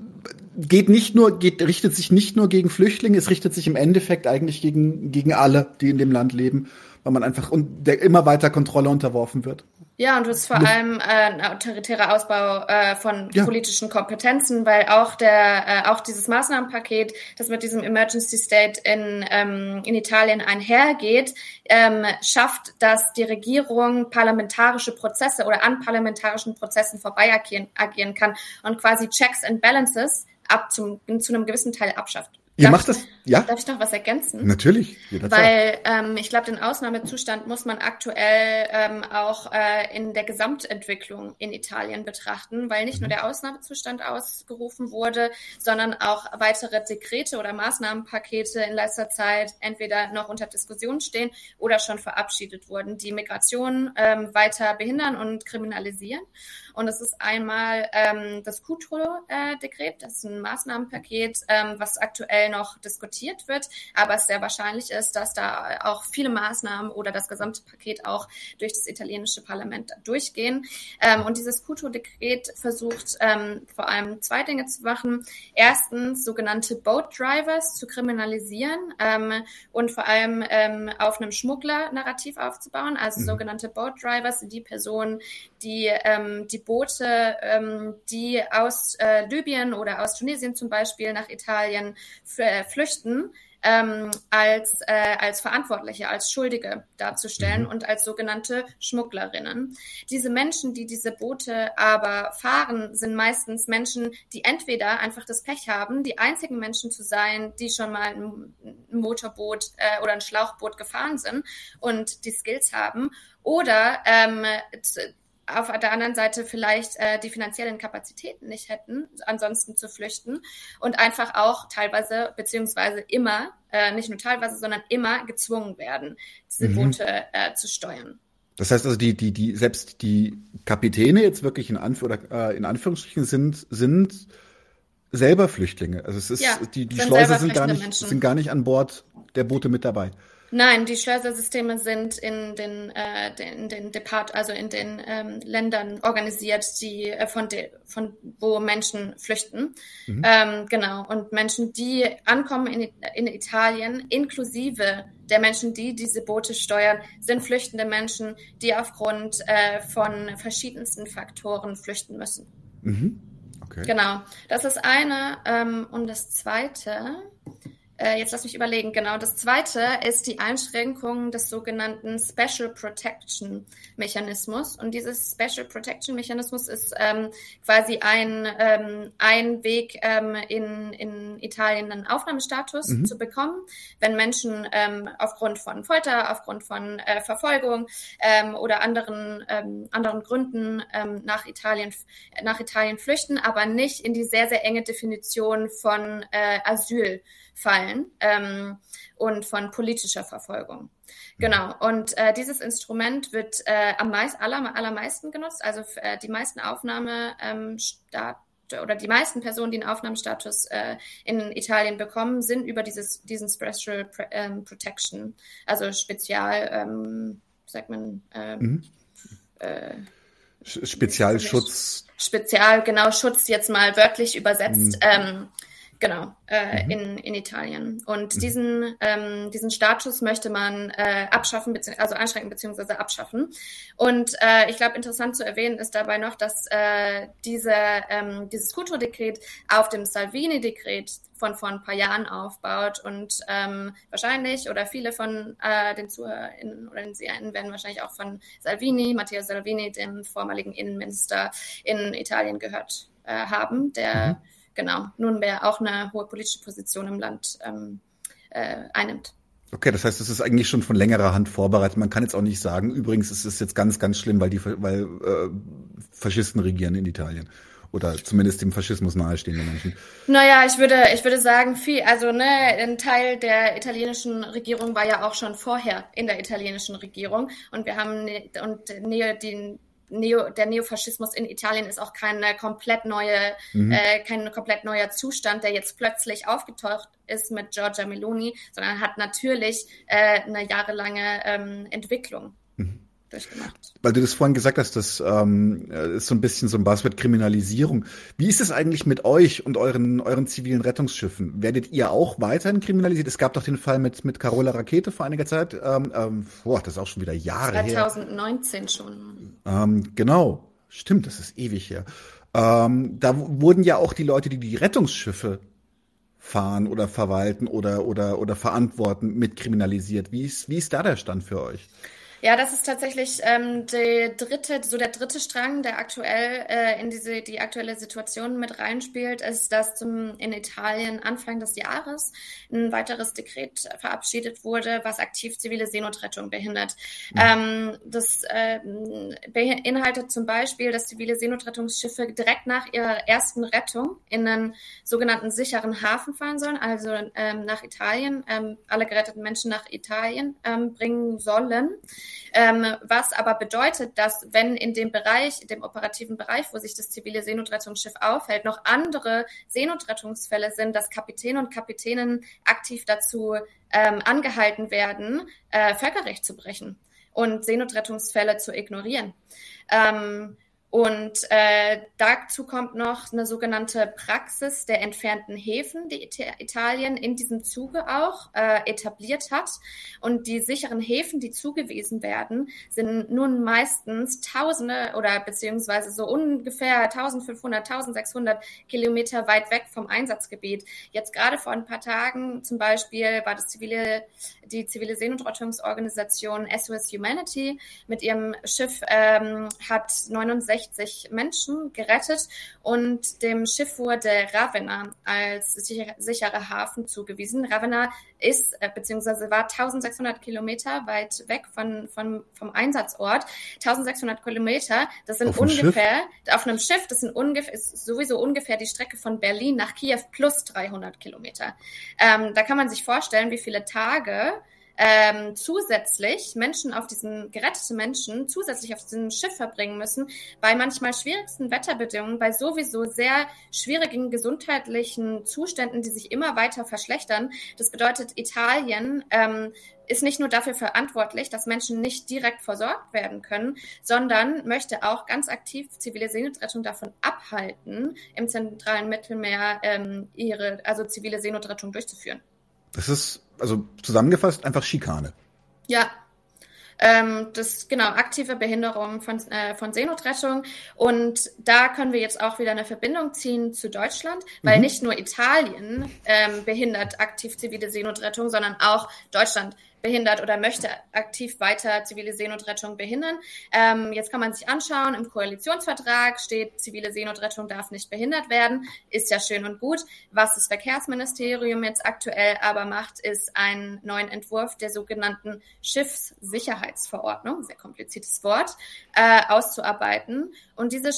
geht nicht nur, geht richtet sich nicht nur gegen Flüchtlinge, es richtet sich im Endeffekt eigentlich gegen gegen alle, die in dem Land leben, weil man einfach und der immer weiter Kontrolle unterworfen wird. Ja, und es ist vor Luft. allem äh, ein autoritärer Ausbau äh, von ja. politischen Kompetenzen, weil auch der äh, auch dieses Maßnahmenpaket, das mit diesem Emergency State in ähm, in Italien einhergeht, ähm, schafft, dass die Regierung parlamentarische Prozesse oder an parlamentarischen Prozessen vorbei agieren, agieren kann und quasi Checks and Balances ab zum, zu einem gewissen Teil abschafft. Ihr darf macht das, ja? Darf ich noch was ergänzen? Natürlich, jederzeit. Weil ähm, ich glaube, den Ausnahmezustand muss man aktuell ähm, auch äh, in der Gesamtentwicklung in Italien betrachten, weil nicht nur der Ausnahmezustand ausgerufen wurde, sondern auch weitere Dekrete oder Maßnahmenpakete in letzter Zeit entweder noch unter Diskussion stehen oder schon verabschiedet wurden, die Migration ähm, weiter behindern und kriminalisieren. Und es ist einmal ähm, das Cutro-Dekret, das ist ein Maßnahmenpaket, ähm, was aktuell noch diskutiert wird, aber es sehr wahrscheinlich ist, dass da auch viele Maßnahmen oder das gesamte Paket auch durch das italienische Parlament durchgehen. Ähm, und dieses Cutro-Dekret versucht ähm, vor allem zwei Dinge zu machen. Erstens sogenannte Boat Drivers zu kriminalisieren ähm, und vor allem ähm, auf einem Schmuggler-Narrativ aufzubauen, also mhm. sogenannte Boat Drivers sind die Personen, die ähm, die Boote, ähm, die aus äh, Libyen oder aus Tunesien zum Beispiel nach Italien f- äh, flüchten, ähm, als, äh, als Verantwortliche, als Schuldige darzustellen mhm. und als sogenannte Schmugglerinnen. Diese Menschen, die diese Boote aber fahren, sind meistens Menschen, die entweder einfach das Pech haben, die einzigen Menschen zu sein, die schon mal ein, ein Motorboot äh, oder ein Schlauchboot gefahren sind und die Skills haben, oder ähm, z- auf der anderen Seite vielleicht äh, die finanziellen Kapazitäten nicht hätten, ansonsten zu flüchten und einfach auch teilweise beziehungsweise immer, äh, nicht nur teilweise, sondern immer gezwungen werden, diese mhm. Boote äh, zu steuern. Das heißt also, die, die, die, selbst die Kapitäne jetzt wirklich in, Anf- oder, äh, in Anführungsstrichen sind, sind selber Flüchtlinge. Also es ist, ja, die, die Schleuser sind gar nicht, sind gar nicht an Bord der Boote mit dabei. Nein, die Schleusersysteme sind in den, äh, den, den Depart, also in den ähm, Ländern organisiert, die äh, von, de, von wo Menschen flüchten. Mhm. Ähm, genau. Und Menschen, die ankommen in, in Italien, inklusive der Menschen, die diese Boote steuern, sind flüchtende Menschen, die aufgrund äh, von verschiedensten Faktoren flüchten müssen. Mhm. Okay. Genau. Das ist eine. Ähm, und das zweite. Jetzt lass mich überlegen, genau. Das zweite ist die Einschränkung des sogenannten Special Protection Mechanismus. Und dieses Special Protection Mechanismus ist ähm, quasi ein, ähm, ein Weg, ähm, in, in Italien einen Aufnahmestatus mhm. zu bekommen, wenn Menschen ähm, aufgrund von Folter, aufgrund von äh, Verfolgung ähm, oder anderen, ähm, anderen Gründen ähm, nach Italien, nach Italien flüchten, aber nicht in die sehr, sehr enge Definition von äh, Asyl fallen ähm, und von politischer Verfolgung. Genau, und äh, dieses Instrument wird äh, am meist, aller, allermeisten genutzt, also äh, die meisten Aufnahme ähm, Staat, oder die meisten Personen, die einen Aufnahmestatus äh, in Italien bekommen, sind über dieses, diesen Special Pre- ähm, Protection, also Spezial, ähm, sagt man, ähm, mhm. äh, Spezialschutz. Spezial, genau, Schutz jetzt mal wörtlich übersetzt, mhm. ähm, Genau, äh, mhm. in, in Italien. Und mhm. diesen, ähm, diesen Status möchte man äh, abschaffen, bezieh- also einschränken bzw. abschaffen. Und äh, ich glaube, interessant zu erwähnen ist dabei noch, dass äh, diese, ähm, dieses Cutro-Dekret auf dem Salvini-Dekret von vor ein paar Jahren aufbaut. Und ähm, wahrscheinlich, oder viele von äh, den ZuhörerInnen oder den SeherInnen werden wahrscheinlich auch von Salvini, Matteo Salvini, dem vormaligen Innenminister in Italien, gehört äh, haben, der mhm. Genau, nunmehr auch eine hohe politische Position im Land ähm, äh, einnimmt. Okay, das heißt, es ist eigentlich schon von längerer Hand vorbereitet. Man kann jetzt auch nicht sagen, übrigens ist es jetzt ganz, ganz schlimm, weil die weil äh, Faschisten regieren in Italien. Oder zumindest dem Faschismus nahestehende Menschen. Naja, ich würde, ich würde sagen, viel, also ne, ein Teil der italienischen Regierung war ja auch schon vorher in der italienischen Regierung. Und wir haben ne, und ne, den Neo, der Neofaschismus in Italien ist auch keine komplett neue, mhm. äh, kein komplett neuer Zustand, der jetzt plötzlich aufgetaucht ist mit Giorgia Meloni, sondern hat natürlich äh, eine jahrelange ähm, Entwicklung mhm. durchgemacht. Weil du das vorhin gesagt hast, das ähm, ist so ein bisschen so ein Buzzword Kriminalisierung. Wie ist es eigentlich mit euch und euren euren zivilen Rettungsschiffen? Werdet ihr auch weiterhin kriminalisiert? Es gab doch den Fall mit mit Carola Rakete vor einiger Zeit. Ähm, ähm, boah, das ist auch schon wieder Jahre her. zwanzig neunzehn schon. Ähm, genau, stimmt, das ist ewig her. Ähm, da w- wurden ja auch die Leute, die die Rettungsschiffe fahren oder verwalten oder oder oder verantworten, mit kriminalisiert. Wie ist wie ist da der Stand für euch? Ja, das ist tatsächlich ähm, die dritte, so der dritte Strang, der aktuell äh, in diese die aktuelle Situation mit reinspielt, ist, dass zum, in Italien Anfang des Jahres ein weiteres Dekret verabschiedet wurde, was aktiv zivile Seenotrettung behindert. Mhm. Ähm, das äh, beinhaltet zum Beispiel, dass zivile Seenotrettungsschiffe direkt nach ihrer ersten Rettung in einen sogenannten sicheren Hafen fahren sollen, also ähm, nach Italien, ähm, alle geretteten Menschen nach Italien ähm, bringen sollen. Ähm, was aber bedeutet, dass wenn in dem Bereich, in dem operativen Bereich, wo sich das zivile Seenotrettungsschiff aufhält, noch andere Seenotrettungsfälle sind, dass Kapitäne und Kapitäninnen aktiv dazu ähm, angehalten werden, äh, Völkerrecht zu brechen und Seenotrettungsfälle zu ignorieren. Ähm, Und äh, dazu kommt noch eine sogenannte Praxis der entfernten Häfen, die Italien in diesem Zuge auch äh, etabliert hat. Und die sicheren Häfen, die zugewiesen werden, sind nun meistens Tausende oder beziehungsweise so ungefähr eintausendfünfhundert, eintausendsechshundert Kilometer weit weg vom Einsatzgebiet. Jetzt gerade vor ein paar Tagen zum Beispiel war das zivile, die zivile Seenotrettungsorganisation S O S Humanity mit ihrem Schiff ähm, hat neunundsechzig Menschen gerettet und dem Schiff wurde Ravenna als sicher, sicherer Hafen zugewiesen. Ravenna ist äh, bzw. war eintausendsechshundert Kilometer weit weg von, von, vom Einsatzort. eintausendsechshundert Kilometer, das sind auf ungefähr, Schiff? auf einem Schiff, das sind ungefähr, ist sowieso ungefähr die Strecke von Berlin nach Kiew plus dreihundert Kilometer. Ähm, da kann man sich vorstellen, wie viele Tage Ähm, zusätzlich Menschen auf diesen, gerettete Menschen zusätzlich auf diesem Schiff verbringen müssen, bei manchmal schwierigsten Wetterbedingungen, bei sowieso sehr schwierigen gesundheitlichen Zuständen, die sich immer weiter verschlechtern. Das bedeutet, Italien ähm, ist nicht nur dafür verantwortlich, dass Menschen nicht direkt versorgt werden können, sondern möchte auch ganz aktiv zivile Seenotrettung davon abhalten, im zentralen Mittelmeer ähm, ihre, also zivile Seenotrettung durchzuführen. Das ist, also zusammengefasst, einfach Schikane. Ja, ähm, das genau, aktive Behinderung von, äh, von Seenotrettung. Und da können wir jetzt auch wieder eine Verbindung ziehen zu Deutschland, weil mhm. nicht nur Italien ähm, behindert aktiv zivile Seenotrettung, sondern auch Deutschland behindert oder möchte aktiv weiter zivile Seenotrettung behindern. Ähm, jetzt kann man sich anschauen, im Koalitionsvertrag steht, zivile Seenotrettung darf nicht behindert werden. Ist ja schön und gut. Was das Verkehrsministerium jetzt aktuell aber macht, ist einen neuen Entwurf der sogenannten Schiffssicherheitsverordnung, sehr kompliziertes Wort, äh, auszuarbeiten. Und diese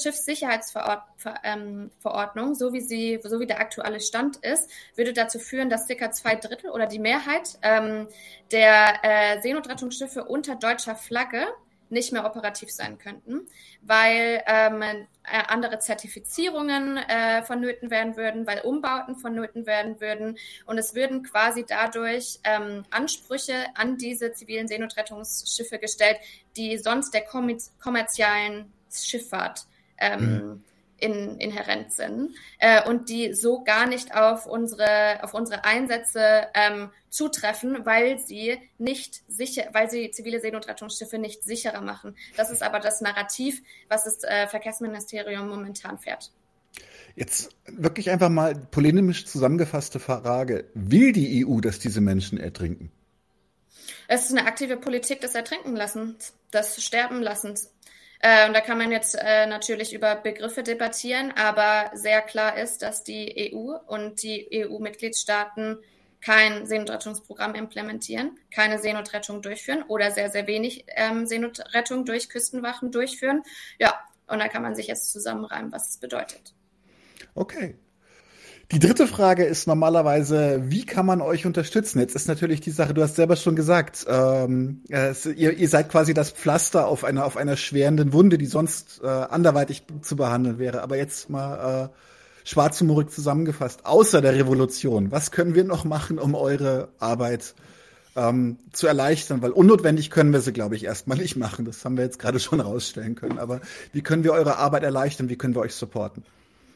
Schiffssicherheitsverordnung, so wie sie, so wie der aktuelle Stand ist, würde dazu führen, dass circa zwei Drittel oder die Mehrheit ähm, der äh, Seenotrettungsschiffe unter deutscher Flagge nicht mehr operativ sein könnten, weil ähm, äh, andere Zertifizierungen äh, vonnöten werden würden, weil Umbauten vonnöten werden würden und es würden quasi dadurch ähm, Ansprüche an diese zivilen Seenotrettungsschiffe gestellt, die sonst der kommer- kommerziellen Schifffahrt ähm, mhm. in, inhärent sind äh, und die so gar nicht auf unsere, auf unsere Einsätze ähm, zutreffen, weil sie nicht sicher, weil sie zivile Seenotrettungsschiffe nicht sicherer machen. Das ist aber das Narrativ, was das äh, Verkehrsministerium momentan fährt. Jetzt wirklich einfach mal polemisch zusammengefasste Frage. Will die E U, dass diese Menschen ertrinken? Es ist eine aktive Politik des Ertrinkenlassens, des Sterbenlassens. Äh, und da kann man jetzt äh, natürlich über Begriffe debattieren, aber sehr klar ist, dass die E U und die E U-Mitgliedstaaten kein Seenotrettungsprogramm implementieren, keine Seenotrettung durchführen oder sehr, sehr wenig ähm, Seenotrettung durch Küstenwachen durchführen. Ja, und da kann man sich jetzt zusammenreimen, was es bedeutet. Okay. Die dritte Frage ist normalerweise, wie kann man euch unterstützen? Jetzt ist natürlich die Sache, du hast selber schon gesagt, ähm, es, ihr, ihr seid quasi das Pflaster auf einer auf einer schwerenden Wunde, die sonst äh, anderweitig zu behandeln wäre. Aber jetzt mal äh, schwarzhumorig zusammengefasst, außer der Revolution, was können wir noch machen, um eure Arbeit ähm, zu erleichtern? Weil unnotwendig können wir sie, glaube ich, erstmal nicht machen. Das haben wir jetzt gerade schon rausstellen können. Aber wie können wir eure Arbeit erleichtern? Wie können wir euch supporten?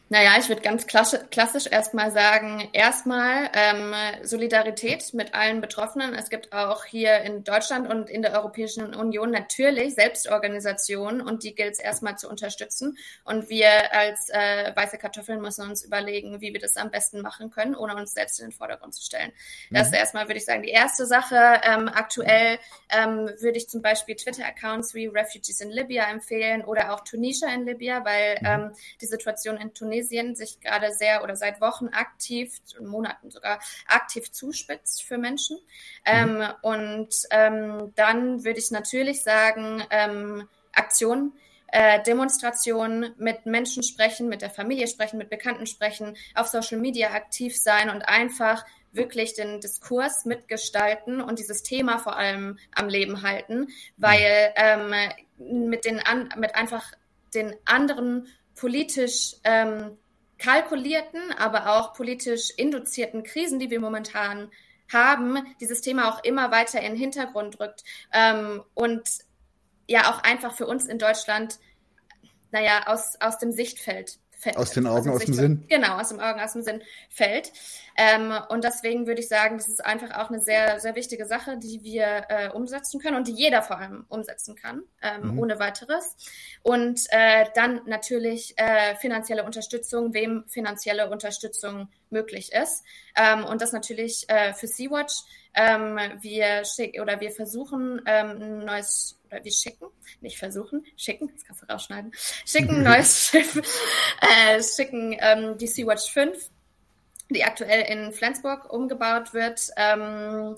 Naja, ich würde ganz klassisch erstmal sagen, erstmal ähm, Solidarität mit allen Betroffenen. Es gibt auch hier in Deutschland und in der Europäischen Union natürlich Selbstorganisationen und die gilt es erstmal zu unterstützen. Und wir als äh, weiße Kartoffeln müssen uns überlegen, wie wir das am besten machen können, ohne uns selbst in den Vordergrund zu stellen. Mhm. Das ist erstmal, würde ich sagen, die erste Sache. Ähm, aktuell ähm, würde ich zum Beispiel Twitter-Accounts wie Refugees in Libya empfehlen oder auch Tunisia in Libya, weil ähm, die Situation in Tunesien sich gerade sehr oder seit Wochen aktiv, Monaten sogar, aktiv zuspitzt für Menschen. Mhm. Ähm, und ähm, dann würde ich natürlich sagen, ähm, Aktionen, äh, Demonstrationen, mit Menschen sprechen, mit der Familie sprechen, mit Bekannten sprechen, auf Social Media aktiv sein und einfach wirklich den Diskurs mitgestalten und dieses Thema vor allem am Leben halten, weil ähm, mit den an, mit einfach den anderen politisch ähm, kalkulierten, aber auch politisch induzierten Krisen, die wir momentan haben, dieses Thema auch immer weiter in den Hintergrund rückt ähm, und ja auch einfach für uns in Deutschland, naja, aus, aus dem Sichtfeld fällt. Aus den Augen, aus dem Sinn? Genau, aus den Augen, aus dem Sinn fällt. Ähm, und deswegen würde ich sagen, das ist einfach auch eine sehr, sehr wichtige Sache, die wir äh, umsetzen können und die jeder vor allem umsetzen kann, ähm, mhm. ohne weiteres. Und äh, dann natürlich äh, finanzielle Unterstützung, wem finanzielle Unterstützung möglich ist. Ähm, und das natürlich äh, für Sea-Watch. Ähm, wir schick, oder wir versuchen ähm, ein neues, oder wir schicken, nicht versuchen, schicken, das kannst du rausschneiden, schicken ein neues Schiff, äh, schicken ähm, die Sea-Watch fünf, die aktuell in Flensburg umgebaut wird. Ähm,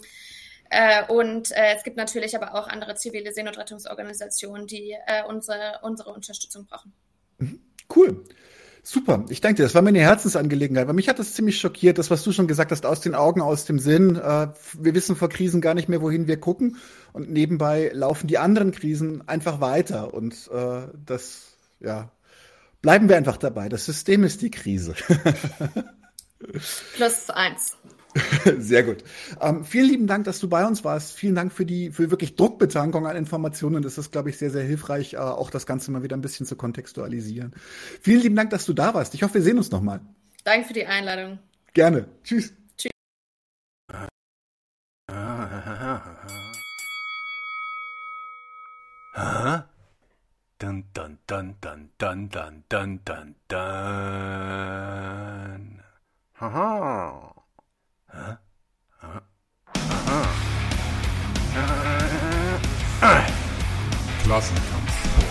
äh, und äh, es gibt natürlich aber auch andere zivile Seenotrettungsorganisationen, die äh, unsere, unsere Unterstützung brauchen. Cool. Super, ich danke dir. Das war mir eine Herzensangelegenheit, weil mich hat das ziemlich schockiert, das, was du schon gesagt hast, aus den Augen, aus dem Sinn. Äh, wir wissen vor Krisen gar nicht mehr, wohin wir gucken und nebenbei laufen die anderen Krisen einfach weiter und äh, das, ja, bleiben wir einfach dabei. Das System ist die Krise. Plus eins. Sehr gut. Ähm, vielen lieben Dank, dass du bei uns warst. Vielen Dank für die für wirklich Druckbetankung an Informationen. Das ist, glaube ich, sehr, sehr hilfreich, äh, auch das Ganze mal wieder ein bisschen zu kontextualisieren. Vielen lieben Dank, dass du da warst. Ich hoffe, wir sehen uns nochmal. Danke für die Einladung. Gerne. Tschüss. Tschüss. Aha. Dun, dun, dun, dun, dun, dun, dun, dun, dun. Haha. Huh? Uh, uh, uh, uh. Klassenkampfsport.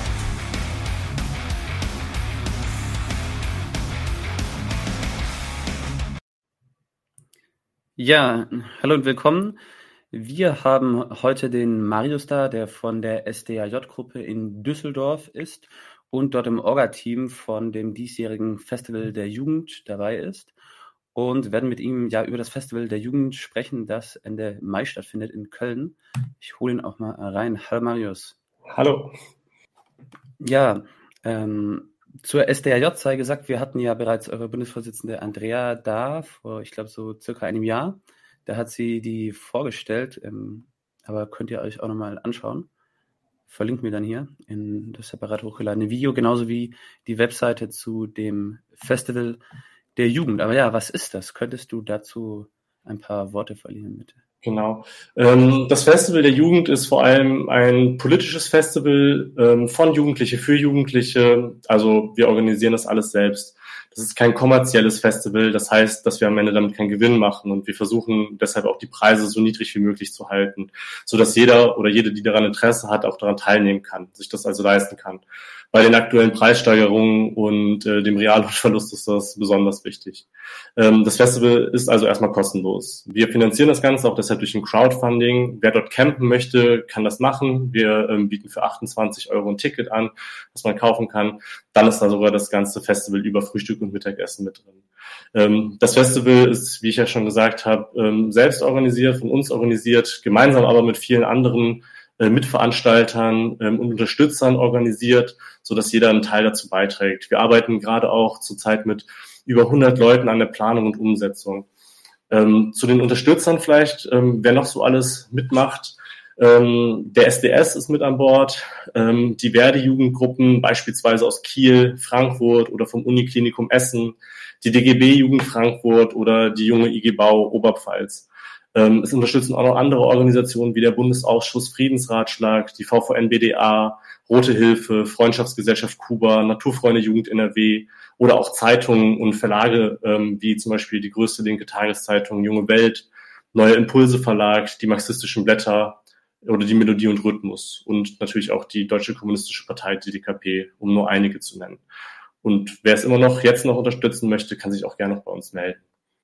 Ja, hallo und willkommen. Wir haben heute den Marius da, der von der S D A J-Gruppe in Düsseldorf ist und dort im Orga-Team von dem diesjährigen Festival der Jugend dabei ist. Und werden mit ihm ja über das Festival der Jugend sprechen, das Ende Mai stattfindet in Köln. Ich hole ihn auch mal rein. Hallo Marius. Hallo. Ja, ähm, zur S D A J sei gesagt, wir hatten ja bereits eure Bundesvorsitzende Andrea da, vor ich glaube so circa einem Jahr. Da hat sie die vorgestellt, ähm, aber könnt ihr euch auch nochmal anschauen. Verlinkt mir dann hier in das separat hochgeladene Video, genauso wie die Webseite zu dem Festival der Jugend. Aber ja, was ist das? Könntest du dazu ein paar Worte verlieren, bitte? Genau. Ähm, das Festival der Jugend ist vor allem ein politisches Festival ähm, von Jugendliche für Jugendliche. Also wir organisieren das alles selbst. Das ist kein kommerzielles Festival. Das heißt, dass wir am Ende damit keinen Gewinn machen. Und wir versuchen deshalb auch die Preise so niedrig wie möglich zu halten, sodass jeder oder jede, die daran Interesse hat, auch daran teilnehmen kann, sich das also leisten kann. Bei den aktuellen Preissteigerungen und äh, dem Realverlust ist das besonders wichtig. Ähm, das Festival ist also erstmal kostenlos. Wir finanzieren das Ganze auch deshalb durch ein Crowdfunding. Wer dort campen möchte, kann das machen. Wir ähm, bieten für achtundzwanzig Euro ein Ticket an, das man kaufen kann. Dann ist da sogar das ganze Festival über Frühstück und Mittagessen mit drin. Ähm, das Festival ist, wie ich ja schon gesagt habe, ähm, selbst organisiert, von uns organisiert, gemeinsam aber mit vielen anderen Mitveranstaltern ähm, und Unterstützern organisiert, so dass jeder einen Teil dazu beiträgt. Wir arbeiten gerade auch zurzeit mit über hundert Leuten an der Planung und Umsetzung. Ähm, zu den Unterstützern vielleicht, ähm, wer noch so alles mitmacht. Ähm, der S D S ist mit an Bord, ähm, die Verdi-Jugendgruppen, beispielsweise aus Kiel, Frankfurt oder vom Uniklinikum Essen, die D G B-Jugend Frankfurt oder die junge I G Bau Oberpfalz. Ähm, es unterstützen auch noch andere Organisationen wie der Bundesausschuss Friedensratschlag, die V V N B D A, Rote Hilfe, Freundschaftsgesellschaft Kuba, Naturfreunde Jugend N R W oder auch Zeitungen und Verlage, ähm, wie zum Beispiel die größte linke Tageszeitung Junge Welt, Neue Impulse Verlag, die marxistischen Blätter oder die Melodie und Rhythmus und natürlich auch die Deutsche Kommunistische Partei, die D K P, um nur einige zu nennen. Und wer es immer noch jetzt noch unterstützen möchte, kann sich auch gerne noch bei uns melden.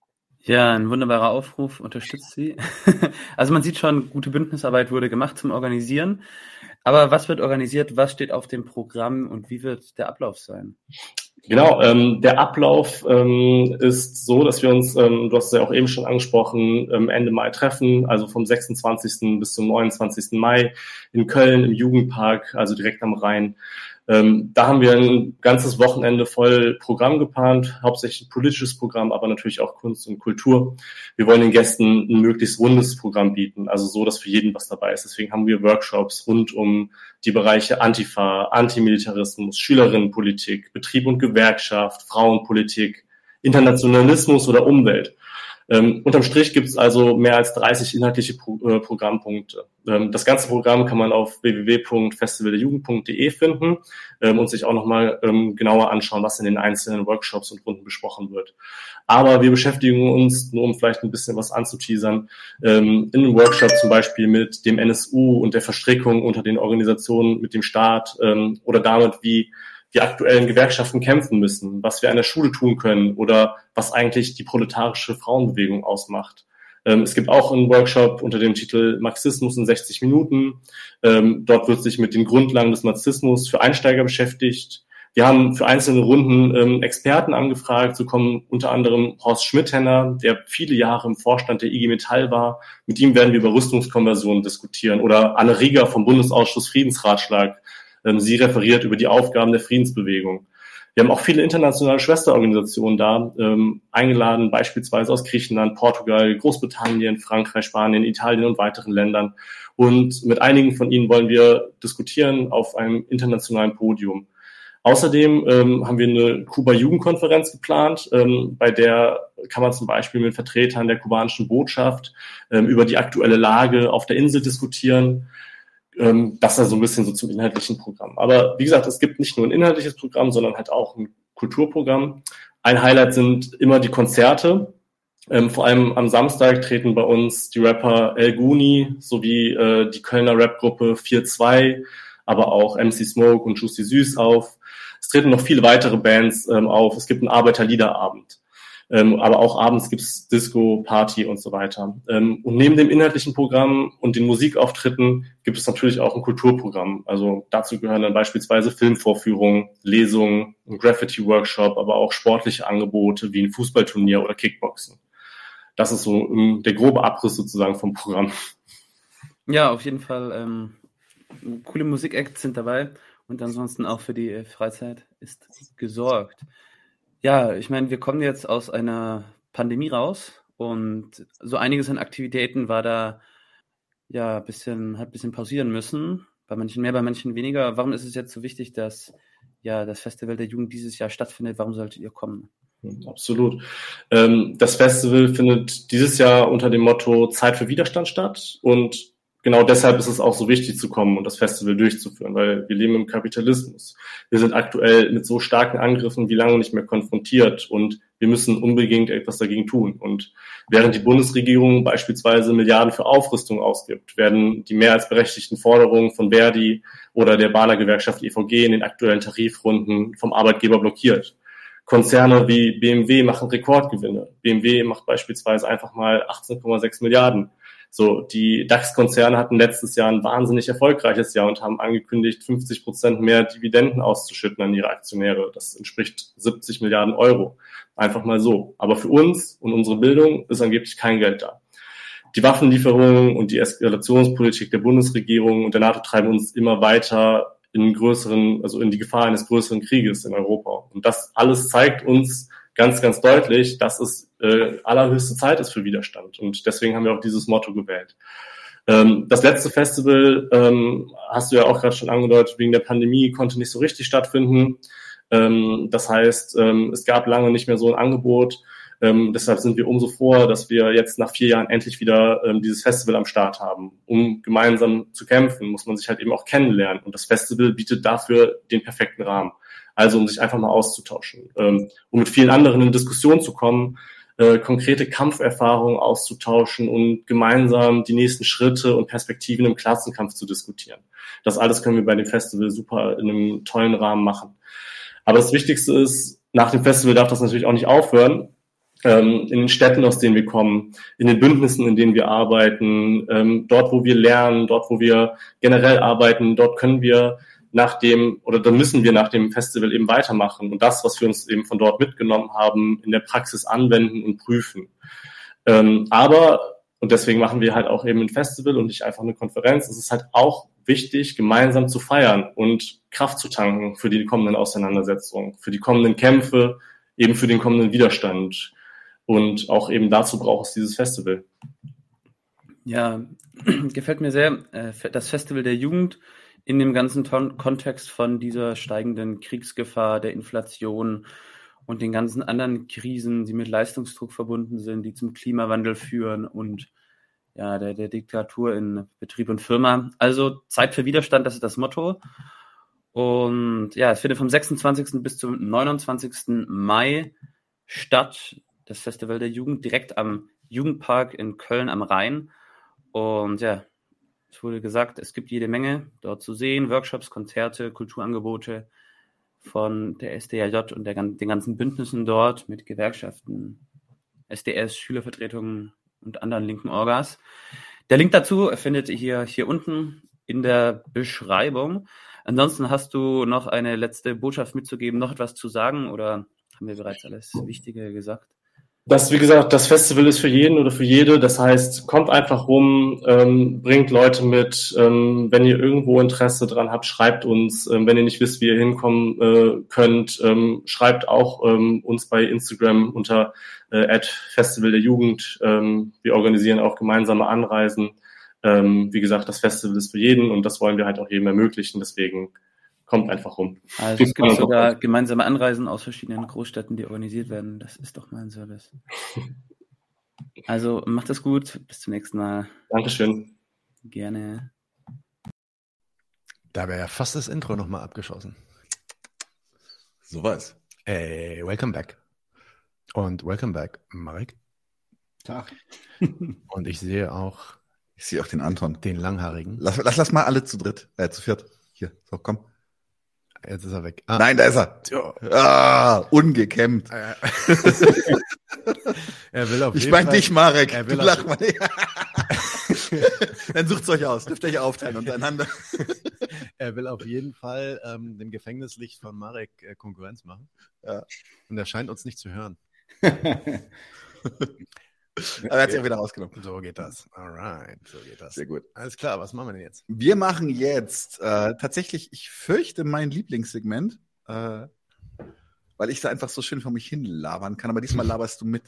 Ja, ein wunderbarer Aufruf, unterstützt sie. Also man sieht schon, gute Bündnisarbeit wurde gemacht zum Organisieren. Aber was wird organisiert, was steht auf dem Programm und wie wird der Ablauf sein? Genau, ähm, der Ablauf ähm, ist so, dass wir uns, ähm, du hast es ja auch eben schon angesprochen, ähm, Ende Mai treffen, also vom sechsundzwanzigsten bis zum neunundzwanzigsten Mai in Köln im Jugendpark, also direkt am Rhein. Ähm, da haben wir ein ganzes Wochenende voll Programm geplant, hauptsächlich ein politisches Programm, aber natürlich auch Kunst und Kultur. Wir wollen den Gästen ein möglichst rundes Programm bieten, also so, dass für jeden was dabei ist. Deswegen haben wir Workshops rund um die Bereiche Antifa, Antimilitarismus, Schülerinnenpolitik, Betrieb und Gewerkschaft, Frauenpolitik, Internationalismus oder Umwelt. Ähm, unterm Strich gibt es also mehr als dreißig inhaltliche Pro- äh, Programmpunkte. Ähm, das ganze Programm kann man auf w w w punkt festival der jugend punkt d e finden ähm, und sich auch nochmal ähm, genauer anschauen, was in den einzelnen Workshops und Runden besprochen wird. Aber wir beschäftigen uns, nur um vielleicht ein bisschen was anzuteasern, ähm, in einem Workshop zum Beispiel mit dem N S U und der Verstrickung unter den Organisationen mit dem Staat ähm, oder damit, wie die aktuellen Gewerkschaften kämpfen müssen, was wir an der Schule tun können oder was eigentlich die proletarische Frauenbewegung ausmacht. Ähm, es gibt auch einen Workshop unter dem Titel Marxismus in sechzig Minuten. Ähm, dort wird sich mit den Grundlagen des Marxismus für Einsteiger beschäftigt. Wir haben für einzelne Runden ähm, Experten angefragt. So kommen unter anderem Horst Schmidhenner, der viele Jahre im Vorstand der I G Metall war. Mit ihm werden wir über Rüstungskonversionen diskutieren. Oder Anne Rieger vom Bundesausschuss Friedensratschlag. Sie referiert über die Aufgaben der Friedensbewegung. Wir haben auch viele internationale Schwesterorganisationen da ähm, eingeladen, beispielsweise aus Griechenland, Portugal, Großbritannien, Frankreich, Spanien, Italien und weiteren Ländern. Und mit einigen von ihnen wollen wir diskutieren auf einem internationalen Podium. Außerdem ähm, haben wir eine Kuba-Jugendkonferenz geplant, ähm, bei der kann man zum Beispiel mit Vertretern der kubanischen Botschaft ähm, über die aktuelle Lage auf der Insel diskutieren. Das ist so ein bisschen so zum inhaltlichen Programm. Aber wie gesagt, es gibt nicht nur ein inhaltliches Programm, sondern halt auch ein Kulturprogramm. Ein Highlight sind immer die Konzerte. Ähm, vor allem am Samstag treten bei uns die Rapper El Guni sowie äh, die Kölner Rapgruppe vier zwei, aber auch M C Smoke und Juicy Süß auf. Es treten noch viele weitere Bands ähm, auf. Es gibt einen Arbeiterliederabend. Ähm, aber auch abends gibt's Disco, Party und so weiter. Ähm, und neben dem inhaltlichen Programm und den Musikauftritten gibt es natürlich auch ein Kulturprogramm. Also dazu gehören dann beispielsweise Filmvorführungen, Lesungen, ein Graffiti-Workshop, aber auch sportliche Angebote wie ein Fußballturnier oder Kickboxen. Das ist so um, der grobe Abriss sozusagen vom Programm. Ja, auf jeden Fall. Ähm, coole Musikacts sind dabei und ansonsten auch für die Freizeit ist gesorgt. Ja, ich meine, wir kommen jetzt aus einer Pandemie raus und so einiges an Aktivitäten war da ja ein bisschen, hat ein bisschen pausieren müssen. Bei manchen mehr, bei manchen weniger. Warum ist es jetzt so wichtig, dass ja das Festival der Jugend dieses Jahr stattfindet? Warum solltet ihr kommen? Absolut. Ähm, das Festival findet dieses Jahr unter dem Motto Zeit für Widerstand statt und genau deshalb ist es auch so wichtig zu kommen und das Festival durchzuführen, weil wir leben im Kapitalismus. Wir sind aktuell mit so starken Angriffen wie lange nicht mehr konfrontiert und wir müssen unbedingt etwas dagegen tun. Und während die Bundesregierung beispielsweise Milliarden für Aufrüstung ausgibt, werden die mehr als berechtigten Forderungen von Verdi oder der Bahnergewerkschaft E V G in den aktuellen Tarifrunden vom Arbeitgeber blockiert. Konzerne wie B M W machen Rekordgewinne. B M W macht beispielsweise einfach mal achtzehn Komma sechs Milliarden. So, die DAX-Konzerne hatten letztes Jahr ein wahnsinnig erfolgreiches Jahr und haben angekündigt, fünfzig Prozent mehr Dividenden auszuschütten an ihre Aktionäre. Das entspricht siebzig Milliarden Euro. Einfach mal so. Aber für uns und unsere Bildung ist angeblich kein Geld da. Die Waffenlieferungen und die Eskalationspolitik der Bundesregierung und der NATO treiben uns immer weiter in größeren, also in die Gefahr eines größeren Krieges in Europa. Und das alles zeigt uns ganz, ganz deutlich, dass es äh, allerhöchste Zeit ist für Widerstand. Und deswegen haben wir auch dieses Motto gewählt. Ähm, das letzte Festival, ähm, hast du ja auch gerade schon angedeutet, wegen der Pandemie konnte nicht so richtig stattfinden. Ähm, das heißt, ähm, es gab lange nicht mehr so ein Angebot. Ähm, deshalb sind wir umso froher, dass wir jetzt nach vier Jahren endlich wieder ähm, dieses Festival am Start haben. Um gemeinsam zu kämpfen, muss man sich halt eben auch kennenlernen. Und das Festival bietet dafür den perfekten Rahmen. Also um sich einfach mal auszutauschen, ähm, um mit vielen anderen in Diskussion zu kommen, äh, konkrete Kampferfahrungen auszutauschen und gemeinsam die nächsten Schritte und Perspektiven im Klassenkampf zu diskutieren. Das alles können wir bei dem Festival super in einem tollen Rahmen machen. Aber das Wichtigste ist, nach dem Festival darf das natürlich auch nicht aufhören. Ähm, in den Städten, aus denen wir kommen, in den Bündnissen, in denen wir arbeiten, ähm, dort, wo wir lernen, dort, wo wir generell arbeiten, dort können wir nach dem, oder dann müssen wir nach dem Festival eben weitermachen und das, was wir uns eben von dort mitgenommen haben, in der Praxis anwenden und prüfen. Ähm, aber, und deswegen machen wir halt auch eben ein Festival und nicht einfach eine Konferenz, es ist halt auch wichtig, gemeinsam zu feiern und Kraft zu tanken für die kommenden Auseinandersetzungen, für die kommenden Kämpfe, eben für den kommenden Widerstand. Und auch eben dazu braucht es dieses Festival. Ja, gefällt mir sehr. Das Festival der Jugend in dem ganzen Ton- Kontext von dieser steigenden Kriegsgefahr, der Inflation und den ganzen anderen Krisen, die mit Leistungsdruck verbunden sind, die zum Klimawandel führen und ja, der, der Diktatur in Betrieb und Firma. Also Zeit für Widerstand, das ist das Motto. Und ja, es findet vom sechsundzwanzigsten bis zum neunundzwanzigsten Mai statt. Das Festival der Jugend direkt am Jugendpark in Köln am Rhein. Und ja, es wurde gesagt, es gibt jede Menge dort zu sehen. Workshops, Konzerte, Kulturangebote von der S D A J und der, den ganzen Bündnissen dort mit Gewerkschaften, S D S, Schülervertretungen und anderen linken Orgas. Der Link dazu findet ihr hier, hier unten in der Beschreibung. Ansonsten hast du noch eine letzte Botschaft mitzugeben, noch etwas zu sagen oder haben wir bereits alles Wichtige gesagt? Das, wie gesagt, das Festival ist für jeden oder für jede. Das heißt, kommt einfach rum, ähm, bringt Leute mit. Ähm, wenn ihr irgendwo Interesse dran habt, schreibt uns. Ähm, wenn ihr nicht wisst, wie ihr hinkommen äh, könnt, ähm, schreibt auch ähm, uns bei Instagram unter äh, at Festival der Jugend. Ähm, wir organisieren auch gemeinsame Anreisen. Ähm, wie gesagt, das Festival ist für jeden und das wollen wir halt auch jedem ermöglichen. Deswegen kommt einfach rum. Also es gibt sogar gemeinsame Anreisen aus verschiedenen Großstädten, die organisiert werden. Das ist doch mal ein Service. Also macht es gut. Bis zum nächsten Mal. Dankeschön. Gerne. Da wäre ja fast das Intro nochmal abgeschossen. So was. Ey, welcome back. Und welcome back, Marek. Tag. Und ich sehe auch... Ich sehe auch den Anton. Den Langhaarigen. Lass, lass, lass mal alle zu dritt, äh, zu viert. Hier, so, komm. Jetzt ist er weg. Ah. Nein, da ist er. Ah, ungekämmt. er will auf ich jeden meine Fall, dich, Marek. Er will du lach mal. Dann sucht's euch aus. Dürft euch aufteilen untereinander. Er will auf jeden Fall ähm, dem Gefängnislicht von Marek äh, Konkurrenz machen. Ja. Und er scheint uns nicht zu hören. Aber er hat sich auch wieder rausgenommen. So geht das. Alright, so geht das. Sehr gut. Alles klar, was machen wir denn jetzt? Wir machen jetzt äh, tatsächlich, ich fürchte, mein Lieblingssegment, äh, weil ich da einfach so schön vor mich hin labern kann. Aber diesmal laberst du mit.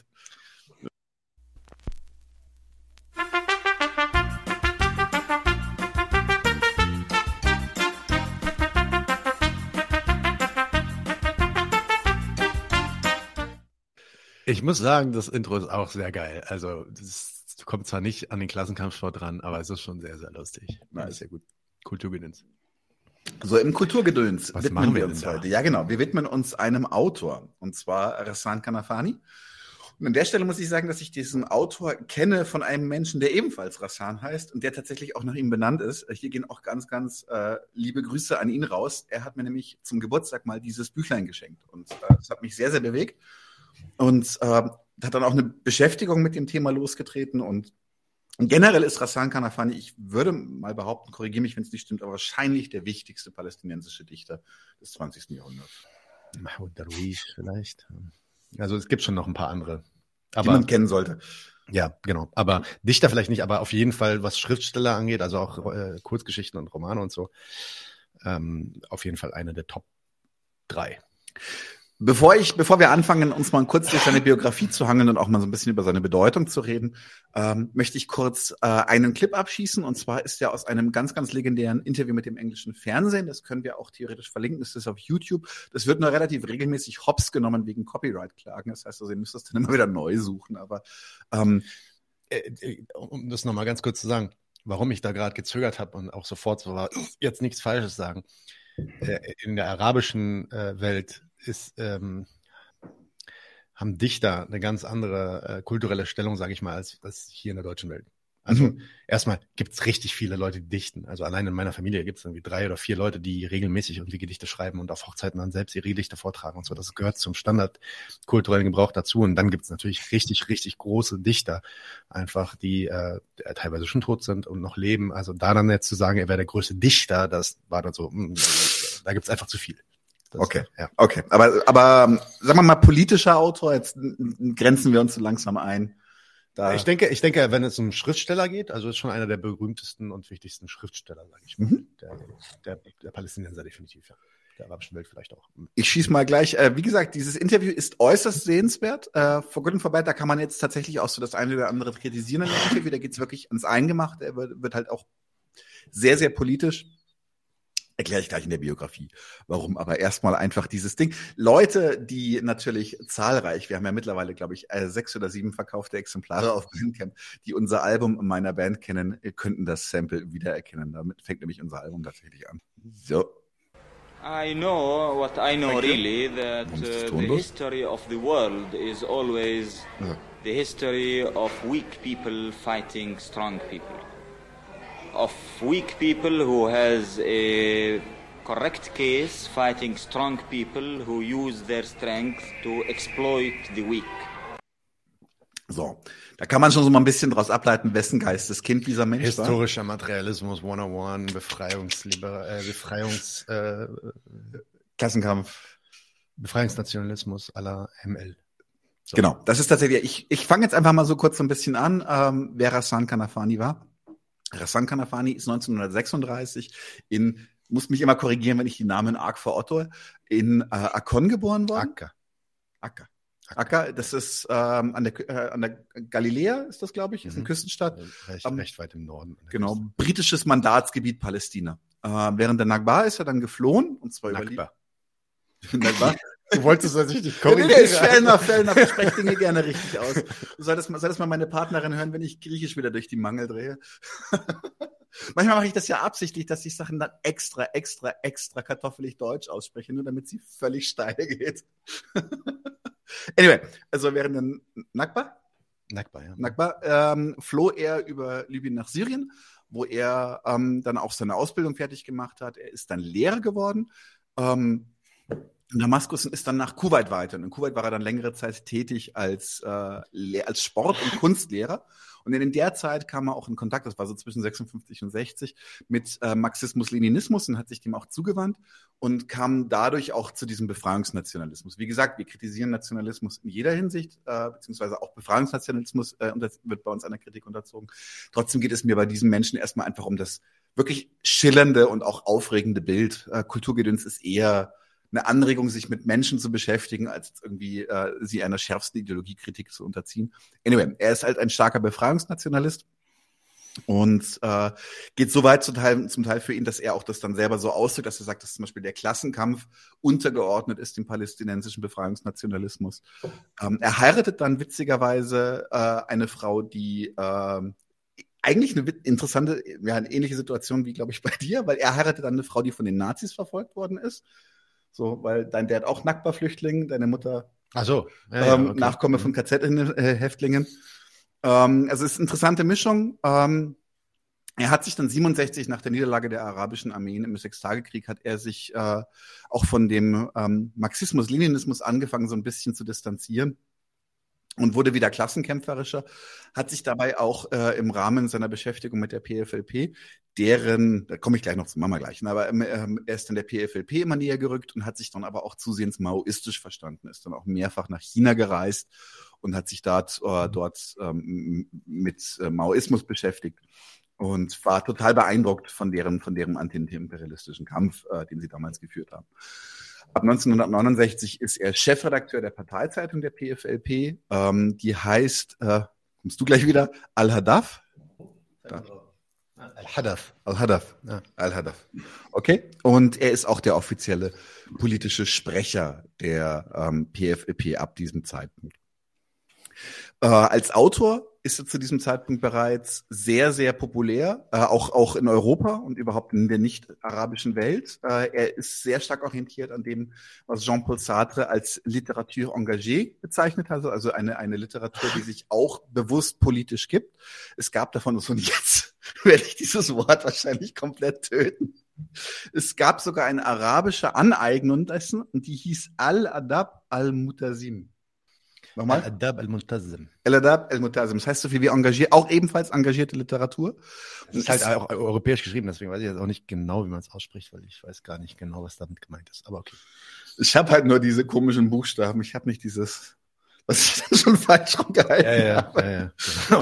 Ich muss sagen, das Intro ist auch sehr geil. Also, das kommt zwar nicht an den Klassenkampfsport dran, aber es ist schon sehr, sehr lustig. Nice. Sehr gut. Kulturgedöns. So, im Kulturgedöns Was widmen machen wir wir uns denn da? heute. Ja, genau. Wir widmen uns einem Autor, und zwar Rassan Kanafani. Und an der Stelle muss ich sagen, dass ich diesen Autor kenne von einem Menschen, der ebenfalls Rassan heißt und der tatsächlich auch nach ihm benannt ist. Hier gehen auch ganz, ganz äh, liebe Grüße an ihn raus. Er hat mir nämlich zum Geburtstag mal dieses Büchlein geschenkt und äh, das hat mich sehr, sehr bewegt. Und äh, hat dann auch eine Beschäftigung mit dem Thema losgetreten. Und, und generell ist Rassan Kanafani, ich würde mal behaupten, korrigiere mich, wenn es nicht stimmt, aber wahrscheinlich der wichtigste palästinensische Dichter des zwanzigsten Jahrhunderts. Mahmoud Darwish vielleicht. Also es gibt schon noch ein paar andere. Aber, die man kennen sollte. Ja, genau. Aber Dichter vielleicht nicht, aber auf jeden Fall, was Schriftsteller angeht, also auch äh, Kurzgeschichten und Romane und so, ähm, auf jeden Fall eine der Top drei. Bevor ich, bevor wir anfangen, uns mal kurz durch seine Biografie zu hangeln und auch mal so ein bisschen über seine Bedeutung zu reden, ähm, möchte ich kurz äh, einen Clip abschießen. Und zwar ist der aus einem ganz, ganz legendären Interview mit dem englischen Fernsehen. Das können wir auch theoretisch verlinken. Das ist auf YouTube. Das wird nur relativ regelmäßig hops genommen wegen Copyright-Klagen. Das heißt also, ihr müsst das dann immer wieder neu suchen. Aber ähm, äh, um das nochmal ganz kurz zu sagen, warum ich da gerade gezögert habe und auch sofort so war, jetzt nichts Falsches sagen. Äh, in der arabischen äh, Welt ist, ähm, haben Dichter eine ganz andere äh, kulturelle Stellung, sage ich mal, als, als hier in der deutschen Welt. Also mhm. erstmal gibt es richtig viele Leute, die dichten. Also allein in meiner Familie gibt es irgendwie drei oder vier Leute, die regelmäßig irgendwie Gedichte schreiben und auf Hochzeiten dann selbst ihre Gedichte vortragen und so. Das gehört zum standardkulturellen Gebrauch dazu. Und dann gibt es natürlich richtig, richtig große Dichter, einfach die äh, teilweise schon tot sind und noch leben. Also da dann jetzt zu sagen, er wäre der größte Dichter, das war dann so, mh, da gibt es einfach zu viel. Das okay, ist, ja. okay. Aber, aber sagen wir mal, politischer Autor, jetzt grenzen wir uns so langsam ein. Da ich denke, ich denke, wenn es um Schriftsteller geht, also ist schon einer der berühmtesten und wichtigsten Schriftsteller, sage ich mal. Mhm. Der, der, der Palästinenser definitiv, ja. Der arabischen Welt vielleicht auch. Ich schieße mal gleich. Äh, wie gesagt, dieses Interview ist äußerst sehenswert. Äh, vor Good and for Bad, da kann man jetzt tatsächlich auch so das eine oder andere kritisieren in dem Interview. Da geht's wirklich ans Eingemachte. Er wird, wird halt auch sehr, sehr politisch. Erkläre ich gleich in der Biografie. Warum? Aber erstmal einfach dieses Ding. Leute, die natürlich zahlreich, wir haben ja mittlerweile, glaube ich, äh, sechs oder sieben verkaufte Exemplare auf Bandcamp, die unser Album meiner Band kennen, könnten das Sample wiedererkennen. Damit fängt nämlich unser Album tatsächlich an. So. I know what I know really, that uh, the history of the world is always ja. the history of weak people fighting strong people. Of weak people who has a correct case fighting strong people who use their strength to exploit the weak. So, da kann man schon so mal ein bisschen draus ableiten, wessen Geisteskind dieser Mensch Historischer war. Historischer Materialismus hundertundeins, Befreiungsliber, äh, Befreiungs äh, Klassenkampf, Befreiungsnationalismus à la M L. So. Genau, das ist tatsächlich, ich, ich fange jetzt einfach mal so kurz so ein bisschen an, ähm, wer Rassan Kanafani war. Rassan Kanafani ist neunzehnhundertsechsunddreißig in, muss mich immer korrigieren, wenn ich die Namen arg verotte, in äh, Akkon geboren worden. Akka. Akka. Akka, das ist ähm, an der äh, an der Galiläa, ist das, glaube ich, ist eine mhm. Küstenstadt. Recht, ähm, recht weit im Norden. Genau, Küste. Britisches Mandatsgebiet Palästina. Äh, während der Nakba ist er dann geflohen, und zwar Nakba. über Nakba. Du wolltest das richtig korrigieren. Nee, nee, Fellner, Fellner, ich spreche Dinge gerne richtig aus. Du solltest mal, solltest mal meine Partnerin hören, wenn ich Griechisch wieder durch die Mangel drehe. Manchmal mache ich das ja absichtlich, dass ich Sachen dann extra, extra, extra kartoffelig deutsch ausspreche, nur damit sie völlig steil geht. Anyway, also während der Nakba, Nakba, ja. Nakba ähm, floh er über Libyen nach Syrien, wo er ähm, dann auch seine Ausbildung fertig gemacht hat. Er ist dann Lehrer geworden. Ähm, in Damaskus und ist dann nach Kuwait weiter. Und in Kuwait war er dann längere Zeit tätig als, äh, Le- als Sport- und Kunstlehrer. Und in der Zeit kam er auch in Kontakt, das war so zwischen sechsundfünfzig und sechzig, mit äh, Marxismus-Leninismus und hat sich dem auch zugewandt und kam dadurch auch zu diesem Befreiungsnationalismus. Wie gesagt, wir kritisieren Nationalismus in jeder Hinsicht, äh, beziehungsweise auch Befreiungsnationalismus äh, und das wird bei uns einer Kritik unterzogen. Trotzdem geht es mir bei diesen Menschen erstmal einfach um das wirklich schillernde und auch aufregende Bild. Äh, Kulturgedöns ist eher eine Anregung, sich mit Menschen zu beschäftigen, als irgendwie äh, sie einer schärfsten Ideologiekritik zu unterziehen. Anyway, er ist halt ein starker Befreiungsnationalist und äh, geht so weit zum Teil, zum Teil für ihn, dass er auch das dann selber so ausdrückt, dass er sagt, dass zum Beispiel der Klassenkampf untergeordnet ist dem palästinensischen Befreiungsnationalismus. Ähm, er heiratet dann witzigerweise äh, eine Frau, die äh, eigentlich eine interessante, ja, eine ähnliche Situation wie, glaube ich, bei dir, weil er heiratet dann eine Frau, die von den Nazis verfolgt worden ist. So, weil dein Dad auch Nakba-Flüchtling, deine Mutter Ach so. Ja, ähm, ja, okay. Nachkomme von K Z-Häftlingen. Ähm, also es ist eine interessante Mischung. Ähm, er hat sich dann siebenundsechzig nach der Niederlage der arabischen Armeen im Sechstagekrieg hat er sich äh, auch von dem ähm, Marxismus-Leninismus angefangen, so ein bisschen zu distanzieren. Und wurde wieder klassenkämpferischer, hat sich dabei auch äh, im Rahmen seiner Beschäftigung mit der P F L P, deren, da komme ich gleich noch zu Mama gleich, ne, aber ähm, er ist dann der P F L P immer näher gerückt und hat sich dann aber auch zusehends maoistisch verstanden, ist dann auch mehrfach nach China gereist und hat sich dort, äh, dort ähm, mit äh, Maoismus beschäftigt und war total beeindruckt von deren, von deren antiimperialistischen Kampf, äh, den sie damals geführt haben. Ab neunzehnhundertneunundsechzig ist er Chefredakteur der Parteizeitung der P F L P. Ähm, die heißt, äh, kommst du gleich wieder, Al-Hadaf? Da. Al-Hadaf. Al-Hadaf. Ja. Al-Hadaf. Okay. Und er ist auch der offizielle politische Sprecher der ähm, P F L P ab diesem Zeitpunkt. Äh, als Autor ist er zu diesem Zeitpunkt bereits sehr, sehr populär, äh, auch, auch in Europa und überhaupt in der nicht-arabischen Welt. Äh, er ist sehr stark orientiert an dem, was Jean-Paul Sartre als Literature engagée bezeichnet hat, also eine, eine Literatur, die sich auch bewusst politisch gibt. Es gab davon, so, und jetzt werde ich dieses Wort wahrscheinlich komplett töten. Es gab sogar eine arabische Aneignung dessen und die hieß Al-Adab al-Mutazim. Nochmal? Al-Adab al-Multazim. Al-Adab al-Multazim. Das heißt so viel wie engagiert, auch ebenfalls engagierte Literatur. Das ist halt auch europäisch geschrieben, deswegen weiß ich jetzt auch nicht genau, wie man es ausspricht, weil ich weiß gar nicht genau, was damit gemeint ist. Aber okay. Ich habe halt nur diese komischen Buchstaben. Ich habe nicht dieses, was ich dann schon falsch rumgehalten ja, ja, habe. Ja, ja, genau.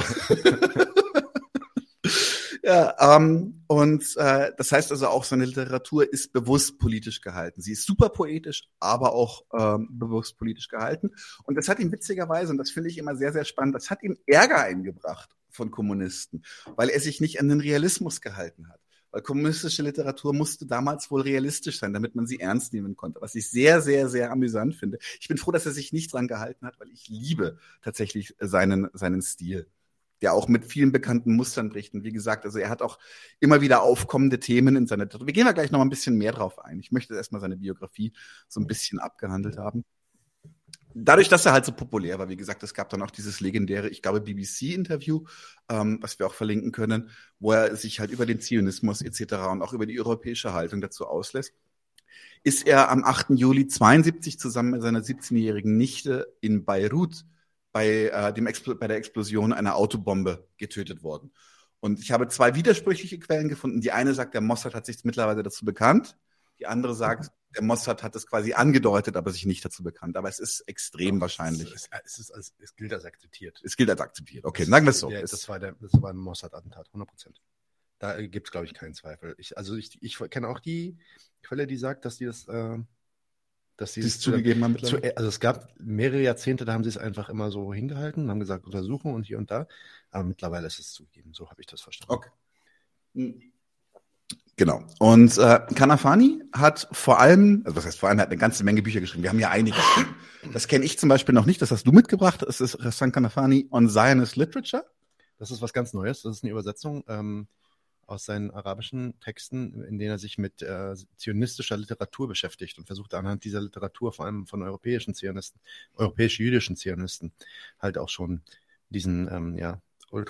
Ja, ähm, und äh, das heißt also auch, seine Literatur ist bewusst politisch gehalten. Sie ist super poetisch, aber auch ähm, bewusst politisch gehalten. Und das hat ihm witzigerweise, und das finde ich immer sehr, sehr spannend, das hat ihm Ärger eingebracht von Kommunisten, weil er sich nicht an den Realismus gehalten hat. Weil kommunistische Literatur musste damals wohl realistisch sein, damit man sie ernst nehmen konnte, was ich sehr, sehr, sehr amüsant finde. Ich bin froh, dass er sich nicht dran gehalten hat, weil ich liebe tatsächlich seinen, seinen Stil, der auch mit vielen bekannten Mustern bricht. Und wie gesagt, also er hat auch immer wieder aufkommende Themen in seiner Literatur. Wir gehen da gleich noch mal ein bisschen mehr drauf ein. Ich möchte erstmal seine Biografie so ein bisschen abgehandelt haben. Dadurch, dass er halt so populär war, wie gesagt, es gab dann auch dieses legendäre, ich glaube, B B C-Interview, ähm, was wir auch verlinken können, wo er sich halt über den Zionismus et cetera und auch über die europäische Haltung dazu auslässt, ist er am achten Juli zweiundsiebzig zusammen mit seiner siebzehnjährigen Nichte in Beirut bei, äh, dem Expl- bei der Explosion einer Autobombe getötet worden. Und ich habe zwei widersprüchliche Quellen gefunden. Die eine sagt, der Mossad hat sich mittlerweile dazu bekannt. Die andere sagt, der Mossad hat es quasi angedeutet, aber sich nicht dazu bekannt. Aber es ist extrem wahrscheinlich. Es, es, ist als, es gilt als akzeptiert. Es gilt als akzeptiert. Okay, sagen wir es so. Ja, das war der, das war ein Mossad-Attentat, hundert Prozent. Da gibt es, glaube ich, keinen Zweifel. Ich, also ich, ich kenne auch die Quelle, die sagt, dass die das, äh, dass die es zugegeben haben. Zu, also es gab mehrere Jahrzehnte, da haben sie es einfach immer so hingehalten, haben gesagt, Untersuchung und hier und da. Aber mittlerweile ist es zugegeben. So habe ich das verstanden. Okay. Genau. Und äh, Kanafani hat vor allem, also was heißt vor allem, er hat eine ganze Menge Bücher geschrieben. Wir haben ja einige. Das kenne ich zum Beispiel noch nicht. Das hast du mitgebracht. Das ist Hassan Kanafani on Zionist Literature. Das ist was ganz Neues. Das ist eine Übersetzung ähm, aus seinen arabischen Texten, in denen er sich mit äh, zionistischer Literatur beschäftigt und versucht anhand dieser Literatur, vor allem von europäischen Zionisten, europäisch-jüdischen Zionisten, halt auch schon diesen ähm, ja,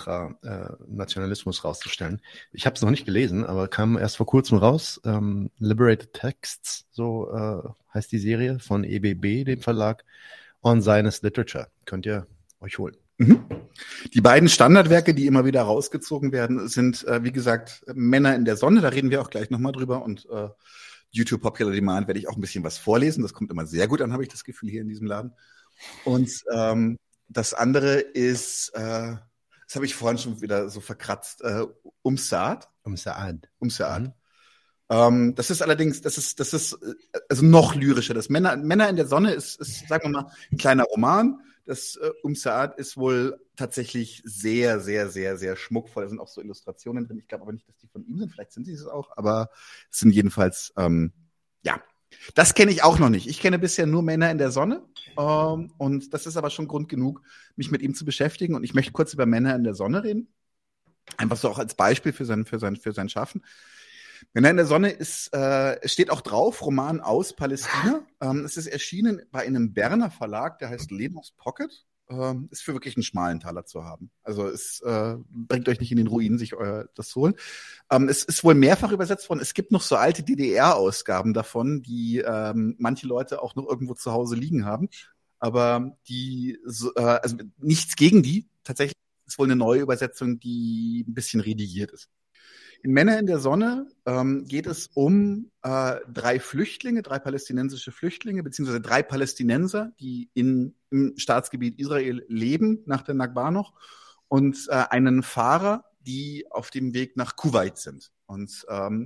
Ultranationalismus rauszustellen. Ich habe es noch nicht gelesen, aber kam erst vor kurzem raus. Ähm, Liberated Texts, so äh, heißt die Serie von E B B, dem Verlag, on Zionist Literature. Könnt ihr euch holen. Mhm. Die beiden Standardwerke, die immer wieder rausgezogen werden, sind, äh, wie gesagt, Männer in der Sonne. Da reden wir auch gleich nochmal drüber. Und äh, YouTube Popular Demand werde ich auch ein bisschen was vorlesen. Das kommt immer sehr gut an, habe ich das Gefühl, hier in diesem Laden. Und ähm, das andere ist, äh, das habe ich vorhin schon wieder so verkratzt, äh, Um Saad. Um Saad. Um Saad. Mhm. Ähm, das ist allerdings, das ist, das ist also noch lyrischer. Das Männer, Männer in der Sonne ist, ist, sagen wir mal, ein kleiner Roman. Das äh, Um Saad ist wohl tatsächlich sehr, sehr, sehr, sehr schmuckvoll. Da sind auch so Illustrationen drin. Ich glaube aber nicht, dass die von ihm sind. Vielleicht sind sie es auch, aber es sind jedenfalls, ähm, ja. Das kenne ich auch noch nicht. Ich kenne bisher nur Männer in der Sonne. Ähm, und das ist aber schon Grund genug, mich mit ihm zu beschäftigen. Und ich möchte kurz über Männer in der Sonne reden. Einfach so auch als Beispiel für sein, für sein, für sein Schaffen. Männer in der Sonne ist, äh, steht auch drauf, Roman aus Palästina. Ähm, es ist erschienen bei einem Berner Verlag, der heißt Lemos Pocket. Ähm, ist für wirklich einen schmalen Taler zu haben. Also es äh, bringt euch nicht in den Ruin, sich euer, das zu holen. Ähm, es ist wohl mehrfach übersetzt worden. Es gibt noch so alte D D R-Ausgaben davon, die ähm, manche Leute auch noch irgendwo zu Hause liegen haben. Aber die, so, äh, also nichts gegen die. Tatsächlich ist es wohl eine neue Übersetzung, die ein bisschen redigiert ist. In Männer in der Sonne ähm, geht es um äh, drei Flüchtlinge, drei palästinensische Flüchtlinge, beziehungsweise drei Palästinenser, die in, im Staatsgebiet Israel leben, nach der Nakba noch, und äh, einen Fahrer, die auf dem Weg nach Kuwait sind. Und ähm,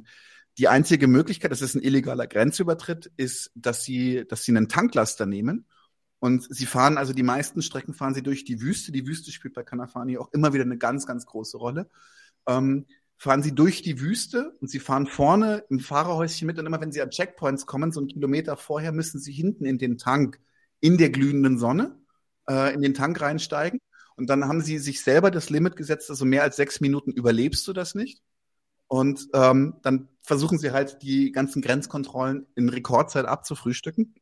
Die einzige Möglichkeit, das ist ein illegaler Grenzübertritt, ist, dass sie, dass sie einen Tanklaster nehmen und sie fahren, also die meisten Strecken fahren sie durch die Wüste. Die Wüste spielt bei Kanafani auch immer wieder eine ganz, ganz große Rolle. Ähm, fahren sie durch die Wüste und sie fahren vorne im Fahrerhäuschen mit und immer wenn sie an Checkpoints kommen, so einen Kilometer vorher, müssen sie hinten in den Tank, in der glühenden Sonne, äh, in den Tank reinsteigen und dann haben sie sich selber das Limit gesetzt, also mehr als sechs Minuten überlebst du das nicht. Und ähm, dann versuchen sie halt, die ganzen Grenzkontrollen in Rekordzeit abzufrühstücken,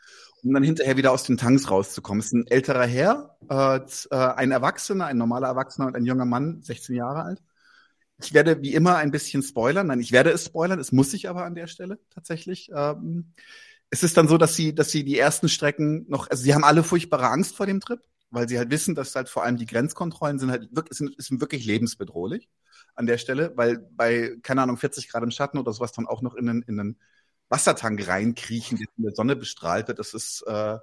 um dann hinterher wieder aus den Tanks rauszukommen. Es ist ein älterer Herr, äh, ein Erwachsener, ein normaler Erwachsener und ein junger Mann, sechzehn Jahre alt. Ich werde wie immer ein bisschen spoilern. Nein, ich werde es spoilern, es muss ich aber an der Stelle tatsächlich. Ähm, es ist dann so, dass sie, dass sie die ersten Strecken noch, also sie haben alle furchtbare Angst vor dem Trip, weil sie halt wissen, dass halt vor allem die Grenzkontrollen sind halt wirklich, sind, sind wirklich lebensbedrohlich an der Stelle, weil bei, keine Ahnung, vierzig Grad im Schatten oder sowas dann auch noch in einen, in einen Wassertank reinkriechen, der in der Sonne bestrahlt wird. Das ist, äh,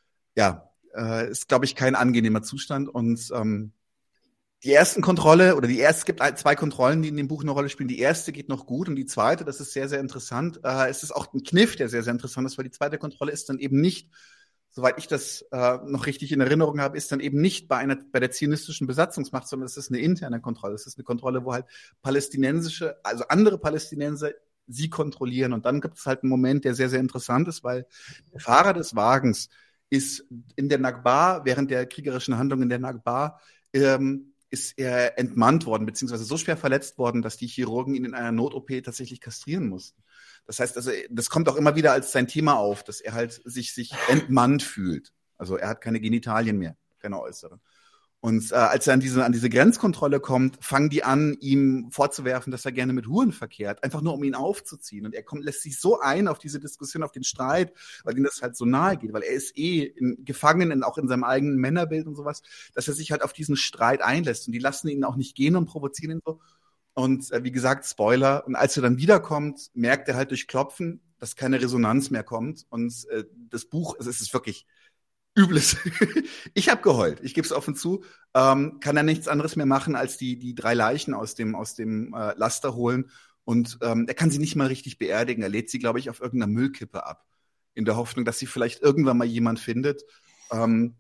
ja, äh, ist, glaube ich, kein angenehmer Zustand. Und ähm, die ersten Kontrolle, oder die erste, es gibt zwei Kontrollen, die in dem Buch eine Rolle spielen. Die erste geht noch gut und die zweite, das ist sehr, sehr interessant. Äh, es ist auch ein Kniff, der sehr, sehr interessant ist, weil die zweite Kontrolle ist dann eben nicht, soweit ich das äh, noch richtig in Erinnerung habe, ist dann eben nicht bei einer bei der zionistischen Besatzungsmacht, sondern es ist eine interne Kontrolle. Es ist eine Kontrolle, wo halt palästinensische, also andere Palästinenser sie kontrollieren. Und dann gibt es halt einen Moment, der sehr, sehr interessant ist, weil der Fahrer des Wagens ist in der Nakba, während der kriegerischen Handlung in der Nakba, ähm, ist er entmannt worden, beziehungsweise so schwer verletzt worden, dass die Chirurgen ihn in einer Not-O P tatsächlich kastrieren mussten. Das heißt also, das kommt auch immer wieder als sein Thema auf, dass er halt sich, sich entmannt fühlt. Also er hat keine Genitalien mehr, keine äußeren. Und äh, als er an diese, an diese Grenzkontrolle kommt, fangen die an, ihm vorzuwerfen, dass er gerne mit Huren verkehrt, einfach nur um ihn aufzuziehen. Und er kommt, lässt sich so ein auf diese Diskussion, auf den Streit, weil ihm das halt so nahe geht, weil er ist eh in, gefangen, in, auch in seinem eigenen Männerbild und sowas, dass er sich halt auf diesen Streit einlässt. Und die lassen ihn auch nicht gehen und provozieren ihn so. Und äh, wie gesagt, Spoiler. Und als er dann wiederkommt, merkt er halt durch Klopfen, dass keine Resonanz mehr kommt. Und äh, das Buch, also es ist wirklich Übles. Ich habe geheult. Ich gebe es offen zu. Ähm, kann er nichts anderes mehr machen, als die die drei Leichen aus dem aus dem äh, Laster holen. Und ähm, er kann sie nicht mal richtig beerdigen. Er lädt sie, glaube ich, auf irgendeiner Müllkippe ab, in der Hoffnung, dass sie vielleicht irgendwann mal jemand findet, ähm,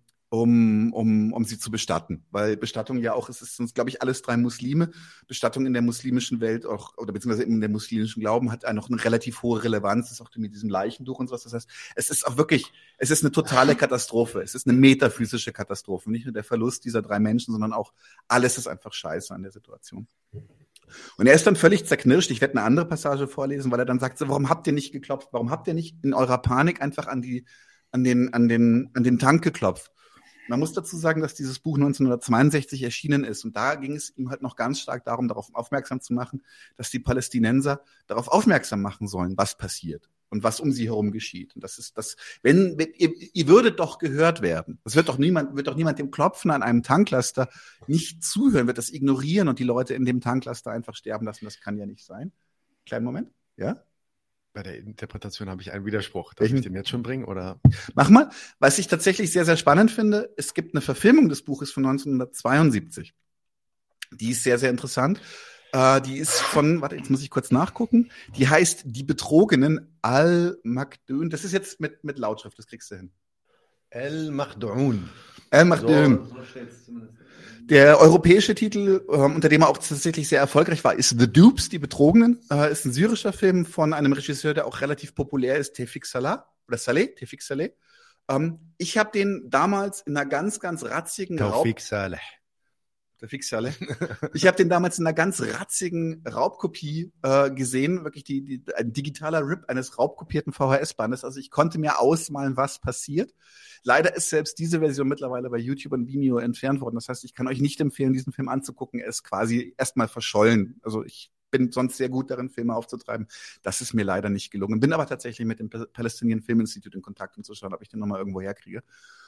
um um um sie zu bestatten. Weil Bestattung ja auch, es ist uns, glaube ich, alles drei Muslime. Bestattung in der muslimischen Welt auch, oder beziehungsweise in der muslimischen Glauben hat noch eine relativ hohe Relevanz, das ist auch mit diesem Leichentuch und sowas. Das heißt, es ist auch wirklich, es ist eine totale Katastrophe. Es ist eine metaphysische Katastrophe. Nicht nur der Verlust dieser drei Menschen, sondern auch alles ist einfach scheiße an der Situation. Und er ist dann völlig zerknirscht. Ich werde eine andere Passage vorlesen, weil er dann sagt, so, warum habt ihr nicht geklopft? Warum habt ihr nicht in eurer Panik einfach an die, an den, an den, an den Tank geklopft? Man muss dazu sagen, dass dieses Buch neunzehnhundertzweiundsechzig erschienen ist. Und da ging es ihm halt noch ganz stark darum, darauf aufmerksam zu machen, dass die Palästinenser darauf aufmerksam machen sollen, was passiert und was um sie herum geschieht. Und das ist das, wenn, wenn ihr, ihr würdet doch gehört werden. Es wird doch niemand, wird doch niemand dem Klopfen an einem Tanklaster nicht zuhören, wird das ignorieren und die Leute in dem Tanklaster einfach sterben lassen. Das kann ja nicht sein. Kleinen Moment. Ja? Bei der Interpretation habe ich einen Widerspruch. Darf ich den jetzt schon bringen? Oder? Mach mal. Was ich tatsächlich sehr, sehr spannend finde, es gibt eine Verfilmung des Buches von neunzehnhundertzweiundsiebzig. Die ist sehr, sehr interessant. Äh, die ist von, warte, jetzt muss ich kurz nachgucken. Die heißt Die Betrogenen Al-Makdun. Das ist jetzt mit, mit Lautschrift, das kriegst du hin. Al-Makdun. Al-Makdun. So, so steht's zumindest. Der europäische Titel, äh, unter dem er auch tatsächlich sehr erfolgreich war, ist The Dupes, die Betrogenen. Äh, ist ein syrischer Film von einem Regisseur, der auch relativ populär ist, Tevfik Saleh. Oder Saleh, Tevfik Saleh. Ähm, ich habe den damals in einer ganz, ganz ratzigen Tevfik Saleh. Tevfik Saleh. Ich habe den damals in einer ganz ratzigen Raubkopie äh, gesehen. Wirklich die, die, ein digitaler Rip eines raubkopierten V H S-Bandes. Also ich konnte mir ausmalen, was passiert. Leider ist selbst diese Version mittlerweile bei YouTube und Vimeo entfernt worden. Das heißt, ich kann euch nicht empfehlen, diesen Film anzugucken. Er ist quasi erstmal verschollen. Also ich bin sonst sehr gut darin, Filme aufzutreiben. Das ist mir leider nicht gelungen. Bin aber tatsächlich mit dem Palestinian Film Institute in Kontakt, um zu schauen, ob ich den nochmal irgendwo herkriege.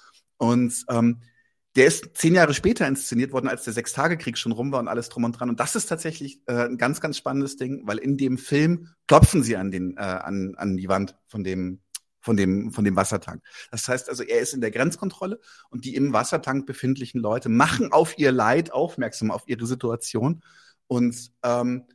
Und ähm, der ist zehn Jahre später inszeniert worden, als der Sechstagekrieg schon rum war und alles drum und dran. Und das ist tatsächlich äh, ein ganz, ganz spannendes Ding, weil in dem Film klopfen sie an den äh, an an die Wand von dem von dem, von dem Wassertank. Das heißt also, er ist in der Grenzkontrolle und die im Wassertank befindlichen Leute machen auf ihr Leid aufmerksam, auf ihre Situation. Und ähm,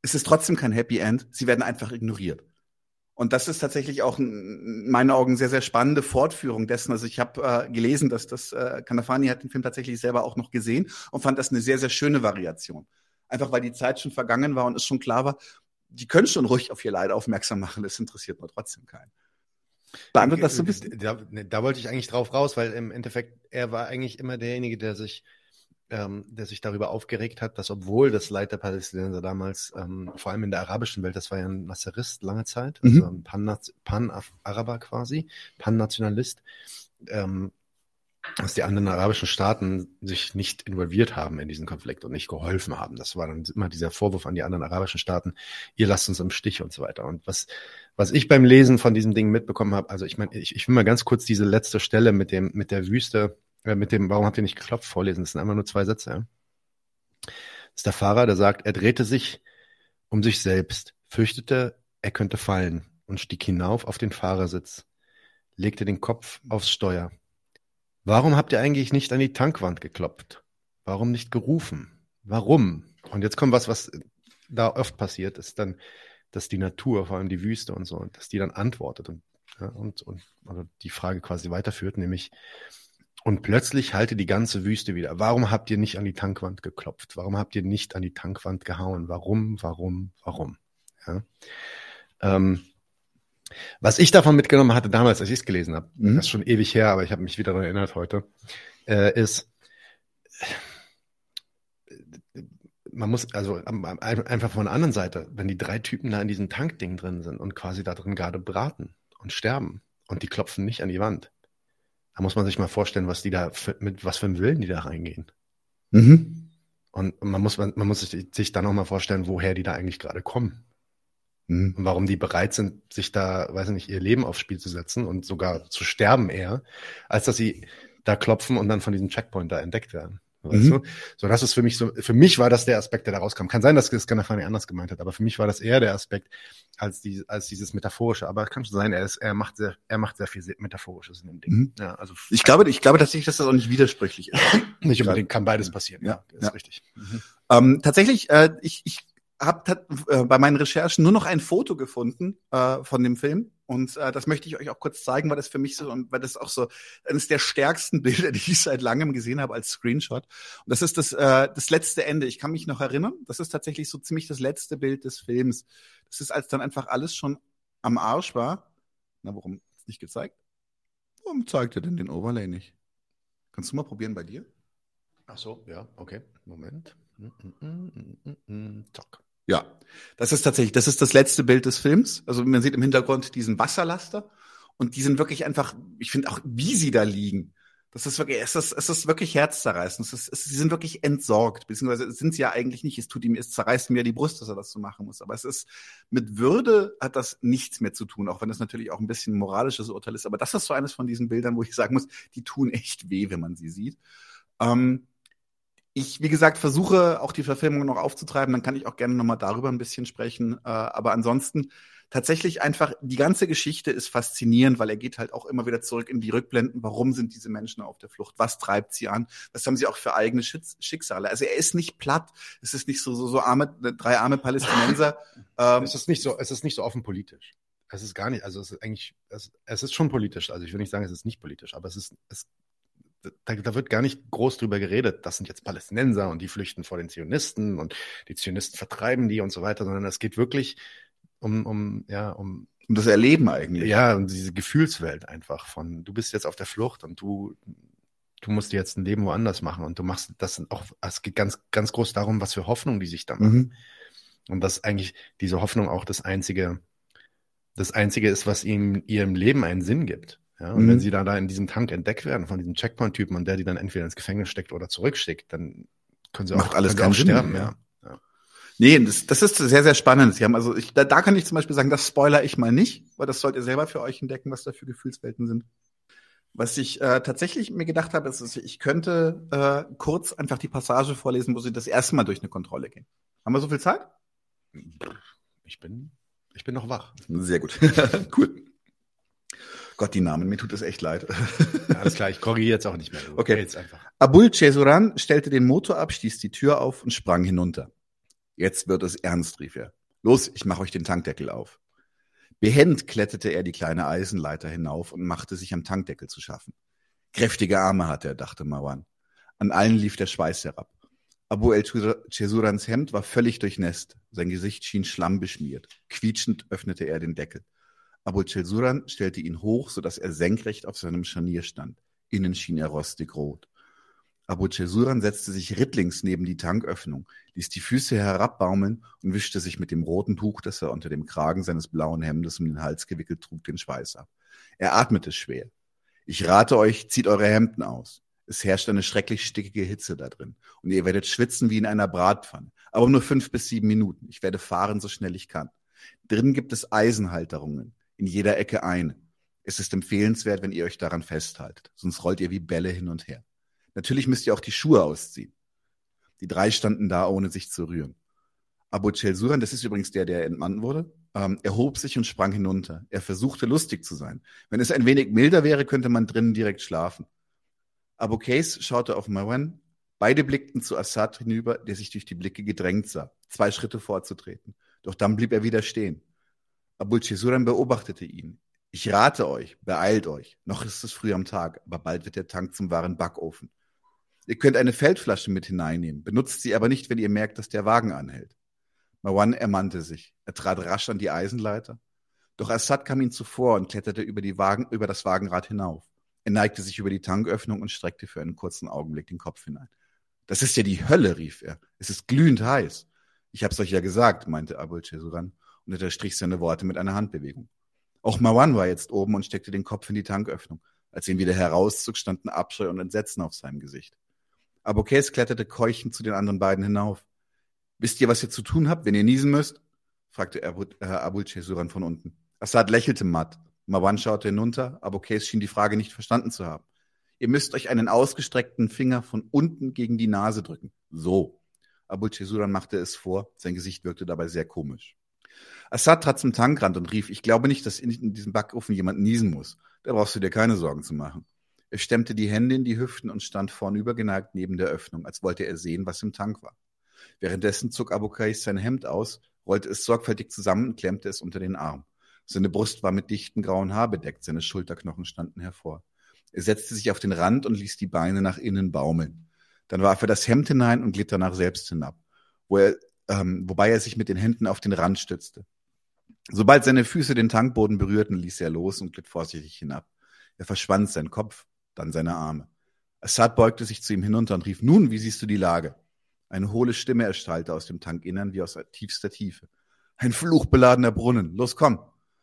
es ist trotzdem kein Happy End. Sie werden einfach ignoriert. Und das ist tatsächlich auch in meinen Augen sehr, sehr spannende Fortführung dessen. Also ich habe äh, gelesen, dass das äh, Kanafani hat den Film tatsächlich selber auch noch gesehen und fand das eine sehr, sehr schöne Variation. Einfach weil die Zeit schon vergangen war und es schon klar war, die können schon ruhig auf ihr Leid aufmerksam machen, das interessiert nur trotzdem keinen. Beantwortet das so ein bisschen? Da, da wollte ich eigentlich drauf raus, weil im Endeffekt, er war eigentlich immer derjenige, der sich Ähm, der sich darüber aufgeregt hat, dass obwohl das Leid der Palästinenser damals, ähm, vor allem in der arabischen Welt, das war ja ein Nasserist lange Zeit, Mhm. also ein Pan- Pan-Araber quasi, Pan-Nationalist, ähm, dass die anderen arabischen Staaten sich nicht involviert haben in diesen Konflikt und nicht geholfen haben. Das war dann immer dieser Vorwurf an die anderen arabischen Staaten, ihr lasst uns im Stich und so weiter. Und was, was ich beim Lesen von diesem Ding mitbekommen habe, also ich meine, ich, ich will mal ganz kurz diese letzte Stelle mit dem, mit der Wüste, mit dem, warum habt ihr nicht geklopft, vorlesen. Das sind einfach nur zwei Sätze. Ja? Das ist der Fahrer, der sagt, er drehte sich um sich selbst, fürchtete, er könnte fallen und stieg hinauf auf den Fahrersitz, legte den Kopf aufs Steuer. Warum habt ihr eigentlich nicht an die Tankwand geklopft? Warum nicht gerufen? Warum? Und jetzt kommt was, was da oft passiert, ist dann, dass die Natur, vor allem die Wüste und so, dass die dann antwortet und, ja, und, und also die Frage quasi weiterführt, nämlich und plötzlich halte die ganze Wüste wieder. Warum habt ihr nicht an die Tankwand geklopft? Warum habt ihr nicht an die Tankwand gehauen? Warum, warum, warum? Ja. Ähm, was ich davon mitgenommen hatte damals, als ich es gelesen habe, mhm. das ist schon ewig her, aber ich habe mich wieder daran erinnert heute, äh, ist, man muss, also einfach von der anderen Seite, wenn die drei Typen da in diesem Tankding drin sind und quasi da drin gerade braten und sterben und die klopfen nicht an die Wand, da muss man sich mal vorstellen, was die da für, mit was für einem Willen die da reingehen. Mhm. Und man muss man, man muss sich, sich dann auch mal vorstellen, woher die da eigentlich gerade kommen. Mhm. Und warum die bereit sind, sich da, weiß ich nicht, ihr Leben aufs Spiel zu setzen und sogar zu sterben eher, als dass sie da klopfen und dann von diesem Checkpoint da entdeckt werden. Weißt Mhm. du? So, das ist für mich so, für mich war das der Aspekt, der da rauskam. Kann sein, dass das Kanafani anders gemeint hat, aber für mich war das eher der Aspekt als die, als dieses Metaphorische. Aber es kann schon sein, er ist, er macht sehr, er macht sehr viel Metaphorisches in dem Ding. Mhm. Ja, also. Ich glaube, ich glaube tatsächlich, dass das auch nicht widersprüchlich ist. Nicht unbedingt, kann beides passieren. Ja, ist ja. richtig. Mhm. Ähm, tatsächlich, äh, ich, ich habe äh, bei meinen Recherchen nur noch ein Foto gefunden äh, von dem Film. Und äh, das möchte ich euch auch kurz zeigen, weil das für mich so, und weil das auch so eines der stärksten Bilder, die ich seit langem gesehen habe als Screenshot. Und das ist das, äh, das letzte Ende. Ich kann mich noch erinnern, das ist tatsächlich so ziemlich das letzte Bild des Films. Das ist, als dann einfach alles schon am Arsch war. Na, warum ist nicht gezeigt? Warum zeigt er denn den Overlay nicht? Kannst du mal probieren bei dir? Ach so, ja, okay. Moment. Mm, mm, mm, mm, mm, zack. Ja, das ist tatsächlich, das ist das letzte Bild des Films. Also man sieht im Hintergrund diesen Wasserlaster und die sind wirklich einfach, ich finde auch, wie sie da liegen. Das ist wirklich, es ist, es ist wirklich herzzerreißend. Es ist, es, sie sind wirklich entsorgt, beziehungsweise sind sie ja eigentlich nicht. Es tut ihm, es zerreißt mir die Brust, dass er das so machen muss. Aber es ist, mit Würde hat das nichts mehr zu tun, auch wenn das natürlich auch ein bisschen ein moralisches Urteil ist. Aber das ist so eines von diesen Bildern, wo ich sagen muss, die tun echt weh, wenn man sie sieht. Ähm, Ich, wie gesagt, versuche auch die Verfilmung noch aufzutreiben, dann kann ich auch gerne nochmal darüber ein bisschen sprechen. Äh, aber ansonsten tatsächlich einfach, die ganze Geschichte ist faszinierend, weil er geht halt auch immer wieder zurück in die Rückblenden. Warum sind diese Menschen auf der Flucht? Was treibt sie an? Was haben sie auch für eigene Schitz- Schicksale? Also er ist nicht platt. Es ist nicht so, so, so arme, drei arme Palästinenser. ähm, Es ist nicht so, es ist nicht so offen politisch. Es ist gar nicht, also es ist eigentlich, es, es ist schon politisch. Also ich will nicht sagen, es ist nicht politisch, aber es ist, es Da, da wird gar nicht groß drüber geredet, das sind jetzt Palästinenser und die flüchten vor den Zionisten und die Zionisten vertreiben die und so weiter, sondern es geht wirklich um, um, ja, um, um das Erleben eigentlich. Ja, um diese Gefühlswelt einfach von, du bist jetzt auf der Flucht und du, du musst dir jetzt ein Leben woanders machen und du machst das auch, es geht ganz, ganz groß darum, was für Hoffnung die sich da machen. Mhm. Und dass eigentlich diese Hoffnung auch das einzige, das einzige ist, was ihm ihrem Leben einen Sinn gibt. Ja, und Mhm. wenn sie da, da in diesem Tank entdeckt werden von diesem Checkpoint-Typen und der die dann entweder ins Gefängnis steckt oder zurückschickt, dann können sie Macht auch, alles können sie keinen auch Sinn sterben. mehr, Ja. Ja. Nee, das, das ist sehr, sehr spannend. Sie haben also, ich, da, da kann ich zum Beispiel sagen, das spoiler ich mal nicht, weil das sollt ihr selber für euch entdecken, was da für Gefühlswelten sind. Was ich äh, tatsächlich mir gedacht habe, ist, dass ich könnte äh, kurz einfach die Passage vorlesen, wo sie das erste Mal durch eine Kontrolle gehen. Haben wir so viel Zeit? Ich bin, ich bin noch wach. Sehr gut. Cool. Gott, die Namen, mir tut es echt leid. Ja, alles klar, ich korrigiere jetzt auch nicht mehr. Okay. Jetzt einfach. Abul Cesuran stellte den Motor ab, stieß die Tür auf und sprang hinunter. Jetzt wird es ernst, rief er. Los, ich mache euch den Tankdeckel auf. Behend kletterte er die kleine Eisenleiter hinauf und machte sich am Tankdeckel zu schaffen. Kräftige Arme hatte er, dachte Marwan. An allen lief der Schweiß herab. Abu el-Chesurans Hemd war völlig durchnässt. Sein Gesicht schien schlammbeschmiert. Quietschend öffnete er den Deckel. Abu el-Chesuran stellte ihn hoch, sodass er senkrecht auf seinem Scharnier stand. Innen schien er rostig rot. Abu el-Chesuran setzte sich rittlings neben die Tanköffnung, ließ die Füße herabbaumeln und wischte sich mit dem roten Tuch, das er unter dem Kragen seines blauen Hemdes um den Hals gewickelt trug, den Schweiß ab. Er atmete schwer. Ich rate euch, zieht eure Hemden aus. Es herrscht eine schrecklich stickige Hitze da drin. Und ihr werdet schwitzen wie in einer Bratpfanne. Aber nur fünf bis sieben Minuten. Ich werde fahren, so schnell ich kann. Drinnen gibt es Eisenhalterungen. In jeder Ecke eine. Es ist empfehlenswert, wenn ihr euch daran festhaltet. Sonst rollt ihr wie Bälle hin und her. Natürlich müsst ihr auch die Schuhe ausziehen. Die drei standen da, ohne sich zu rühren. Abu el-Chesuran, das ist übrigens der, der entmannt wurde, ähm, erhob sich und sprang hinunter. Er versuchte, lustig zu sein. Wenn es ein wenig milder wäre, könnte man drinnen direkt schlafen. Abu Qais schaute auf Marwan. Beide blickten zu Assad hinüber, der sich durch die Blicke gedrängt sah, zwei Schritte vorzutreten. Doch dann blieb er wieder stehen. Abu el-Chesuran beobachtete ihn. Ich rate euch, beeilt euch. Noch ist es früh am Tag, aber bald wird der Tank zum wahren Backofen. Ihr könnt eine Feldflasche mit hineinnehmen, benutzt sie aber nicht, wenn ihr merkt, dass der Wagen anhält. Marwan ermannte sich. Er trat rasch an die Eisenleiter. Doch Assad kam ihm zuvor und kletterte über, die Wagen, über das Wagenrad hinauf. Er neigte sich über die Tanköffnung und streckte für einen kurzen Augenblick den Kopf hinein. Das ist ja die Hölle, rief er. Es ist glühend heiß. Ich hab's euch ja gesagt, meinte Abu el-Chesuran und unterstrich seine Worte mit einer Handbewegung. Auch Marwan war jetzt oben und steckte den Kopf in die Tanköffnung. Als er ihn wieder herauszog, standen Abscheu und Entsetzen auf seinem Gesicht. Abu Qais kletterte keuchend zu den anderen beiden hinauf. Wisst ihr, was ihr zu tun habt, wenn ihr niesen müsst? Fragte Abu, äh, Abu el-Chesuran von unten. Assad lächelte matt. Marwan schaute hinunter. Abu Qais schien die Frage nicht verstanden zu haben. Ihr müsst euch einen ausgestreckten Finger von unten gegen die Nase drücken. So. Abu el-Chesuran machte es vor. Sein Gesicht wirkte dabei sehr komisch. Assad trat zum Tankrand und rief, ich glaube nicht, dass in diesem Backofen jemand niesen muss. Da brauchst du dir keine Sorgen zu machen. Er stemmte die Hände in die Hüften und stand vornübergeneigt neben der Öffnung, als wollte er sehen, was im Tank war. Währenddessen zog Abu Qais sein Hemd aus, rollte es sorgfältig zusammen und klemmte es unter den Arm. Seine Brust war mit dichtem grauen Haar bedeckt, seine Schulterknochen standen hervor. Er setzte sich auf den Rand und ließ die Beine nach innen baumeln. Dann warf er das Hemd hinein und glitt danach selbst hinab, wo er, ähm, wobei er sich mit den Händen auf den Rand stützte. Sobald seine Füße den Tankboden berührten, ließ er los und glitt vorsichtig hinab. Er verschwand sein Kopf, dann seine Arme. Assad beugte sich zu ihm hinunter und rief, nun, wie siehst du die Lage? Eine hohle Stimme erstrahlte aus dem Tankinnern wie aus tiefster Tiefe. Ein fluchbeladener Brunnen, los komm!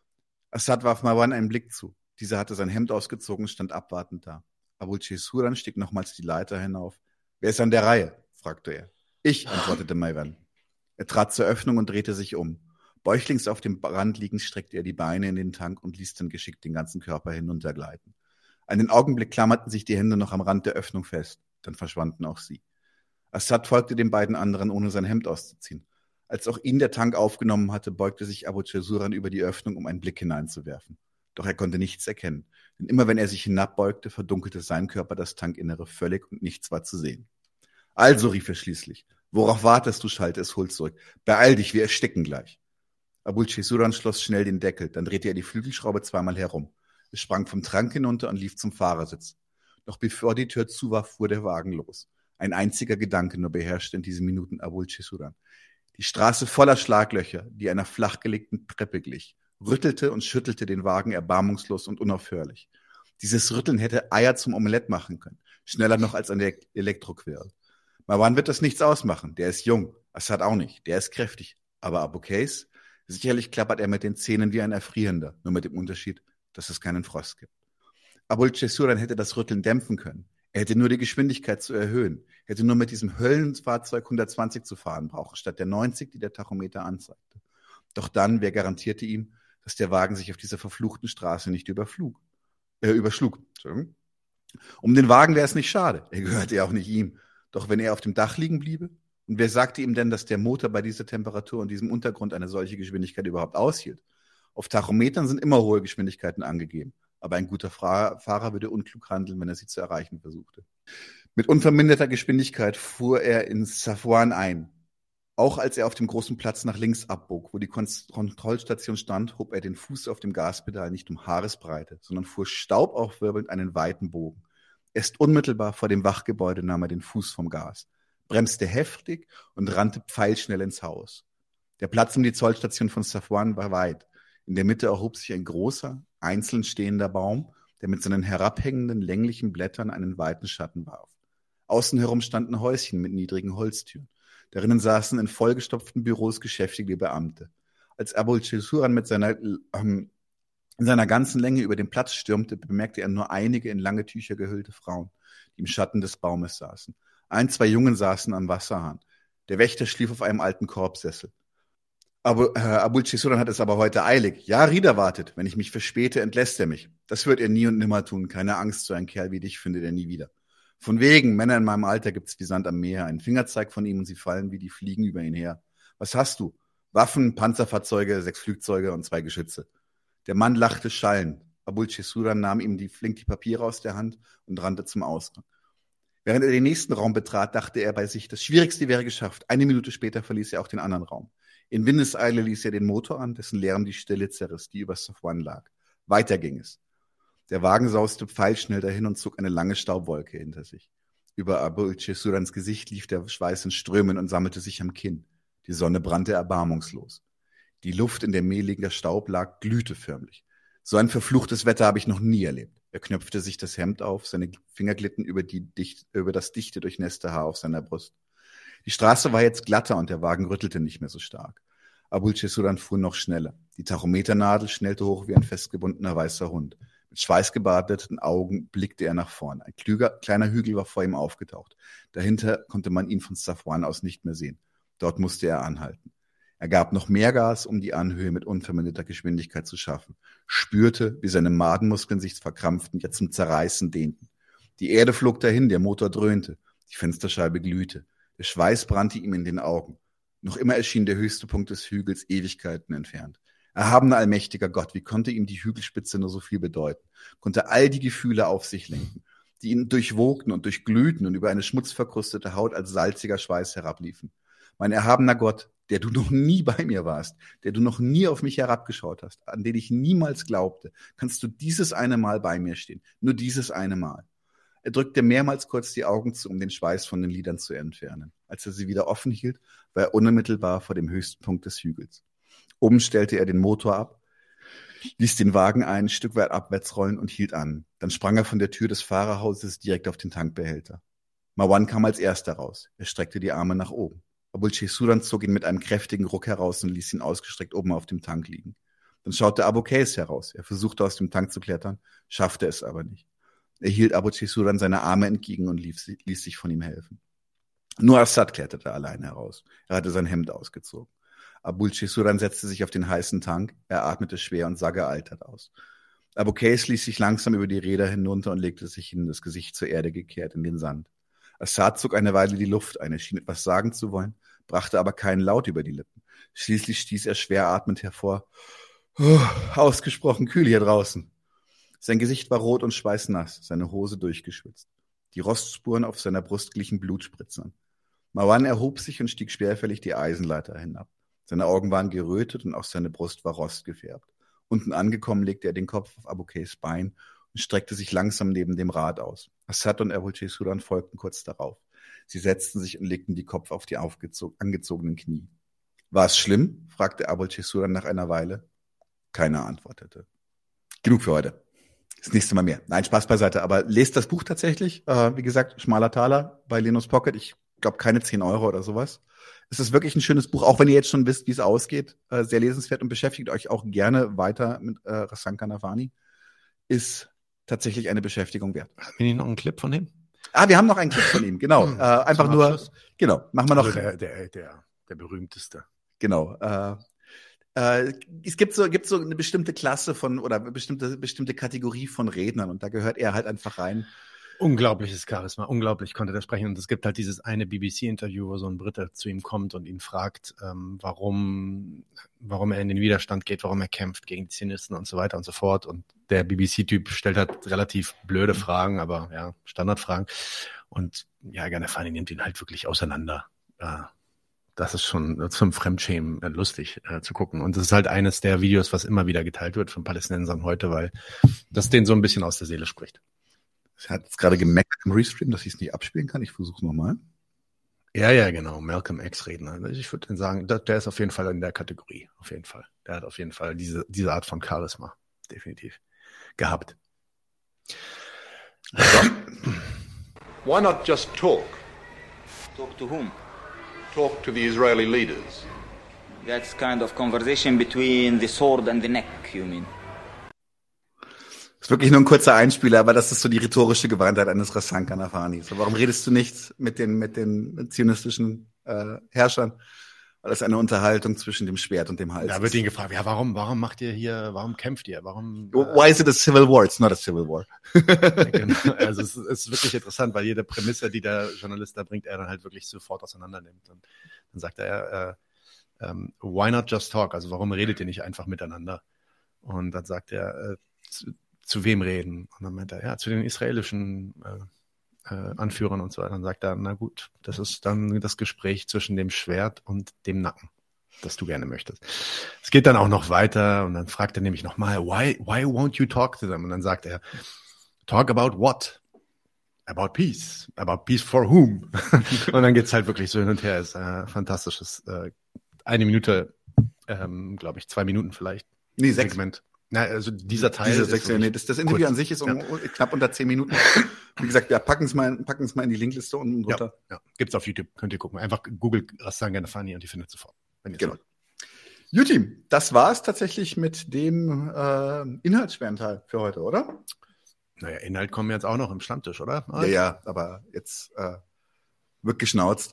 Assad warf Marwan einen Blick zu. Dieser hatte sein Hemd ausgezogen und stand abwartend da. Abu el-Chesuran stieg nochmals die Leiter hinauf. Wer ist an der Reihe? Fragte er. Ich, antwortete Marwan. Er trat zur Öffnung und drehte sich um. Bäuchlings auf dem Rand liegend streckte er die Beine in den Tank und ließ dann geschickt den ganzen Körper hinuntergleiten. Einen Augenblick klammerten sich die Hände noch am Rand der Öffnung fest. Dann verschwanden auch sie. Assad folgte den beiden anderen, ohne sein Hemd auszuziehen. Als auch ihn der Tank aufgenommen hatte, beugte sich Abu el-Chesuran über die Öffnung, um einen Blick hineinzuwerfen. Doch er konnte nichts erkennen. Denn immer wenn er sich hinabbeugte, verdunkelte sein Körper das Tankinnere völlig und nichts war zu sehen. Also, rief er schließlich, worauf wartest du, schalte es Hult zurück. Beeil dich, wir ersticken gleich. Abu el-Chesuran schloss schnell den Deckel, dann drehte er die Flügelschraube zweimal herum. Es sprang vom Tank hinunter und lief zum Fahrersitz. Doch bevor die Tür zu war, fuhr der Wagen los. Ein einziger Gedanke nur beherrschte in diesen Minuten Abu el-Chesuran. Die Straße voller Schlaglöcher, die einer flachgelegten Treppe glich, rüttelte und schüttelte den Wagen erbarmungslos und unaufhörlich. Dieses Rütteln hätte Eier zum Omelett machen können, schneller noch als an der Elektroquirl. Marwan wird das nichts ausmachen, der ist jung, Assad auch nicht, der ist kräftig. Aber Abu Qais, sicherlich klappert er mit den Zähnen wie ein Erfrierender, nur mit dem Unterschied, dass es keinen Frost gibt. Abu el-Chesuran hätte das Rütteln dämpfen können. Er hätte nur die Geschwindigkeit zu erhöhen, hätte nur mit diesem Höllenfahrzeug hundertzwanzig zu fahren brauchen, statt der neunzig, die der Tachometer anzeigte. Doch dann, wer garantierte ihm, dass der Wagen sich auf dieser verfluchten Straße nicht überflug, äh, überschlug? Um den Wagen wäre es nicht schade, er gehörte ja auch nicht ihm. Doch wenn er auf dem Dach liegen bliebe? Und wer sagte ihm denn, dass der Motor bei dieser Temperatur und diesem Untergrund eine solche Geschwindigkeit überhaupt aushielt? Auf Tachometern sind immer hohe Geschwindigkeiten angegeben. Aber ein guter Fahrer würde unklug handeln, wenn er sie zu erreichen versuchte. Mit unverminderter Geschwindigkeit fuhr er in Safwan ein. Auch als er auf dem großen Platz nach links abbog, wo die Kontrollstation stand, hob er den Fuß auf dem Gaspedal nicht um Haaresbreite, sondern fuhr staubaufwirbelnd einen weiten Bogen. Erst unmittelbar vor dem Wachgebäude nahm er den Fuß vom Gas, bremste heftig und rannte pfeilschnell ins Haus. Der Platz um die Zollstation von Safwan war weit. In der Mitte erhob sich ein großer, einzeln stehender Baum, der mit seinen herabhängenden, länglichen Blättern einen weiten Schatten warf. Außen herum standen Häuschen mit niedrigen Holztüren. Darinnen saßen in vollgestopften Büros geschäftige Beamte. Als Abul Chesuran mit seiner, ähm, in seiner ganzen Länge über den Platz stürmte, bemerkte er nur einige in lange Tücher gehüllte Frauen, die im Schatten des Baumes saßen. Ein, zwei Jungen saßen am Wasserhahn. Der Wächter schlief auf einem alten Korbsessel. Abu, äh, Abul Chesuran hat es aber heute eilig. Ja, Rieder wartet. Wenn ich mich verspäte, entlässt er mich. Das wird er nie und nimmer tun. Keine Angst, so ein Kerl wie dich findet er nie wieder. Von wegen, Männer in meinem Alter gibt's wie Sand am Meer. Ein Fingerzeig von ihm und sie fallen wie die Fliegen über ihn her. Was hast du? Waffen, Panzerfahrzeuge, sechs Flugzeuge und zwei Geschütze. Der Mann lachte schallend. Abul Chesuran nahm ihm die, flink die Papiere aus der Hand und rannte zum Ausgang. Während er den nächsten Raum betrat, dachte er bei sich, das Schwierigste wäre geschafft. Eine Minute später verließ er auch den anderen Raum. In Windeseile ließ er den Motor an, dessen Lärm die Stille zerriss, die über Safwan lag. Weiter ging es. Der Wagen sauste pfeilschnell dahin und zog eine lange Staubwolke hinter sich. Über Abul Chesurans Gesicht lief der Schweiß in Strömen und sammelte sich am Kinn. Die Sonne brannte erbarmungslos. Die Luft, in der mehliger Staub lag, glühte förmlich. So ein verfluchtes Wetter habe ich noch nie erlebt. Er knöpfte sich das Hemd auf, seine Finger glitten über, die dicht, über das dichte, durchnässte Haar auf seiner Brust. Die Straße war jetzt glatter und der Wagen rüttelte nicht mehr so stark. Abul Chesuran fuhr noch schneller. Die Tachometernadel schnellte hoch wie ein festgebundener weißer Hund. Mit schweißgebadeten Augen blickte er nach vorn. Ein klüger, kleiner Hügel war vor ihm aufgetaucht. Dahinter konnte man ihn von Safwan aus nicht mehr sehen. Dort musste er anhalten. Er gab noch mehr Gas, um die Anhöhe mit unverminderter Geschwindigkeit zu schaffen. Spürte, wie seine Madenmuskeln sich verkrampften, jetzt zum Zerreißen dehnten. Die Erde flog dahin, der Motor dröhnte. Die Fensterscheibe glühte. Der Schweiß brannte ihm in den Augen. Noch immer erschien der höchste Punkt des Hügels Ewigkeiten entfernt. Erhabener, allmächtiger Gott, wie konnte ihm die Hügelspitze nur so viel bedeuten? Konnte all die Gefühle auf sich lenken, die ihn durchwogten und durchglühten und über eine schmutzverkrustete Haut als salziger Schweiß herabliefen. Mein erhabener Gott, der du noch nie bei mir warst, der du noch nie auf mich herabgeschaut hast, an den ich niemals glaubte, kannst du dieses eine Mal bei mir stehen. Nur dieses eine Mal. Er drückte mehrmals kurz die Augen zu, um den Schweiß von den Lidern zu entfernen. Als er sie wieder offen hielt, war er unmittelbar vor dem höchsten Punkt des Hügels. Oben stellte er den Motor ab, ließ den Wagen ein Stück weit abwärts rollen und hielt an. Dann sprang er von der Tür des Fahrerhauses direkt auf den Tankbehälter. Marwan kam als erster raus. Er streckte die Arme nach oben. Abul Chesuran zog ihn mit einem kräftigen Ruck heraus und ließ ihn ausgestreckt oben auf dem Tank liegen. Dann schaute Abu Qais heraus. Er versuchte aus dem Tank zu klettern, schaffte es aber nicht. Er hielt Abul Chesuran seine Arme entgegen und ließ, ließ sich von ihm helfen. Nur Assad kletterte allein heraus. Er hatte sein Hemd ausgezogen. Abul Chesuran setzte sich auf den heißen Tank. Er atmete schwer und sah gealtert aus. Abu Qais ließ sich langsam über die Räder hinunter und legte sich hin, das Gesicht zur Erde gekehrt in den Sand. Assad zog eine Weile die Luft ein. Er schien etwas sagen zu wollen, brachte aber keinen Laut über die Lippen. Schließlich stieß er schwer atmend hervor. Oh, ausgesprochen kühl hier draußen. Sein Gesicht war rot und schweißnass, seine Hose durchgeschwitzt. Die Rostspuren auf seiner Brust glichen Blutspritzern. Marwan erhob sich und stieg schwerfällig die Eisenleiter hinab. Seine Augen waren gerötet und auch seine Brust war rostgefärbt. Unten angekommen legte er den Kopf auf Abu Qais Bein und streckte sich langsam neben dem Rad aus. Assad und Abul Chesuran folgten kurz darauf. Sie setzten sich und legten die Kopf auf die angezogenen Knie. War es schlimm? Fragte Abul Chesuran nach einer Weile. Keiner antwortete. Genug für heute. Das nächste Mal mehr. Nein, Spaß beiseite. Aber lest das Buch tatsächlich. Äh, wie gesagt, schmaler Taler bei Linus Pocket. Ich glaube, keine zehn Euro oder sowas. Es ist wirklich ein schönes Buch, auch wenn ihr jetzt schon wisst, wie es ausgeht. Äh, sehr lesenswert und beschäftigt euch auch gerne weiter mit äh, Rassan Kanafani. Ist tatsächlich eine Beschäftigung wert. Haben wir nicht noch einen Clip von ihm? Ah, wir haben noch einen Clip von ihm, genau. äh, einfach nur, genau, machen wir noch. Also der, der, der, der berühmteste. Genau. Äh, äh, es gibt so, gibt so eine bestimmte Klasse von, oder bestimmte, bestimmte Kategorie von Rednern und da gehört er halt einfach rein. Unglaubliches Charisma, unglaublich konnte der sprechen. Und es gibt halt dieses eine B B C-Interview, wo so ein Brite zu ihm kommt und ihn fragt, ähm, warum, warum er in den Widerstand geht, warum er kämpft gegen die Zionisten und so weiter und so fort. Und der B B C-Typ stellt halt relativ blöde Fragen, aber ja, Standardfragen. Und ja, Kanafani nimmt ihn halt wirklich auseinander. Ja, das ist schon zum Fremdschämen lustig äh, zu gucken. Und das ist halt eines der Videos, was immer wieder geteilt wird von Palästinensern heute, weil das denen so ein bisschen aus der Seele spricht. Er hat jetzt gerade gemerkt im Restream, dass ich es nicht abspielen kann. Ich versuche es nochmal. Ja, ja, genau. Malcolm X-Redner. Ich würde sagen, der ist auf jeden Fall in der Kategorie. Auf jeden Fall. Der hat auf jeden Fall diese, diese Art von Charisma. Definitiv. Gehabt. Why not just talk? Talk to whom? Talk to the Israeli leaders. That's kind of conversation between the sword and the neck, you mean? Das ist wirklich nur ein kurzer Einspieler, aber das ist so die rhetorische Gewandtheit eines Rassan Kanafani. So, warum redest du nicht mit den, mit den zionistischen äh, Herrschern? Weil das eine Unterhaltung zwischen dem Schwert und dem Hals ist. Da wird ihn gefragt, ja, warum, warum macht ihr hier, warum kämpft ihr? Warum? Why is it a civil war? It's not a civil war. Genau. Also es ist, es ist wirklich interessant, weil jede Prämisse, die der Journalist da bringt, er dann halt wirklich sofort auseinander nimmt. Und dann sagt er, äh, äh, why not just talk? Also warum redet ihr nicht einfach miteinander? Und dann sagt er, äh, zu, zu wem reden? Und dann meint er, ja, zu den israelischen äh, äh, Anführern und so weiter. Dann sagt er, na gut, das ist dann das Gespräch zwischen dem Schwert und dem Nacken, das du gerne möchtest. Es geht dann auch noch weiter und dann fragt er nämlich nochmal, why, why won't you talk to them? Und dann sagt er, talk about what? About peace. About peace for whom? Und dann geht's halt wirklich so hin und her. Ist ein fantastisches, äh, eine Minute, ähm, glaube ich, zwei Minuten vielleicht. Nee, sechs. Segment. Na, also dieser Teil. Diese sechs, nee, das, das Interview kurz. An sich ist um, ja. knapp unter zehn Minuten. Wie gesagt, ja, packen es mal, packen es mal in die Linkliste unten runter. Ja, ja, gibt's auf YouTube, könnt ihr gucken. Einfach Google Rassan Kanafani und ihr findet sofort. Wenn ihr genau. Juti, das war's tatsächlich mit dem äh, inhaltsschweren Teil für heute, oder? Naja, Inhalt kommen jetzt auch noch im Stammtisch, oder? Ja, ja, aber jetzt äh, wird geschnauzt.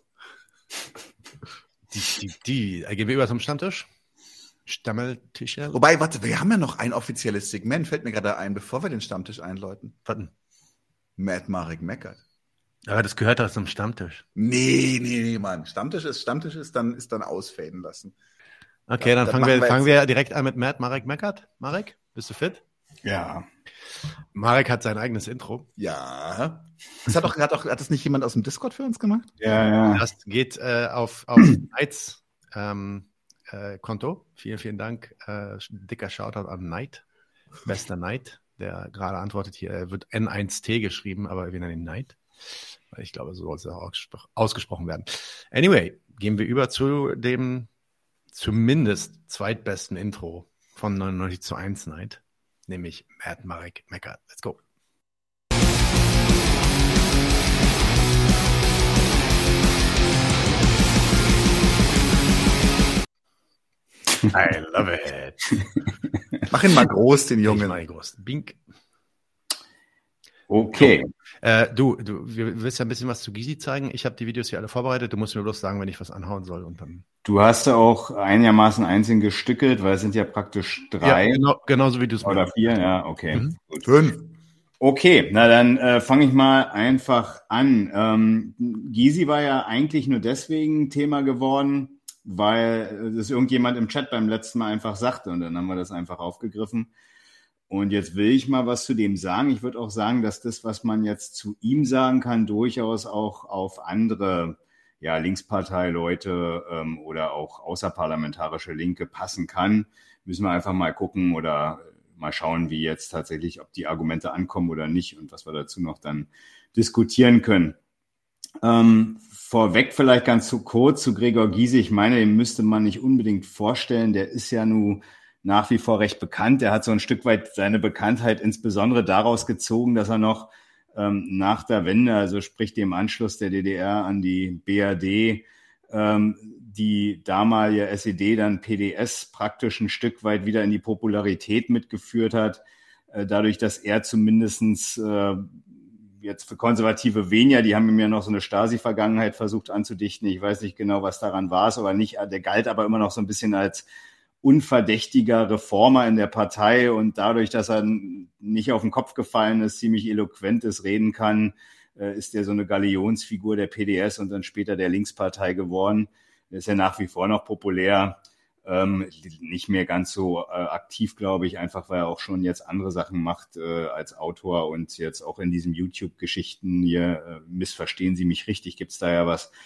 Die, die, die. Gehen wir über zum Stammtisch? Stammeltische. Wobei, warte, wir haben ja noch ein offizielles Segment, fällt mir gerade ein, bevor wir den Stammtisch einläuten. Warten. Matt Marek meckert. Aber das gehört doch zum Stammtisch. Nee, nee, nee, Mann. Stammtisch ist, Stammtisch ist dann, ist dann ausfaden lassen. Okay, dann, dann fangen wir, wir fangen wir direkt an mit Matt Marek meckert. Marek, bist du fit? Ja. Marek hat sein eigenes Intro. Ja. Das hat doch, hat doch, hat das nicht jemand aus dem Discord für uns gemacht? Ja, ja. Das geht äh, auf, auf Knights ähm, äh, Konto. Vielen, vielen Dank. Äh, dicker Shoutout an Knight. Bester Knight, der gerade antwortet hier. Er wird N eins T geschrieben, aber wir nennen ihn Knight. Weil ich glaube, so soll es auch ausgesprochen werden. Anyway, gehen wir über zu dem zumindest zweitbesten Intro von neunundneunzig zu eins Knight. Nämlich Matt Marek meckert. Let's go. I love it. Mach ihn mal groß, den Jungen. Ich mach ihn groß. Bink. Okay. So, äh, du, du, wir willst ja ein bisschen was zu Gysi zeigen. Ich habe die Videos hier alle vorbereitet. Du musst mir bloß sagen, wenn ich was anhauen soll. Und dann. Du hast ja auch einigermaßen einzeln gestückelt, weil es sind ja praktisch drei. Ja, genau, genauso wie du es machst. Oder vier, ja, okay. Mhm. Gut. Fünf. Okay, na dann äh, fange ich mal einfach an. Ähm, Gysi war ja eigentlich nur deswegen Thema geworden, weil das irgendjemand im Chat beim letzten Mal einfach sagte und dann haben wir das einfach aufgegriffen. Und jetzt will ich mal was zu dem sagen. Ich würde auch sagen, dass das, was man jetzt zu ihm sagen kann, durchaus auch auf andere ja, Linksparteileute ähm, oder auch außerparlamentarische Linke passen kann. Müssen wir einfach mal gucken oder mal schauen, wie jetzt tatsächlich, ob die Argumente ankommen oder nicht und was wir dazu noch dann diskutieren können. Ähm, vorweg vielleicht ganz zu kurz zu Gregor Gysi. Ich meine, den müsste man nicht unbedingt vorstellen. Der ist ja nun nach wie vor recht bekannt. Er hat so ein Stück weit seine Bekanntheit insbesondere daraus gezogen, dass er noch ähm, nach der Wende, also sprich dem Anschluss der D D R an die B R D, ähm, die damalige S E D, dann P D S, praktisch ein Stück weit wieder in die Popularität mitgeführt hat. Äh, dadurch, dass er zumindestens äh, jetzt für Konservative weniger, die haben ihm ja noch so eine Stasi-Vergangenheit versucht anzudichten. Ich weiß nicht genau, was daran war, aber nicht, der galt aber immer noch so ein bisschen als unverdächtiger Reformer in der Partei und dadurch, dass er nicht auf den Kopf gefallen ist, ziemlich eloquentes reden kann, ist er so eine Galionsfigur der P D S und dann später der Linkspartei geworden. Er ist ja nach wie vor noch populär, ähm, nicht mehr ganz so äh, aktiv, glaube ich, einfach weil er auch schon jetzt andere Sachen macht äh, als Autor und jetzt auch in diesen YouTube-Geschichten hier, äh, missverstehen Sie mich richtig, gibt's da ja was,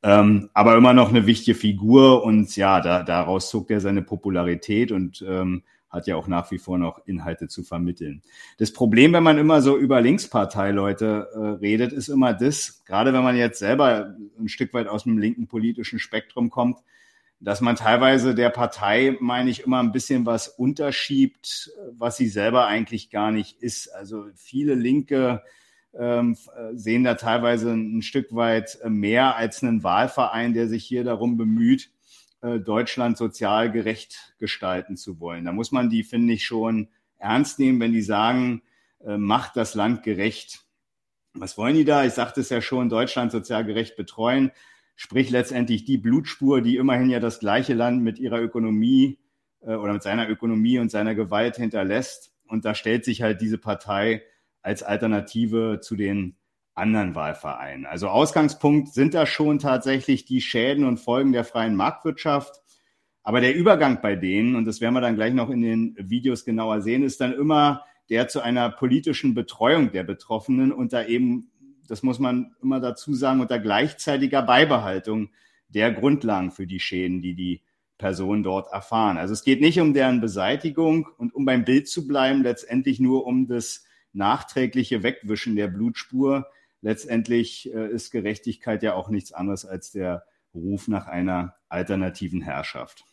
Ähm, aber immer noch eine wichtige Figur und ja, da, daraus zog er seine Popularität und ähm, hat ja auch nach wie vor noch Inhalte zu vermitteln. Das Problem, wenn man immer so über Linksparteileute äh, redet, ist immer das, gerade wenn man jetzt selber ein Stück weit aus dem linken politischen Spektrum kommt, dass man teilweise der Partei, meine ich, immer ein bisschen was unterschiebt, was sie selber eigentlich gar nicht ist. Also viele Linke ähm, sehen da teilweise ein Stück weit mehr als einen Wahlverein, der sich hier darum bemüht, äh, Deutschland sozial gerecht gestalten zu wollen. Da muss man die, finde ich, schon ernst nehmen, wenn die sagen, äh, macht das Land gerecht. Was wollen die da? Ich sagte es ja schon, Deutschland sozial gerecht betreuen. Sprich letztendlich die Blutspur, die immerhin ja das gleiche Land mit ihrer Ökonomie äh, oder mit seiner Ökonomie und seiner Gewalt hinterlässt. Und da stellt sich halt diese Partei als Alternative zu den anderen Wahlvereinen. Also Ausgangspunkt sind da schon tatsächlich die Schäden und Folgen der freien Marktwirtschaft. Aber der Übergang bei denen, und das werden wir dann gleich noch in den Videos genauer sehen, ist dann immer der zu einer politischen Betreuung der Betroffenen unter eben, das muss man immer dazu sagen, unter gleichzeitiger Beibehaltung der Grundlagen für die Schäden, die die Personen dort erfahren. Also es geht nicht um deren Beseitigung und um beim Bild zu bleiben, letztendlich nur um das nachträgliche Wegwischen der Blutspur. Letztendlich äh, ist Gerechtigkeit ja auch nichts anderes als der Ruf nach einer alternativen Herrschaft.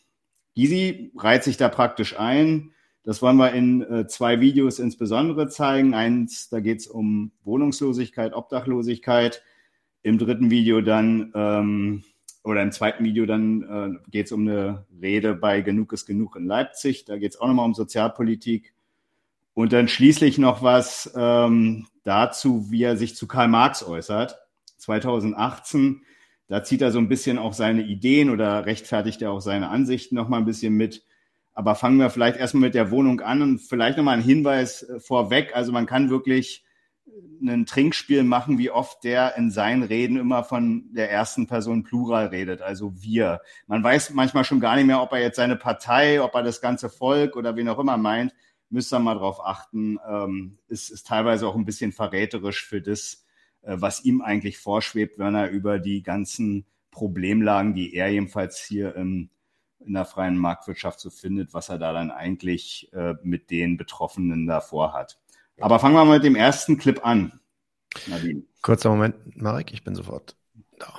Gysi reiht sich da praktisch ein. Das wollen wir in äh, zwei Videos insbesondere zeigen. Eins, da geht es um Wohnungslosigkeit, Obdachlosigkeit. Im dritten Video dann, ähm, oder im zweiten Video dann äh, geht es um eine Rede bei Genug ist genug in Leipzig. Da geht es auch nochmal um Sozialpolitik. Und dann schließlich noch was ähm, dazu, wie er sich zu Karl Marx äußert. zweitausendachtzehn, da zieht er so ein bisschen auch seine Ideen oder rechtfertigt er auch seine Ansichten noch mal ein bisschen mit. Aber fangen wir vielleicht erstmal mit der Wohnung an und vielleicht noch mal ein Hinweis äh, vorweg. Also man kann wirklich ein Trinkspiel machen, wie oft der in seinen Reden immer von der ersten Person Plural redet, also wir. Man weiß manchmal schon gar nicht mehr, ob er jetzt seine Partei, ob er das ganze Volk oder wen auch immer meint. Müsst ihr mal drauf achten, ähm, ist, ist teilweise auch ein bisschen verräterisch für das, äh, was ihm eigentlich vorschwebt, wenn er über die ganzen Problemlagen, die er jedenfalls hier im, in der freien Marktwirtschaft so findet, was er da dann eigentlich äh, mit den Betroffenen davor hat. Aber fangen wir mal mit dem ersten Clip an. Nadine. Kurzer Moment, Marek, ich bin sofort da.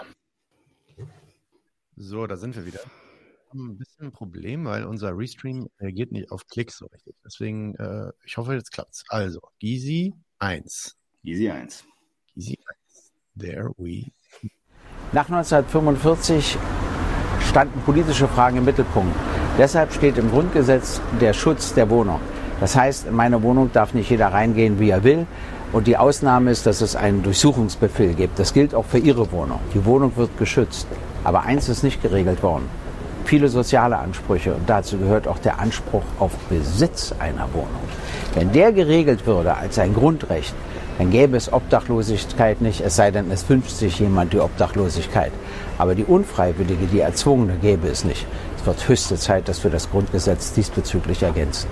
So, da sind wir wieder. Ein bisschen ein Problem, weil unser Restream reagiert nicht auf Klicks so richtig. Deswegen, äh, ich hoffe, jetzt klappt's. Also, Gysi eins. Gysi eins. Gysi eins. There we. Nach neunzehnhundertfünfundvierzig standen politische Fragen im Mittelpunkt. Deshalb steht im Grundgesetz der Schutz der Wohnung. Das heißt, in meine Wohnung darf nicht jeder reingehen, wie er will. Und die Ausnahme ist, dass es einen Durchsuchungsbefehl gibt. Das gilt auch für Ihre Wohnung. Die Wohnung wird geschützt. Aber eins ist nicht geregelt worden. Viele soziale Ansprüche und dazu gehört auch der Anspruch auf Besitz einer Wohnung. Wenn der geregelt würde als ein Grundrecht, dann gäbe es Obdachlosigkeit nicht, es sei denn, es wünscht sich jemand die Obdachlosigkeit. Aber die unfreiwillige, die erzwungene gäbe es nicht. Es wird höchste Zeit, dass wir das Grundgesetz diesbezüglich ergänzen.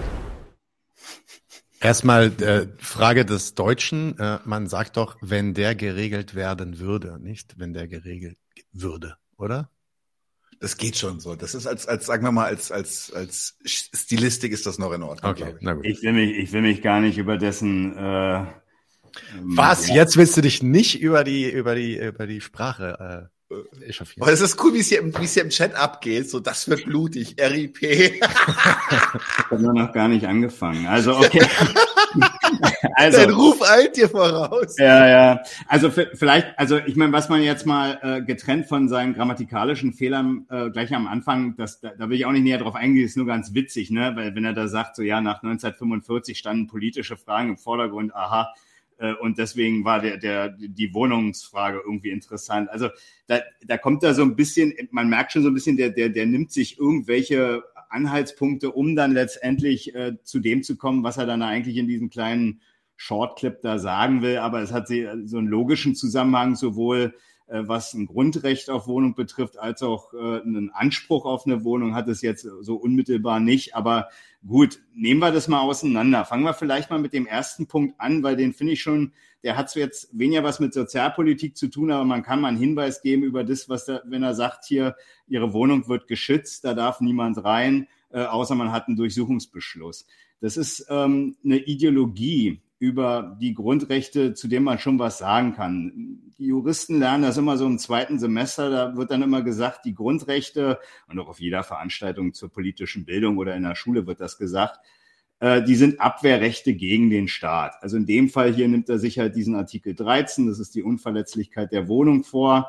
Erstmal äh, Frage des Deutschen. Äh, man sagt doch, wenn der geregelt werden würde, nicht wenn der geregelt würde, oder? Das geht schon so. Das ist als, als sagen wir mal, als, als, als Stilistik ist das noch in Ordnung. Okay, na gut. Ich will mich, ich will mich gar nicht über dessen. Äh, Was? Ja. Jetzt willst du dich nicht über die, über die, über die Sprache äh, echauffieren? Aber es ist cool, wie es hier, wie es hier im Chat abgeht. So, das wird blutig. R I P. Haben wir noch gar nicht angefangen. Also okay. Also, dein Ruf eilt dir voraus. Ja, ja. Also vielleicht, also ich meine, was man jetzt mal äh, getrennt von seinen grammatikalischen Fehlern äh, gleich am Anfang, das, da, da will ich auch nicht näher drauf eingehen, ist nur ganz witzig, ne? Weil wenn er da sagt, so ja, nach neunzehnhundertfünfundvierzig standen politische Fragen im Vordergrund, aha, äh, und deswegen war der, der die Wohnungsfrage irgendwie interessant. Also da, da kommt da so ein bisschen, man merkt schon so ein bisschen, der, der, der nimmt sich irgendwelche Anhaltspunkte, um dann letztendlich äh, zu dem zu kommen, was er dann eigentlich in diesem kleinen Shortclip da sagen will. Aber es hat so einen logischen Zusammenhang, sowohl äh, was ein Grundrecht auf Wohnung betrifft, als auch äh, einen Anspruch auf eine Wohnung hat es jetzt so unmittelbar nicht. Aber gut, nehmen wir das mal auseinander. Fangen wir vielleicht mal mit dem ersten Punkt an, weil den finde ich schon, der hat jetzt weniger was mit Sozialpolitik zu tun, aber man kann mal einen Hinweis geben über das, was da, wenn er sagt, hier, Ihre Wohnung wird geschützt, da darf niemand rein, äh, außer man hat einen Durchsuchungsbeschluss. Das ist ähm, eine Ideologie über die Grundrechte, zu dem man schon was sagen kann. Die Juristen lernen das immer so im zweiten Semester, da wird dann immer gesagt, die Grundrechte, und auch auf jeder Veranstaltung zur politischen Bildung oder in der Schule wird das gesagt, äh, die sind Abwehrrechte gegen den Staat. Also in dem Fall hier nimmt er sich halt diesen Artikel dreizehn, das ist die Unverletzlichkeit der Wohnung vor.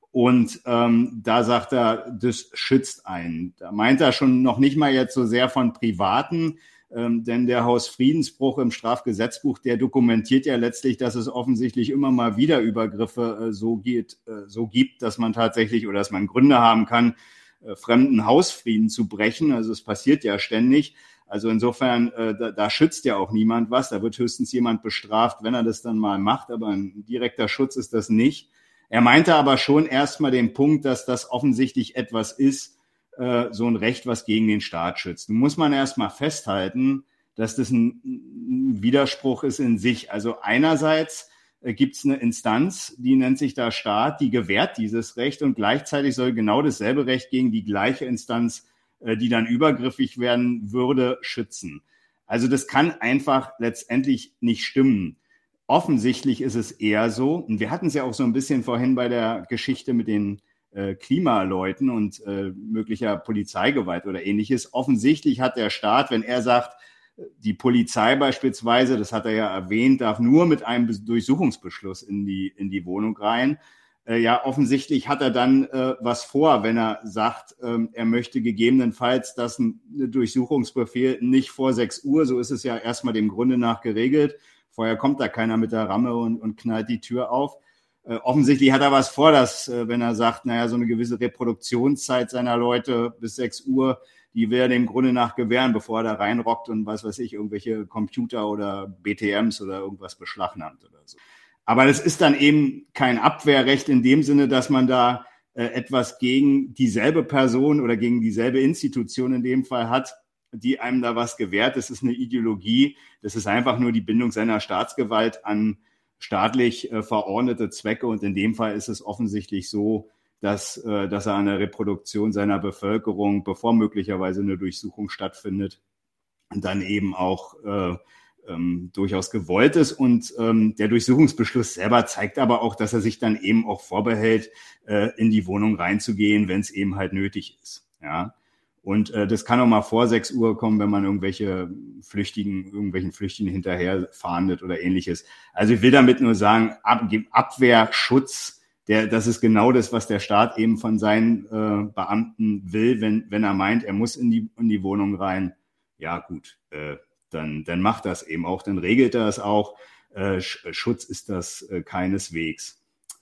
Und ähm, da sagt er, das schützt einen. Da meint er schon noch nicht mal jetzt so sehr von Privaten, Ähm, denn der Hausfriedensbruch im Strafgesetzbuch, der dokumentiert ja letztlich, dass es offensichtlich immer mal wieder Übergriffe äh, so, geht, äh, so gibt, dass man tatsächlich oder dass man Gründe haben kann, äh, fremden Hausfrieden zu brechen. Also es passiert ja ständig. Also insofern, äh, da, da schützt ja auch niemand was. Da wird höchstens jemand bestraft, wenn er das dann mal macht. Aber ein direkter Schutz ist das nicht. Er meinte aber schon erstmal den Punkt, dass das offensichtlich etwas ist, so ein Recht, was gegen den Staat schützt. Nun muss man erstmal festhalten, dass das ein Widerspruch ist in sich. Also einerseits gibt es eine Instanz, die nennt sich da Staat, die gewährt dieses Recht und gleichzeitig soll genau dasselbe Recht gegen die gleiche Instanz, die dann übergriffig werden würde, schützen. Also das kann einfach letztendlich nicht stimmen. Offensichtlich ist es eher so, und wir hatten es ja auch so ein bisschen vorhin bei der Geschichte mit den Klimaleuten und äh, möglicher Polizeigewalt oder ähnliches. Offensichtlich hat der Staat, wenn er sagt, die Polizei beispielsweise, das hat er ja erwähnt, darf nur mit einem Durchsuchungsbeschluss in die, in die Wohnung rein. Äh, ja, offensichtlich hat er dann äh, was vor, wenn er sagt, äh, er möchte gegebenenfalls, dass ein Durchsuchungsbefehl nicht vor sechs Uhr, so ist es ja erstmal dem Grunde nach geregelt, vorher kommt da keiner mit der Ramme und, und knallt die Tür auf. Äh, offensichtlich hat er was vor, dass, äh, wenn er sagt, naja, so eine gewisse Reproduktionszeit seiner Leute bis sechs Uhr, die will er dem Grunde nach gewähren, bevor er da reinrockt und was weiß ich, irgendwelche Computer oder B T Ms oder irgendwas beschlagnahmt oder so. Aber das ist dann eben kein Abwehrrecht in dem Sinne, dass man da äh, etwas gegen dieselbe Person oder gegen dieselbe Institution in dem Fall hat, die einem da was gewährt. Das ist eine Ideologie, das ist einfach nur die Bindung seiner Staatsgewalt an staatlich äh, verordnete Zwecke und in dem Fall ist es offensichtlich so, dass, äh, dass er an der Reproduktion seiner Bevölkerung, bevor möglicherweise eine Durchsuchung stattfindet, dann eben auch äh, ähm, durchaus gewollt ist und ähm, der Durchsuchungsbeschluss selber zeigt aber auch, dass er sich dann eben auch vorbehält, äh, in die Wohnung reinzugehen, wenn es eben halt nötig ist, ja. Und äh, das kann auch mal vor sechs Uhr kommen, wenn man irgendwelche Flüchtigen, irgendwelchen Flüchtigen hinterher fahndet oder ähnliches. Also ich will damit nur sagen, Ab- Abwehrschutz, der, das ist genau das, was der Staat eben von seinen äh, Beamten will, wenn, wenn er meint, er muss in die, in die Wohnung rein. Ja gut, äh, dann, dann macht das eben auch, dann regelt er es auch. Äh, Schutz ist das äh, keineswegs.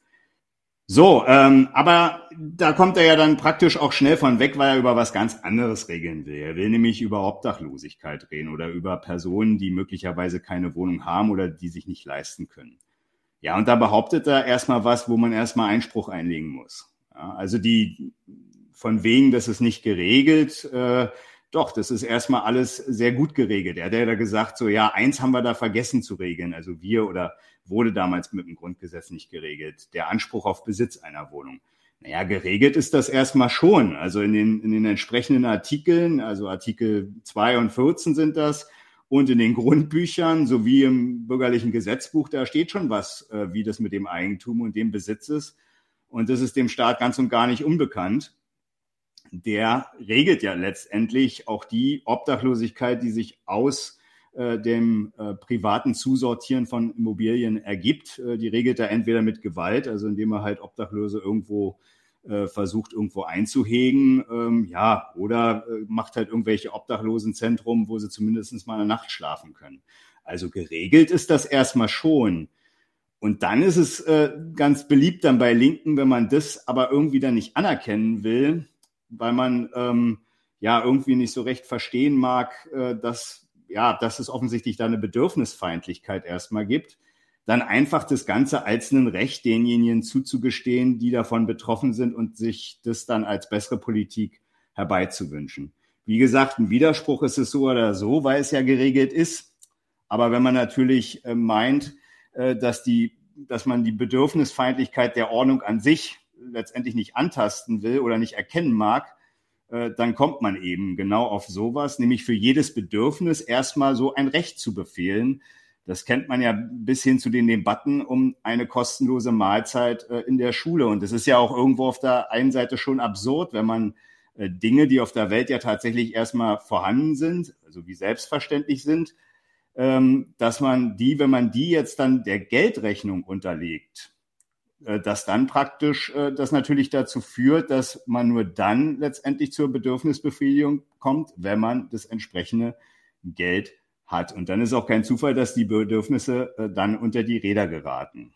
So, ähm, aber da kommt er ja dann praktisch auch schnell von weg, weil er über was ganz anderes regeln will. Er will nämlich über Obdachlosigkeit reden oder über Personen, die möglicherweise keine Wohnung haben oder die sich nicht leisten können. Ja, und da behauptet er erstmal was, wo man erstmal Einspruch einlegen muss. Ja, also die, von wegen, das ist nicht geregelt, äh, doch, das ist erstmal alles sehr gut geregelt. Er hat ja da gesagt, so, ja, eins haben wir da vergessen zu regeln, also wir oder wurde damals mit dem Grundgesetz nicht geregelt, der Anspruch auf Besitz einer Wohnung. Naja, geregelt ist das erstmal schon. Also in den, in den entsprechenden Artikeln, also Artikel zwei und vierzehn sind das, und in den Grundbüchern sowie im bürgerlichen Gesetzbuch, da steht schon was, äh, wie das mit dem Eigentum und dem Besitz ist. Und das ist dem Staat ganz und gar nicht unbekannt. Der regelt ja letztendlich auch die Obdachlosigkeit, die sich aus dem äh, privaten Zusortieren von Immobilien ergibt. Äh, die regelt er entweder mit Gewalt, also indem er halt Obdachlose irgendwo äh, versucht, irgendwo einzuhegen, ähm, ja, oder äh, macht halt irgendwelche Obdachlosenzentrum, wo sie zumindest mal eine Nacht schlafen können. Also geregelt ist das erstmal schon. Und dann ist es äh, ganz beliebt dann bei Linken, wenn man das aber irgendwie dann nicht anerkennen will, weil man ähm, ja irgendwie nicht so recht verstehen mag, äh, dass ja, dass es offensichtlich da eine Bedürfnisfeindlichkeit erstmal gibt, dann einfach das Ganze als ein Recht denjenigen zuzugestehen, die davon betroffen sind und sich das dann als bessere Politik herbeizuwünschen. Wie gesagt, ein Widerspruch ist es so oder so, weil es ja geregelt ist. Aber wenn man natürlich äh, meint, äh, dass die, dass man die Bedürfnisfeindlichkeit der Ordnung an sich letztendlich nicht antasten will oder nicht erkennen mag, äh, dann kommt man eben genau auf sowas, nämlich für jedes Bedürfnis erstmal so ein Recht zu befehlen. Das kennt man ja bis hin zu den Debatten um eine kostenlose Mahlzeit äh, in der Schule. Und das ist ja auch irgendwo auf der einen Seite schon absurd, wenn man äh, Dinge, die auf der Welt ja tatsächlich erstmal vorhanden sind, also wie selbstverständlich sind, ähm, dass man die, wenn man die jetzt dann der Geldrechnung unterlegt, äh, dass dann praktisch äh, das natürlich dazu führt, dass man nur dann letztendlich zur Bedürfnisbefriedigung kommt, wenn man das entsprechende Geld hat. Und dann ist auch kein Zufall, dass die Bedürfnisse äh, dann unter die Räder geraten.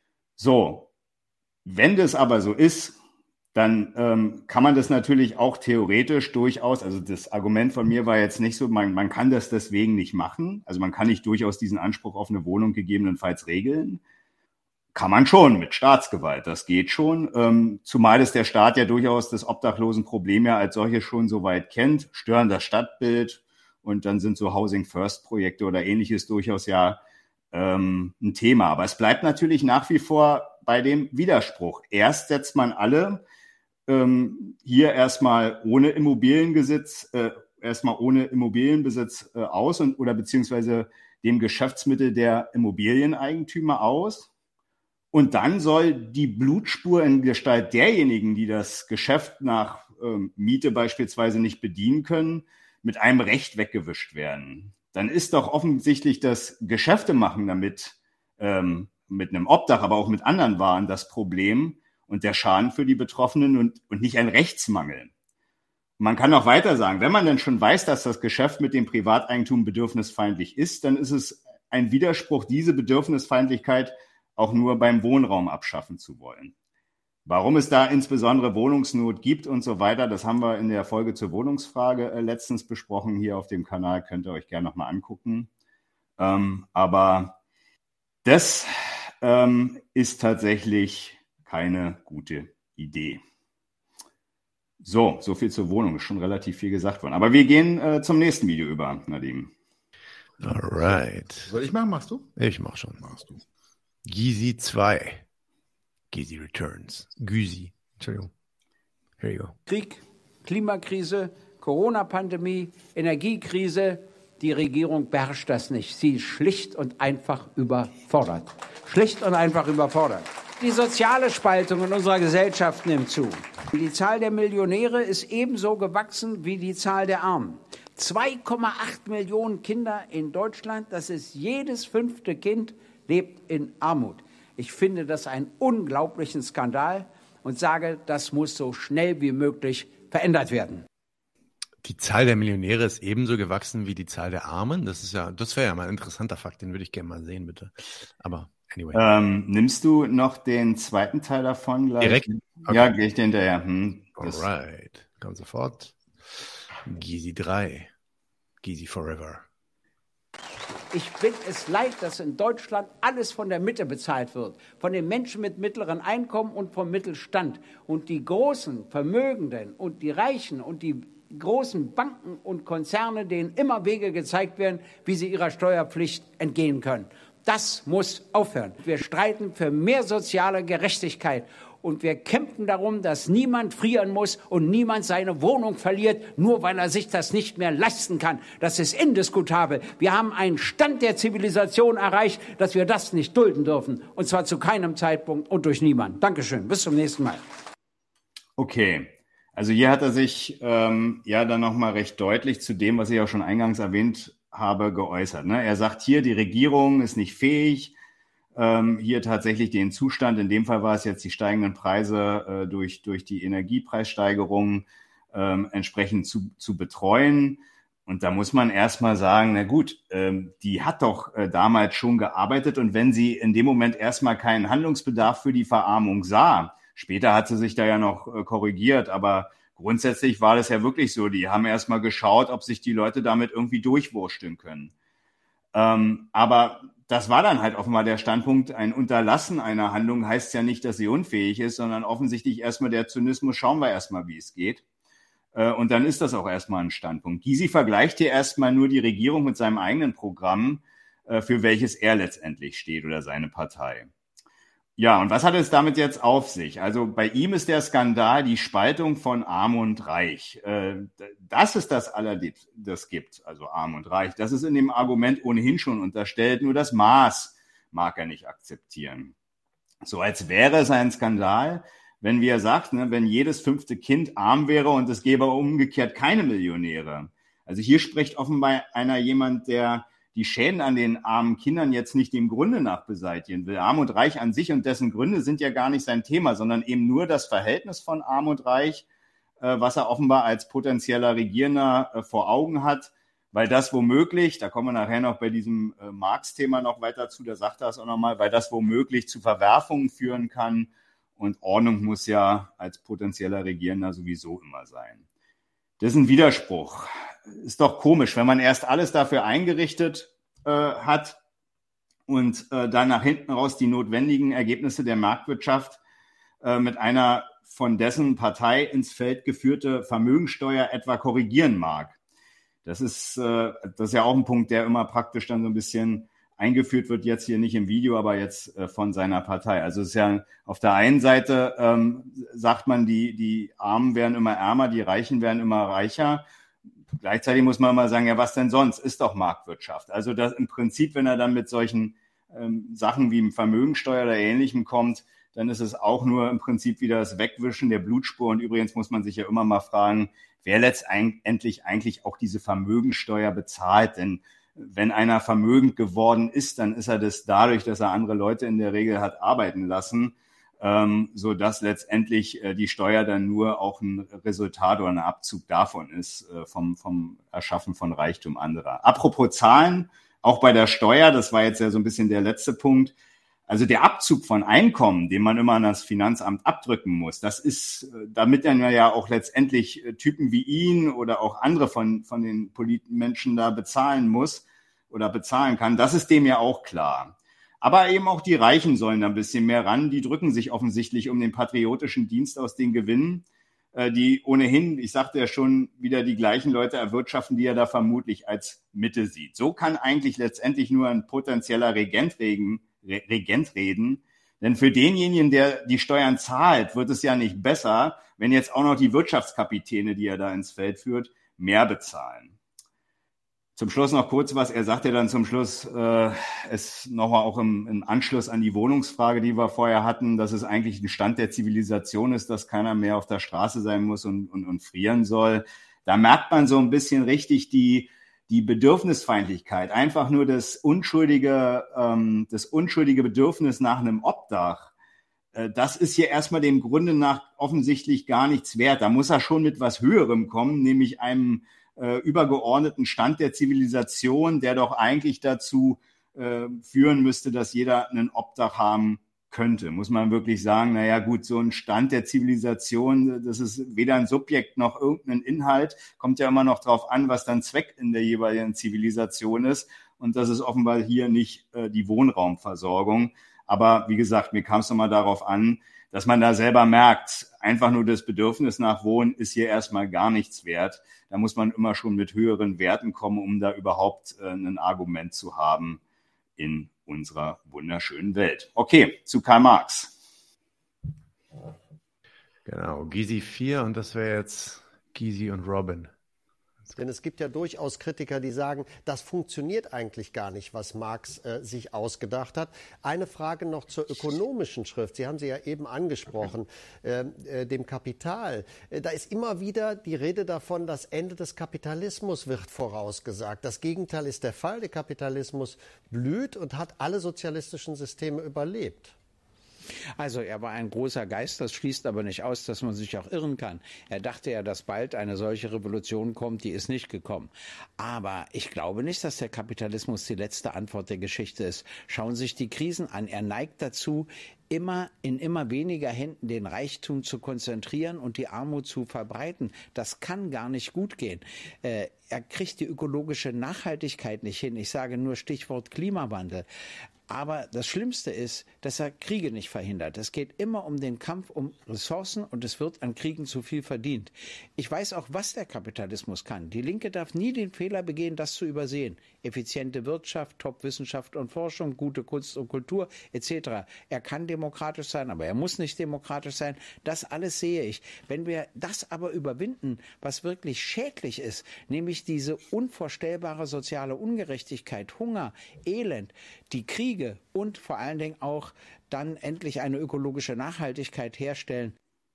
So, wenn das aber so ist, dann ähm, kann man das natürlich auch theoretisch durchaus, also das Argument von mir war jetzt nicht so, man, man kann das deswegen nicht machen. Also man kann nicht durchaus diesen Anspruch auf eine Wohnung gegebenenfalls regeln. Kann man schon mit Staatsgewalt, das geht schon. Ähm, zumal es der Staat ja durchaus das Obdachlosenproblem ja als solches schon so weit kennt, stören das Stadtbild. Und dann sind so Housing-First-Projekte oder Ähnliches durchaus ja ähm, ein Thema. Aber es bleibt natürlich nach wie vor bei dem Widerspruch. Erst setzt man alle ähm, hier erstmal ohne Immobilienbesitz, äh, erstmal ohne Immobilienbesitz äh, aus und oder beziehungsweise dem Geschäftsmittel der Immobilieneigentümer aus. Und dann soll die Blutspur in Gestalt derjenigen, die das Geschäft nach ähm, Miete beispielsweise nicht bedienen können, mit einem Recht weggewischt werden. Dann ist doch offensichtlich das Geschäftemachen damit, ähm, mit einem Obdach, aber auch mit anderen Waren das Problem und der Schaden für die Betroffenen und, und nicht ein Rechtsmangel. Man kann auch weiter sagen, wenn man denn schon weiß, dass das Geschäft mit dem Privateigentum bedürfnisfeindlich ist, dann ist es ein Widerspruch, diese Bedürfnisfeindlichkeit auch nur beim Wohnraum abschaffen zu wollen. Warum es da insbesondere Wohnungsnot gibt und so weiter, das haben wir in der Folge zur Wohnungsfrage äh, letztens besprochen. Hier auf dem Kanal könnt ihr euch gerne nochmal angucken. Ähm, aber das ähm, ist tatsächlich keine gute Idee. So, so viel zur Wohnung. Ist schon relativ viel gesagt worden. Aber wir gehen äh, zum nächsten Video über, Nadim. Alright. Soll ich machen? Machst du? Ich mach schon. Machst du. Gysi zwei. Gysi Returns. Gysi. Entschuldigung. Here you go. Krieg, Klimakrise, Corona-Pandemie, Energiekrise. Die Regierung beherrscht das nicht. Sie ist schlicht und einfach überfordert. Schlicht und einfach überfordert. Die soziale Spaltung in unserer Gesellschaft nimmt zu. Die Zahl der Millionäre ist ebenso gewachsen wie die Zahl der Armen. zwei Komma acht Millionen Kinder in Deutschland, das ist jedes fünfte Kind, lebt in Armut. Ich finde das einen unglaublichen Skandal und sage, das muss so schnell wie möglich verändert werden. Die Zahl der Millionäre ist ebenso gewachsen wie die Zahl der Armen. Das ist ja, das wäre ja mal ein interessanter Fakt, den würde ich gerne mal sehen, bitte. Aber anyway. Ähm, nimmst du noch den zweiten Teil davon gleich? Direkt? Okay. Ja, gehe ich dir hinterher. Hm, Alright. Kommt sofort. Gysi drei. Gysi Forever. Ich bin es leid, dass in Deutschland alles von der Mitte bezahlt wird, von den Menschen mit mittleren Einkommen und vom Mittelstand. Und die großen Vermögenden und die Reichen und die großen Banken und Konzerne, denen immer Wege gezeigt werden, wie sie ihrer Steuerpflicht entgehen können. Das muss aufhören. Wir streiten für mehr soziale Gerechtigkeit. Und wir kämpfen darum, dass niemand frieren muss und niemand seine Wohnung verliert, nur weil er sich das nicht mehr leisten kann. Das ist indiskutabel. Wir haben einen Stand der Zivilisation erreicht, dass wir das nicht dulden dürfen. Und zwar zu keinem Zeitpunkt und durch niemanden. Dankeschön. Bis zum nächsten Mal. Okay. Also hier hat er sich ähm, ja dann nochmal recht deutlich zu dem, was ich auch schon eingangs erwähnt habe, geäußert. Ne? Er sagt hier, die Regierung ist nicht fähig, ähm, hier tatsächlich den Zustand, in dem Fall war es jetzt die steigenden Preise äh, durch, durch die Energiepreissteigerung ähm, entsprechend zu, zu betreuen. Und da muss man erstmal sagen, na gut, ähm, die hat doch äh, damals schon gearbeitet. Und wenn sie in dem Moment erstmal keinen Handlungsbedarf für die Verarmung sah, später hat sie sich da ja noch äh, korrigiert, aber grundsätzlich war das ja wirklich so. Die haben erstmal geschaut, ob sich die Leute damit irgendwie durchwursteln können. Ähm, aber das war dann halt offenbar der Standpunkt. Ein Unterlassen einer Handlung heißt ja nicht, dass sie unfähig ist, sondern offensichtlich erstmal der Zynismus, schauen wir erstmal, wie es geht. Äh, und dann ist das auch erstmal ein Standpunkt. Gysi vergleicht hier erstmal nur die Regierung mit seinem eigenen Programm, äh, für welches er letztendlich steht oder seine Partei. Ja, und was hat es damit jetzt auf sich? Also bei ihm ist der Skandal die Spaltung von Arm und Reich. Äh, dass es das allerdings das gibt, also Arm und Reich, das ist in dem Argument ohnehin schon unterstellt, nur das Maß mag er nicht akzeptieren. So als wäre es ein Skandal, wenn, wie er sagt, ne, wenn jedes fünfte Kind arm wäre und es gäbe umgekehrt keine Millionäre. Also hier spricht offenbar einer jemand, der die Schäden an den armen Kindern jetzt nicht dem Grunde nach beseitigen will. Arm und Reich an sich und dessen Gründe sind ja gar nicht sein Thema, sondern eben nur das Verhältnis von Arm und Reich, äh, was er offenbar als potenzieller Regierender äh, vor Augen hat, weil das womöglich, da kommen wir nachher noch bei diesem äh, Marx-Thema noch weiter zu, da sagt er es auch nochmal, weil das womöglich zu Verwerfungen führen kann und Ordnung muss ja als potenzieller Regierender sowieso immer sein. Das ist ein Widerspruch. Ist doch komisch, wenn man erst alles dafür eingerichtet äh, hat und äh, dann nach hinten raus die notwendigen Ergebnisse der Marktwirtschaft äh, mit einer von dessen Partei ins Feld geführte Vermögensteuer etwa korrigieren mag. Das ist, äh, das ist ja auch ein Punkt, der immer praktisch dann so ein bisschen eingeführt wird, jetzt hier nicht im Video, aber jetzt äh, von seiner Partei. Also es ist ja auf der einen Seite, ähm, sagt man, die, die Armen werden immer ärmer, die Reichen werden immer reicher. Gleichzeitig muss man mal sagen, ja, was denn sonst? Ist doch Marktwirtschaft. Also das im Prinzip, wenn er dann mit solchen ähm, Sachen wie Vermögensteuer oder Ähnlichem kommt, dann ist es auch nur im Prinzip wieder das Wegwischen der Blutspur. Und übrigens muss man sich ja immer mal fragen, wer letztendlich eigentlich auch diese Vermögensteuer bezahlt. Denn wenn einer vermögend geworden ist, dann ist er das dadurch, dass er andere Leute in der Regel hat arbeiten lassen, ähm, so dass letztendlich äh, die Steuer dann nur auch ein Resultat oder ein Abzug davon ist, äh, vom, vom Erschaffen von Reichtum anderer. Apropos Zahlen, auch bei der Steuer, das war jetzt ja so ein bisschen der letzte Punkt, also der Abzug von Einkommen, den man immer an das Finanzamt abdrücken muss, das ist, damit dann ja auch letztendlich Typen wie ihn oder auch andere von, von den Politmenschen da bezahlen muss oder bezahlen kann, das ist dem ja auch klar. Aber eben auch die Reichen sollen da ein bisschen mehr ran. Die drücken sich offensichtlich um den patriotischen Dienst aus den Gewinnen, die ohnehin, ich sagte ja schon, wieder die gleichen Leute erwirtschaften, die er da vermutlich als Mitte sieht. So kann eigentlich letztendlich nur ein potenzieller Regent reden, Regent reden. Denn für denjenigen, der die Steuern zahlt, wird es ja nicht besser, wenn jetzt auch noch die Wirtschaftskapitäne, die er da ins Feld führt, mehr bezahlen. Zum Schluss noch kurz was. Er sagt ja dann zum Schluss, äh, es nochmal auch im, im Anschluss an die Wohnungsfrage, die wir vorher hatten, dass es eigentlich ein Stand der Zivilisation ist, dass keiner mehr auf der Straße sein muss und, und, und frieren soll. Da merkt man so ein bisschen richtig die die Bedürfnisfeindlichkeit, einfach nur das unschuldige, ähm, das unschuldige Bedürfnis nach einem Obdach, äh, das ist hier erstmal dem Grunde nach offensichtlich gar nichts wert. Da muss er schon mit was Höherem kommen, nämlich einem äh, übergeordneten Stand der Zivilisation, der doch eigentlich dazu äh, führen müsste, dass jeder einen Obdach haben könnte. Muss man wirklich sagen, naja gut, so ein Stand der Zivilisation, das ist weder ein Subjekt noch irgendein Inhalt, kommt ja immer noch drauf an, was dann Zweck in der jeweiligen Zivilisation ist. Und das ist offenbar hier nicht äh, die Wohnraumversorgung. Aber wie gesagt, mir kam es nochmal darauf an, dass man da selber merkt, einfach nur das Bedürfnis nach Wohnen ist hier erstmal gar nichts wert. Da muss man immer schon mit höheren Werten kommen, um da überhaupt äh, ein Argument zu haben in unserer wunderschönen Welt. Okay, zu Karl Marx. Genau, Gysi vier und das wäre jetzt Gysi und Robin. Denn es gibt ja durchaus Kritiker, die sagen, das funktioniert eigentlich gar nicht, was Marx äh, sich ausgedacht hat. Eine Frage noch zur ökonomischen Schrift. Sie haben sie ja eben angesprochen, äh, äh, dem Kapital. Äh, da ist immer wieder die Rede davon, das Ende des Kapitalismus wird vorausgesagt. Das Gegenteil ist der Fall. Der Kapitalismus blüht und hat alle sozialistischen Systeme überlebt. Also er war ein großer Geist, das schließt aber nicht aus, dass man sich auch irren kann. Er dachte ja, dass bald eine solche Revolution kommt, die ist nicht gekommen. Aber ich glaube nicht, dass der Kapitalismus die letzte Antwort der Geschichte ist. Schauen Sie sich die Krisen an. Er neigt dazu, immer in immer weniger Händen den Reichtum zu konzentrieren und die Armut zu verbreiten. Das kann gar nicht gut gehen. Äh, er kriegt die ökologische Nachhaltigkeit nicht hin. Ich sage nur Stichwort Klimawandel. Aber das Schlimmste ist, dass er Kriege nicht verhindert. Es geht immer um den Kampf um Ressourcen und es wird an Kriegen zu viel verdient. Ich weiß auch, was der Kapitalismus kann. Die Linke darf nie den Fehler begehen, das zu übersehen. Effiziente Wirtschaft, Top-Wissenschaft und Forschung, gute Kunst und Kultur et cetera. Er kann demokratisch sein, aber er muss nicht demokratisch sein. Das alles sehe ich. Wenn wir das aber überwinden, was wirklich schädlich ist, nämlich diese unvorstellbare soziale Ungerechtigkeit, Hunger, Elend, die Kriege, und vor allen Dingen auch dann endlich eine ökologische Nachhaltigkeit herstellen.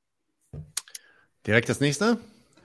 Direkt das nächste?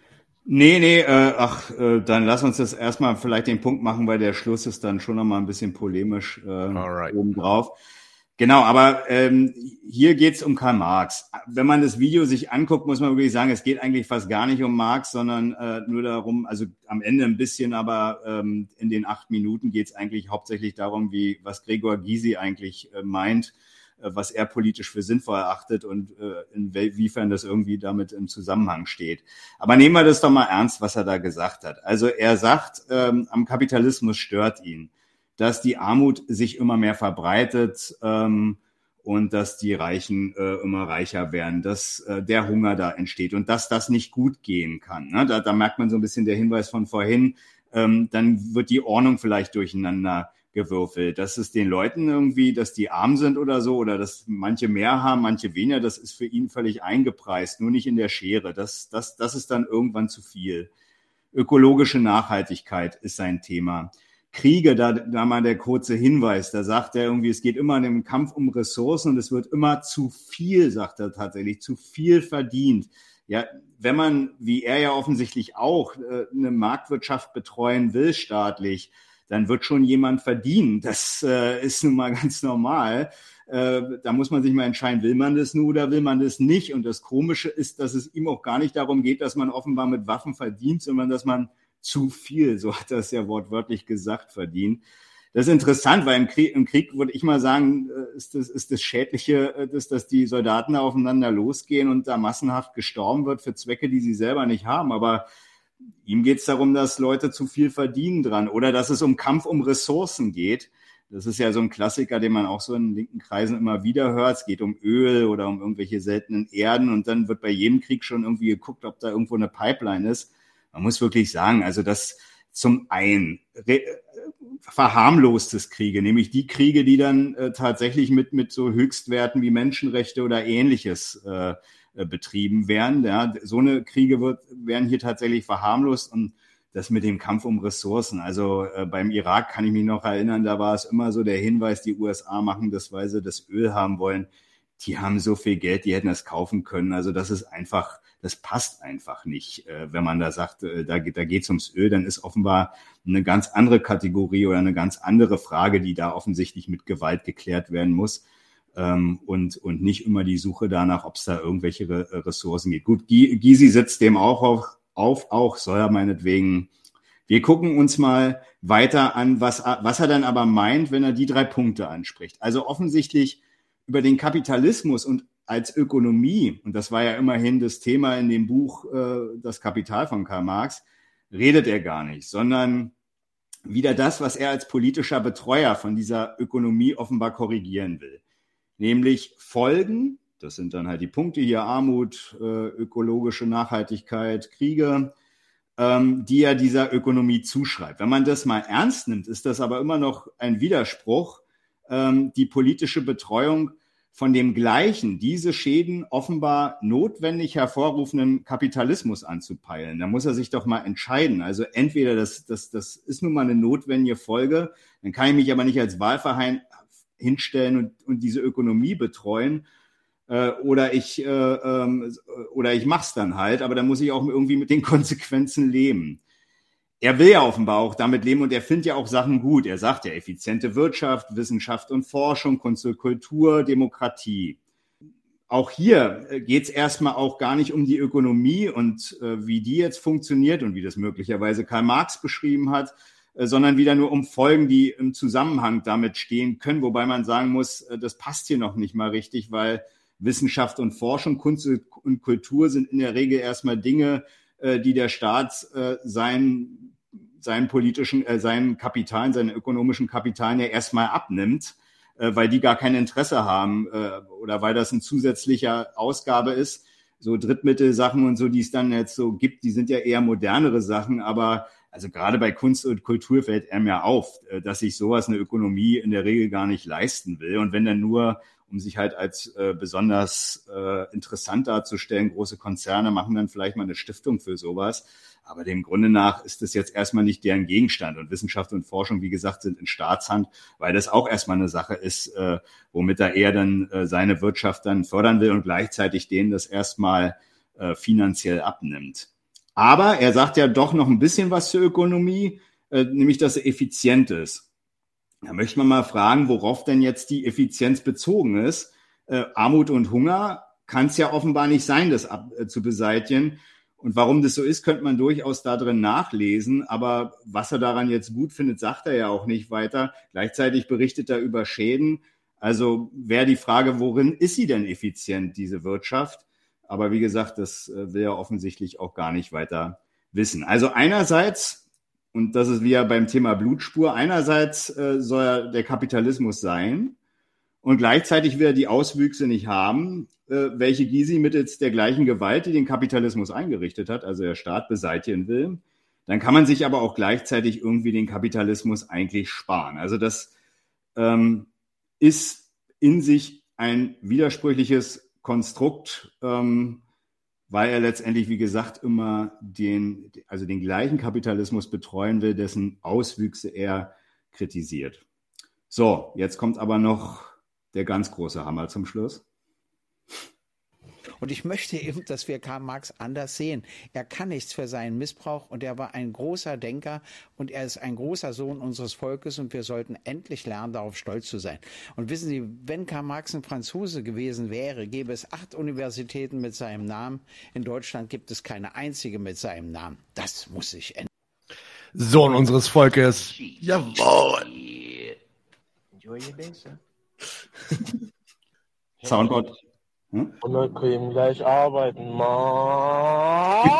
Nee, nee, äh, ach, äh, dann lass uns das erstmal vielleicht den Punkt machen, weil der Schluss ist dann schon nochmal ein bisschen polemisch äh, obendrauf. Genau, aber ähm, hier geht's um Karl Marx. Wenn man das Video sich anguckt, muss man wirklich sagen, es geht eigentlich fast gar nicht um Marx, sondern äh, nur darum, also am Ende ein bisschen, aber ähm, in den acht Minuten geht's eigentlich hauptsächlich darum, wie was Gregor Gysi eigentlich äh, meint, äh, was er politisch für sinnvoll erachtet und äh, inwiefern das irgendwie damit im Zusammenhang steht. Aber nehmen wir das doch mal ernst, was er da gesagt hat. Also er sagt, ähm, am Kapitalismus stört ihn, dass die Armut sich immer mehr verbreitet ähm, und dass die Reichen äh, immer reicher werden, dass äh, der Hunger da entsteht und dass das nicht gut gehen kann. Ne? Da, da merkt man so ein bisschen der Hinweis von vorhin, ähm, dann wird die Ordnung vielleicht durcheinander gewürfelt, dass es den Leuten irgendwie, dass die arm sind oder so oder dass manche mehr haben, manche weniger, das ist für ihn völlig eingepreist, nur nicht in der Schere. Das, das, das ist dann irgendwann zu viel. Ökologische Nachhaltigkeit ist sein Thema. Kriege, da, da mal der kurze Hinweis, da sagt er irgendwie, es geht immer in dem Kampf um Ressourcen und es wird immer zu viel, sagt er tatsächlich, zu viel verdient. Ja, wenn man, wie er ja offensichtlich auch, eine Marktwirtschaft betreuen will staatlich, dann wird schon jemand verdienen. Das äh, ist nun mal ganz normal. Äh, da muss man sich mal entscheiden, will man das nur oder will man das nicht? Und das Komische ist, dass es ihm auch gar nicht darum geht, dass man offenbar mit Waffen verdient, sondern dass man zu viel, so hat er es ja wortwörtlich gesagt, verdient. Das ist interessant, weil im Krieg, im Krieg würde ich mal sagen, ist das, ist das Schädliche, dass, dass die Soldaten da aufeinander losgehen und da massenhaft gestorben wird für Zwecke, die sie selber nicht haben. Aber ihm geht es darum, dass Leute zu viel verdienen dran oder dass es um Kampf um Ressourcen geht. Das ist ja so ein Klassiker, den man auch so in linken Kreisen immer wieder hört. Es geht um Öl oder um irgendwelche seltenen Erden und dann wird bei jedem Krieg schon irgendwie geguckt, ob da irgendwo eine Pipeline ist. Man muss wirklich sagen, also das zum einen re- verharmlost es Kriege, nämlich die Kriege, die dann äh, tatsächlich mit mit so Höchstwerten wie Menschenrechte oder Ähnliches äh, äh, betrieben werden. Ja, so eine Kriege wird, werden hier tatsächlich verharmlost und das mit dem Kampf um Ressourcen. Also äh, beim Irak kann ich mich noch erinnern, da war es immer so der Hinweis, die U S A machen das, weil sie das Öl haben wollen. Die haben so viel Geld, die hätten das kaufen können. Also das ist einfach, das passt einfach nicht. Äh, wenn man da sagt, äh, da, da geht's ums Öl, dann ist offenbar eine ganz andere Kategorie oder eine ganz andere Frage, die da offensichtlich mit Gewalt geklärt werden muss. Ähm, und, und nicht immer die Suche danach, ob es da irgendwelche Re- Ressourcen gibt. Gut, Gysi setzt dem auch auf, auf, auch soll er meinetwegen. Wir gucken uns mal weiter an, was, was er dann aber meint, wenn er die drei Punkte anspricht. Also offensichtlich über den Kapitalismus und als Ökonomie, und das war ja immerhin das Thema in dem Buch äh, Das Kapital von Karl Marx, redet er gar nicht, sondern wieder das, was er als politischer Betreuer von dieser Ökonomie offenbar korrigieren will. Nämlich Folgen, das sind dann halt die Punkte hier, Armut, äh, ökologische Nachhaltigkeit, Kriege, ähm, die er dieser Ökonomie zuschreibt. Wenn man das mal ernst nimmt, ist das aber immer noch ein Widerspruch, ähm, die politische Betreuung von dem gleichen, diese Schäden offenbar notwendig hervorrufenden Kapitalismus anzupeilen. Da muss er sich doch mal entscheiden. Also entweder das, das, das ist nun mal eine notwendige Folge, dann kann ich mich aber nicht als Wahlverein hinstellen und, und diese Ökonomie betreuen, äh, oder ich, äh, äh, oder ich mach's dann halt, aber dann muss ich auch irgendwie mit den Konsequenzen leben. Er will ja offenbar auch damit leben und er findet ja auch Sachen gut. Er sagt ja effiziente Wirtschaft, Wissenschaft und Forschung, Kunst und Kultur, Demokratie. auch hier äh, geht es erstmal auch gar nicht um die Ökonomie und äh, wie die jetzt funktioniert und wie das möglicherweise Karl Marx beschrieben hat, äh, sondern wieder nur um Folgen, die im Zusammenhang damit stehen können, wobei man sagen muss, äh, das passt hier noch nicht mal richtig, weil Wissenschaft und Forschung, Kunst und Kultur sind in der Regel erstmal Dinge, äh, die der Staat äh, seinen, seinen politischen, äh, seinen Kapitalen, seinen ökonomischen Kapitalen ja erstmal abnimmt, weil die gar kein Interesse haben äh, oder weil das ein zusätzlicher Ausgabe ist. So Drittmittelsachen und so, die es dann jetzt so gibt, die sind ja eher modernere Sachen, aber also gerade bei Kunst und Kultur fällt einem ja auf, dass sich sowas eine Ökonomie in der Regel gar nicht leisten will. Und wenn dann nur, um sich halt als äh, besonders äh, interessant darzustellen, große Konzerne machen dann vielleicht mal eine Stiftung für sowas. Aber dem Grunde nach ist das jetzt erstmal nicht deren Gegenstand. Und Wissenschaft und Forschung, wie gesagt, sind in Staatshand, weil das auch erstmal eine Sache ist, äh, womit er eher dann äh, seine Wirtschaft dann fördern will und gleichzeitig denen das erstmal äh, finanziell abnimmt. Aber er sagt ja doch noch ein bisschen was zur Ökonomie, äh, nämlich, dass sie effizient ist. Da möchte man mal fragen, worauf denn jetzt die Effizienz bezogen ist. Äh, Armut und Hunger kann es ja offenbar nicht sein, das ab, äh, zu beseitigen. Und warum das so ist, könnte man durchaus da drin nachlesen. Aber was er daran jetzt gut findet, sagt er ja auch nicht weiter. Gleichzeitig berichtet er über Schäden. Also wäre die Frage, worin ist sie denn effizient, diese Wirtschaft? Aber wie gesagt, das will er offensichtlich auch gar nicht weiter wissen. Also einerseits, und das ist wie ja beim Thema Blutspur, einerseits äh, soll er der Kapitalismus sein und gleichzeitig will er die Auswüchse nicht haben, äh, welche Gysi mittels der gleichen Gewalt, die den Kapitalismus eingerichtet hat, also der Staat beseitigen will. Dann kann man sich aber auch gleichzeitig irgendwie den Kapitalismus eigentlich sparen. Also das ähm, ist in sich ein widersprüchliches Konstrukt, ähm, weil er letztendlich, wie gesagt, immer den, also den gleichen Kapitalismus betreuen will, dessen Auswüchse er kritisiert. So, jetzt kommt aber noch der ganz große Hammer zum Schluss. Und ich möchte eben, dass wir Karl Marx anders sehen. Er kann nichts für seinen Missbrauch und er war ein großer Denker und er ist ein großer Sohn unseres Volkes und wir sollten endlich lernen, darauf stolz zu sein. Und wissen Sie, wenn Karl Marx ein Franzose gewesen wäre, gäbe es acht Universitäten mit seinem Namen. In Deutschland gibt es keine einzige mit seinem Namen. Das muss sich ändern. Sohn unseres Volkes. Jawohl. Enjoy your day, sir. Soundboard. Hm? Und wir können gleich arbeiten, Mann.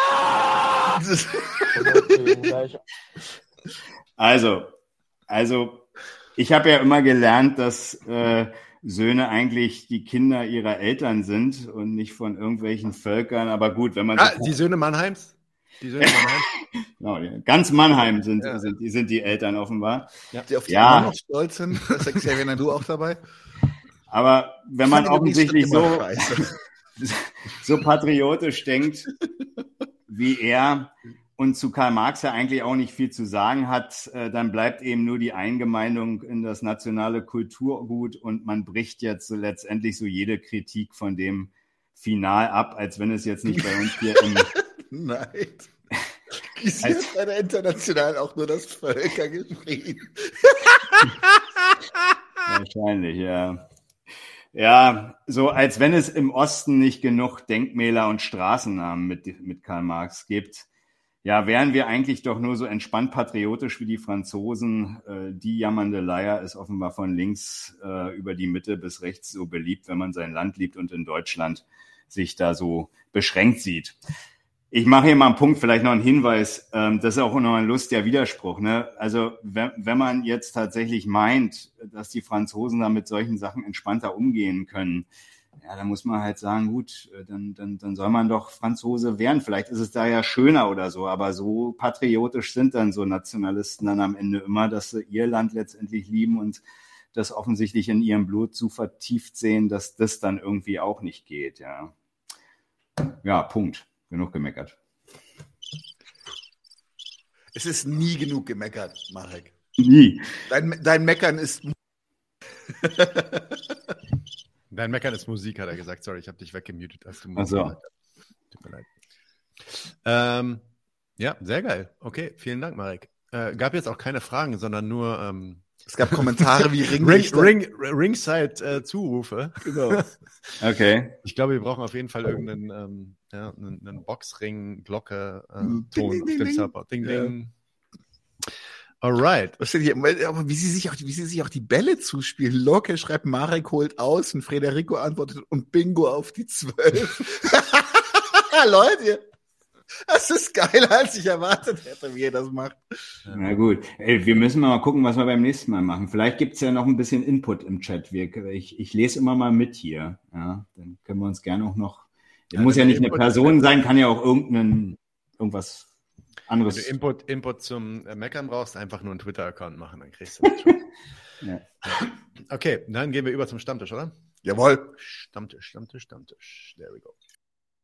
Und wir können gleich... Also, also ich habe ja immer gelernt, dass äh, Söhne eigentlich die Kinder ihrer Eltern sind und nicht von irgendwelchen Völkern. Aber gut, wenn man... Ah, so die Söhne Mannheims? Die Söhne Mannheim? Genau, ganz Mannheim sind, ja. sind, sind die Eltern offenbar. Ja. Die auf die ja. immer noch stolz sind. Das ist Xavier Naidu auch dabei. Aber wenn man offensichtlich so, so patriotisch denkt wie er und zu Karl Marx ja eigentlich auch nicht viel zu sagen hat, dann bleibt eben nur die Eingemeindung in das nationale Kulturgut und man bricht jetzt so letztendlich so jede Kritik von dem Final ab, als wenn es jetzt nicht bei uns hier im... Nein. Ist jetzt bei der Internationalen auch nur das Völkergespräch? Wahrscheinlich, ja. Ja, so als wenn es im Osten nicht genug Denkmäler und Straßennamen mit, mit Karl Marx gibt. Ja, wären wir eigentlich doch nur so entspannt patriotisch wie die Franzosen. Äh, die jammernde Leier ist offenbar von links äh, über die Mitte bis rechts so beliebt, wenn man sein Land liebt und in Deutschland sich da so beschränkt sieht. Ich mache hier mal einen Punkt, vielleicht noch einen Hinweis. Ähm, das ist auch noch ein lustiger Widerspruch. Ne? Also wenn, wenn man jetzt tatsächlich meint, dass die Franzosen da mit solchen Sachen entspannter umgehen können, ja, dann muss man halt sagen, gut, dann, dann, dann soll man doch Franzose werden. Vielleicht ist es da ja schöner oder so, aber so patriotisch sind dann so Nationalisten dann am Ende immer, dass sie ihr Land letztendlich lieben und das offensichtlich in ihrem Blut so vertieft sehen, dass das dann irgendwie auch nicht geht. Ja, ja, Punkt. Genug gemeckert. Es ist nie genug gemeckert, Marek. Nie. Dein, dein Meckern ist... Dein Meckern ist Musik, hat er gesagt. Sorry, ich habe dich weggemutet, als du Musik gesagt hast. Tut mir leid. Ähm, ja, sehr geil. Okay, vielen Dank, Marek. Äh, gab jetzt auch keine Fragen, sondern nur ähm, Es gab Kommentare wie Ring, Ringlichter. Ring, Ringside-Zurufe. Äh, genau. Okay. Ich glaube, wir brauchen auf jeden Fall irgendeinen ähm, ja, einen, einen Boxring, Glocke, äh, Ton ding, ding, auf dem Server. Ding, ja. ding. Alright. Was steht hier? Aber wie sie sich auch, wie sie sich auch die Bälle zuspielen. Lorke schreibt, Marek holt aus und Federico antwortet und Bingo auf die zwölf. Leute, das ist geiler, als ich erwartet hätte, wie ihr das macht. Na gut. Ey, wir müssen mal gucken, was wir beim nächsten Mal machen. Vielleicht gibt's ja noch ein bisschen Input im Chat. Wir, ich, ich lese immer mal mit hier. Ja, dann können wir uns gerne auch noch. Ja, muss ja nicht eine Person sein, kann ja auch irgendein irgendwas anderes. Wenn du Input, Input zum äh, Meckern brauchst, einfach nur einen Twitter-Account machen, dann kriegst du das schon. Ja. Okay, dann gehen wir über zum Stammtisch, oder? Jawohl. Stammtisch, Stammtisch, Stammtisch. There we go.